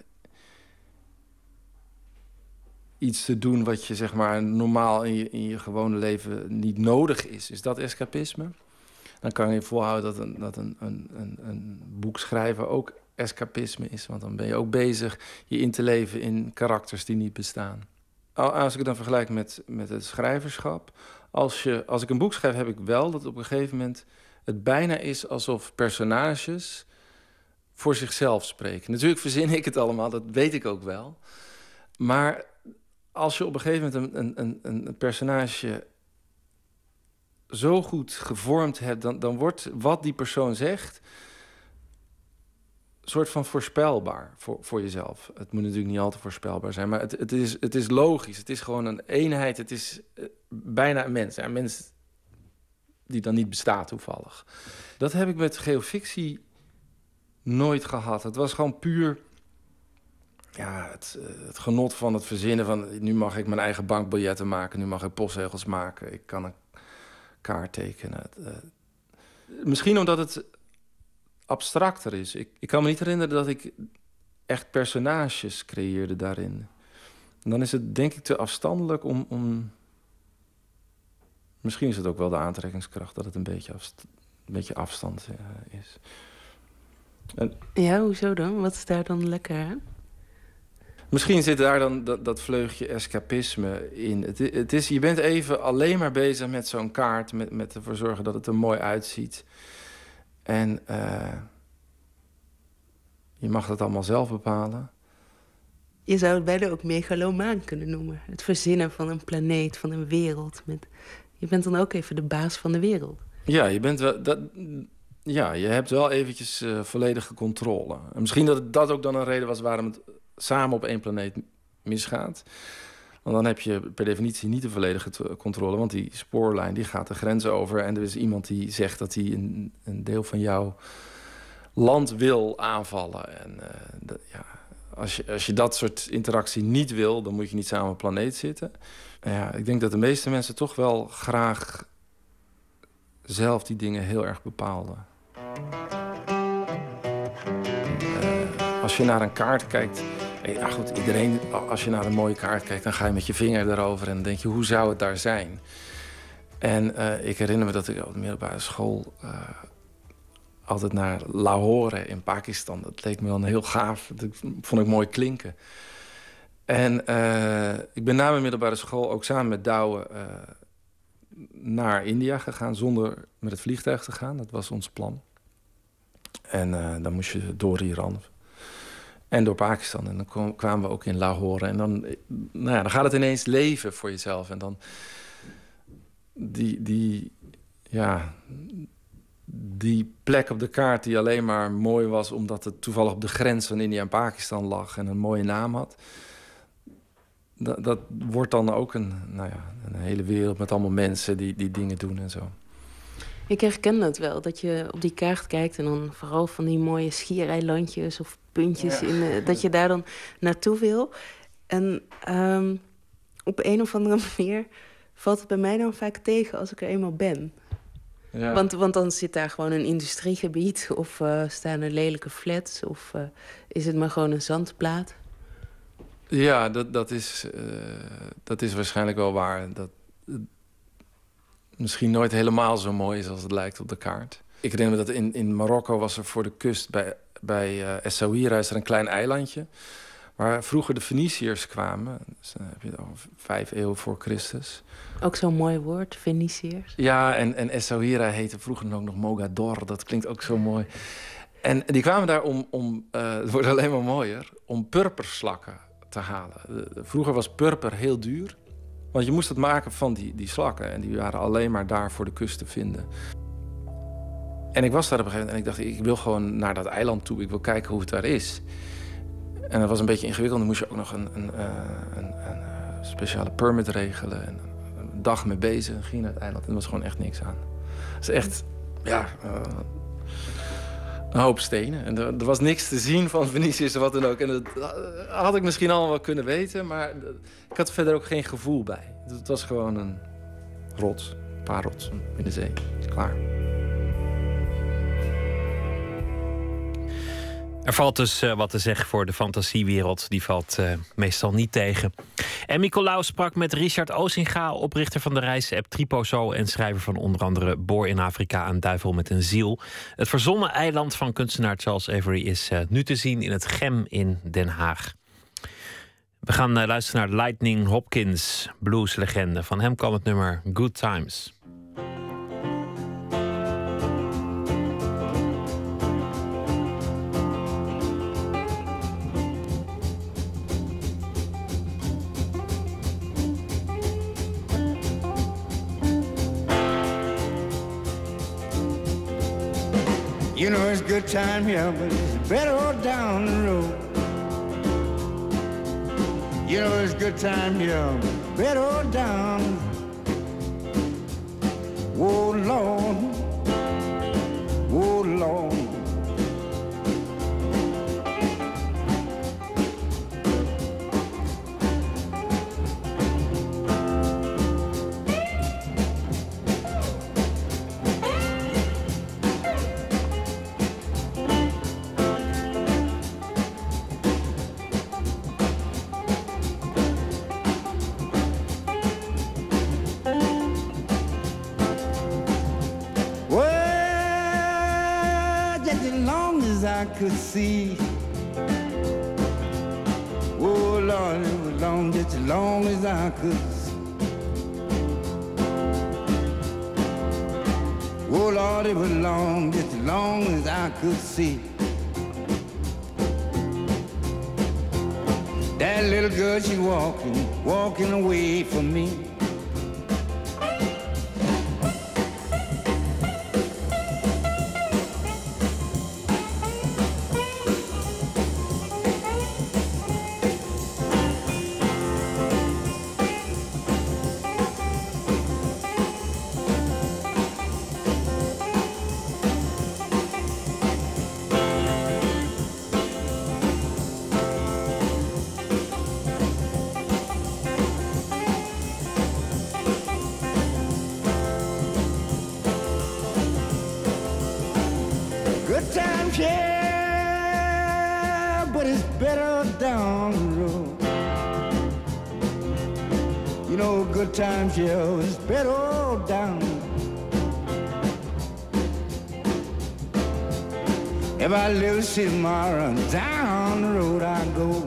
iets te doen wat je zeg maar normaal in je, in je gewone leven niet nodig is. Is dat escapisme? Dan kan je volhouden dat een, dat een, een, een, een boek schrijven ook escapisme is. Want dan ben je ook bezig je in te leven in karakters die niet bestaan. Als ik het dan vergelijk met, met het schrijverschap. Als, je, als ik een boek schrijf, heb ik wel dat op een gegeven moment het bijna is alsof personages voor zichzelf spreken. Natuurlijk verzin ik het allemaal, dat weet ik ook wel. Maar als je op een gegeven moment een, een, een, een personage zo goed gevormd hebt, dan, dan wordt wat die persoon zegt een soort van voorspelbaar voor, voor jezelf. Het moet natuurlijk niet altijd voorspelbaar zijn, maar het, het, is, het is logisch. Het is gewoon een eenheid. Het is uh, bijna een mens. Een mens die dan niet bestaat toevallig. Dat heb ik met geofictie nooit gehad. Het was gewoon puur ja, het, het genot van het verzinnen van nu mag ik mijn eigen bankbiljetten maken, nu mag ik postzegels maken, ik kan een kaart tekenen. Uh, misschien omdat het abstracter is. Ik, ik kan me niet herinneren dat ik echt personages creëerde daarin. En dan is het denk ik te afstandelijk om... om... Misschien is het ook wel de aantrekkingskracht dat het een beetje, afst... een beetje afstand uh, is. En... Ja, hoezo dan? Wat is daar dan lekker aan? Misschien zit daar dan dat, dat vleugje escapisme in. Het, het is, je bent even alleen maar bezig met zo'n kaart... met, met ervoor zorgen dat het er mooi uitziet. En uh, je mag dat allemaal zelf bepalen. Je zou het bijna ook megalomaan kunnen noemen. Het verzinnen van een planeet, van een wereld. Met... Je bent dan ook even de baas van de wereld. Ja, je bent wel... Dat, ja, je hebt wel eventjes uh, volledige controle. En misschien dat dat ook dan een reden was waarom het samen op één planeet misgaat. Want dan heb je per definitie niet de volledige t- controle. Want die spoorlijn die gaat de grens over. En er is iemand die zegt dat hij een, een deel van jouw land wil aanvallen. En uh, de, ja, als, je, als je dat soort interactie niet wil, dan moet je niet samen op een planeet zitten. En ja, ik denk dat de meeste mensen toch wel graag zelf die dingen heel erg bepaalden. Uh, als je naar een kaart kijkt... Ja, goed, iedereen, als je naar een mooie kaart kijkt... dan ga je met je vinger erover en dan denk je, hoe zou het daar zijn? En uh, ik herinner me dat ik op de middelbare school... Uh, altijd naar Lahore in Pakistan. Dat leek me dan heel gaaf. Dat vond ik mooi klinken. En uh, ik ben na mijn middelbare school ook samen met Douwe... Uh, naar India gegaan zonder met het vliegtuig te gaan. Dat was ons plan. En uh, dan moest je door Iran... En door Pakistan. En dan kwamen we ook in Lahore. En dan, nou ja, dan gaat het ineens leven voor jezelf. En dan die, die, ja, die plek op de kaart die alleen maar mooi was... omdat het toevallig op de grens van India en Pakistan lag... en een mooie naam had. Dat, dat wordt dan ook een, nou ja, een hele wereld met allemaal mensen die, die dingen doen en zo. Ik herken dat wel, dat je op die kaart kijkt... en dan vooral van die mooie schiereilandjes of puntjes... Ja. In de, dat je daar dan naartoe wil. En um, op een of andere manier valt het bij mij dan vaak tegen als ik er eenmaal ben. Ja. Want, want dan zit daar gewoon een industriegebied... of uh, staan er lelijke flats, of uh, is het maar gewoon een zandplaat. Ja, dat, dat, is, uh, dat is waarschijnlijk wel waar. Dat uh, misschien nooit helemaal zo mooi is als het lijkt op de kaart. Ik herinner me dat in, in Marokko was er voor de kust... bij, bij uh, Essaouira is er een klein eilandje... waar vroeger de Feniciërs kwamen. Dus dan heb je het al vijf eeuwen voor Christus. Ook zo'n mooi woord, Feniciërs. Ja, en, en Essaouira heette vroeger ook nog Mogador. Dat klinkt ook zo mooi. En die kwamen daar om, om uh, het wordt alleen maar mooier... om purperslakken te halen. De, de, vroeger was purper heel duur. Want je moest het maken van die, die slakken. En die waren alleen maar daar voor de kust te vinden. En ik was daar op een gegeven moment en ik dacht... ik wil gewoon naar dat eiland toe. Ik wil kijken hoe het daar is. En dat was een beetje ingewikkeld. Dan moest je ook nog een, een, een, een, een speciale permit regelen. En een dag mee bezig. Ging naar het eiland. En er was gewoon echt niks aan. Het is echt... ja... Uh, een hoop stenen. En er, er was niks te zien van Venetiërs of wat dan ook. En dat had ik misschien allemaal wel kunnen weten. Maar ik had verder ook geen gevoel bij. Het was gewoon een rots. Een paar rotsen in de zee. Klaar. Er valt dus uh, wat te zeggen voor de fantasiewereld. Die valt uh, meestal niet tegen. En Nicolaus sprak met Richard Ozinga, oprichter van de reisapp Tripozo... en schrijver van onder andere Boor in Afrika aan Duivel met een ziel. Het verzonnen eiland van kunstenaar Charles Avery is uh, nu te zien in het Gem in Den Haag. We gaan uh, luisteren naar Lightning Hopkins, blueslegende. Van hem kwam het nummer Good Times. You know it's a good time here, but it's better down the road. You know it's a good time here, better down. Oh Lord, oh Lord. could see. Oh Lord, it was long, just as long as I could see. Oh Lord, it was long, just as long as I could see. That little girl, she walking, walking away from me. Times, yeah, it's better down. If I live to see tomorrow, down the road I go.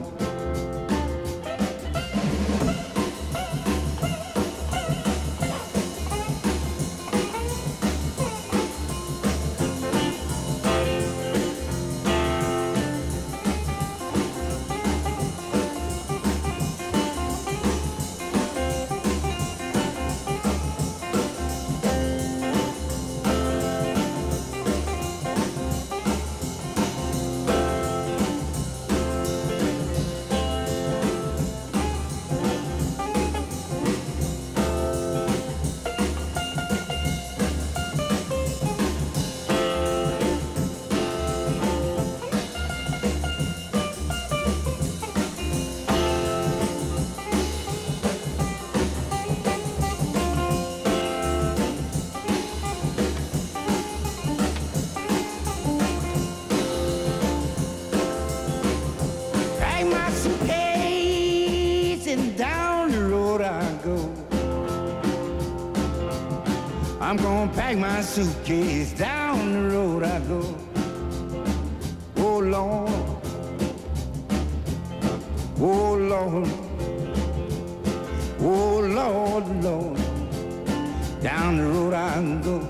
I'm gonna pack my suitcase, down the road I go. Oh Lord, oh Lord, oh Lord, Lord, down the road I go.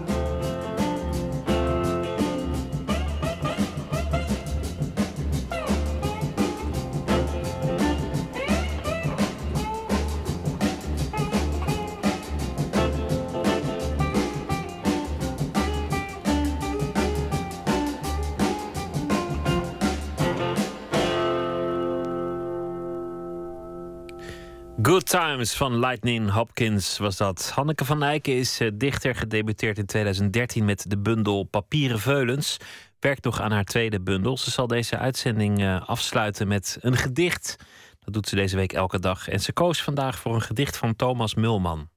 Good Times van Lightning Hopkins was dat. Hanneke van Eyck is uh, dichter, gedebuteerd in tweeduizend dertien met de bundel Papieren Veulens. Werkt nog aan haar tweede bundel. Ze zal deze uitzending uh, afsluiten met een gedicht. Dat doet ze deze week elke dag. En ze koos vandaag voor een gedicht van Thomas Mulman.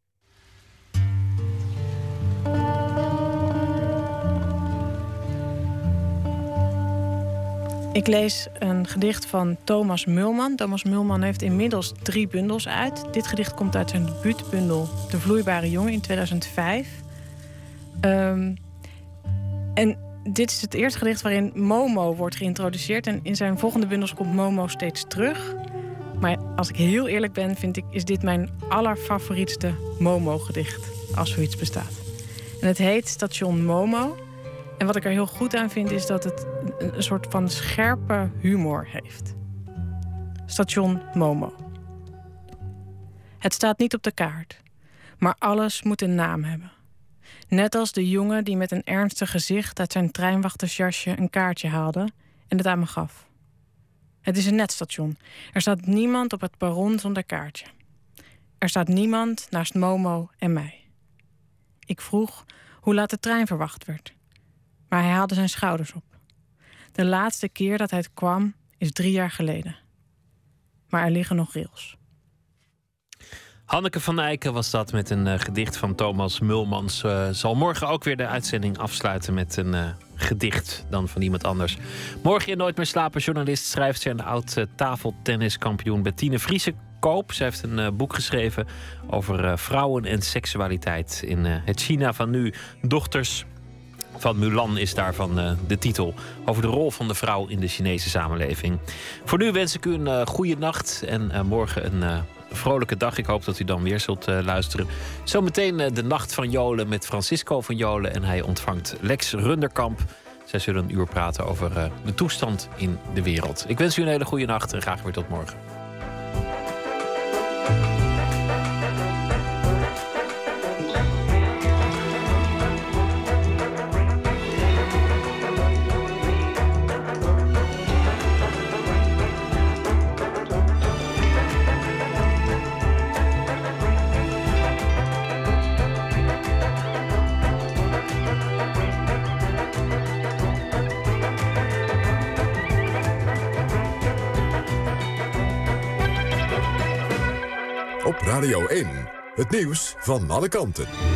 Ik lees een gedicht van Thomas Mulman. Thomas Mulman heeft inmiddels drie bundels uit. Dit gedicht komt uit zijn debuutbundel De Vloeibare Jongen in tweeduizend vijf. Um, en dit is het eerste gedicht waarin Momo wordt geïntroduceerd. En in zijn volgende bundels komt Momo steeds terug. Maar als ik heel eerlijk ben, vind ik, is dit mijn allerfavorietste Momo-gedicht. Als zoiets bestaat. En het heet Station Momo. En wat ik er heel goed aan vind, is dat het een soort van scherpe humor heeft. Station Momo. Het staat niet op de kaart, maar alles moet een naam hebben. Net als de jongen die met een ernstig gezicht uit zijn treinwachtersjasje een kaartje haalde en het aan me gaf. Het is een netstation. Er staat niemand op het perron zonder kaartje. Er staat niemand naast Momo en mij. Ik vroeg hoe laat de trein verwacht werd. Maar hij haalde zijn schouders op. De laatste keer dat hij kwam is drie jaar geleden. Maar er liggen nog rails. Hanneke van Eyck was dat met een uh, gedicht van Thomas Mulmans. Uh, zal morgen ook weer de uitzending afsluiten met een uh, gedicht dan van iemand anders. Morgen in Nooit meer slapen, journalist, schrijfster en oud uh, tafeltenniskampioen Bettine Vriesekoop. Zij heeft een uh, boek geschreven over uh, vrouwen en seksualiteit in uh, het China van nu. Dochters Van Mulan is daarvan uh, de titel. Over de rol van de vrouw in de Chinese samenleving. Voor nu wens ik u een uh, goede nacht. En uh, morgen een uh, vrolijke dag. Ik hoop dat u dan weer zult uh, luisteren. Zometeen uh, de Nacht van Jolen met Francisco van Jolen. En hij ontvangt Lex Runderkamp. Zij zullen een uur praten over uh, de toestand in de wereld. Ik wens u een hele goede nacht en graag weer tot morgen. Radio één, het nieuws van alle kanten.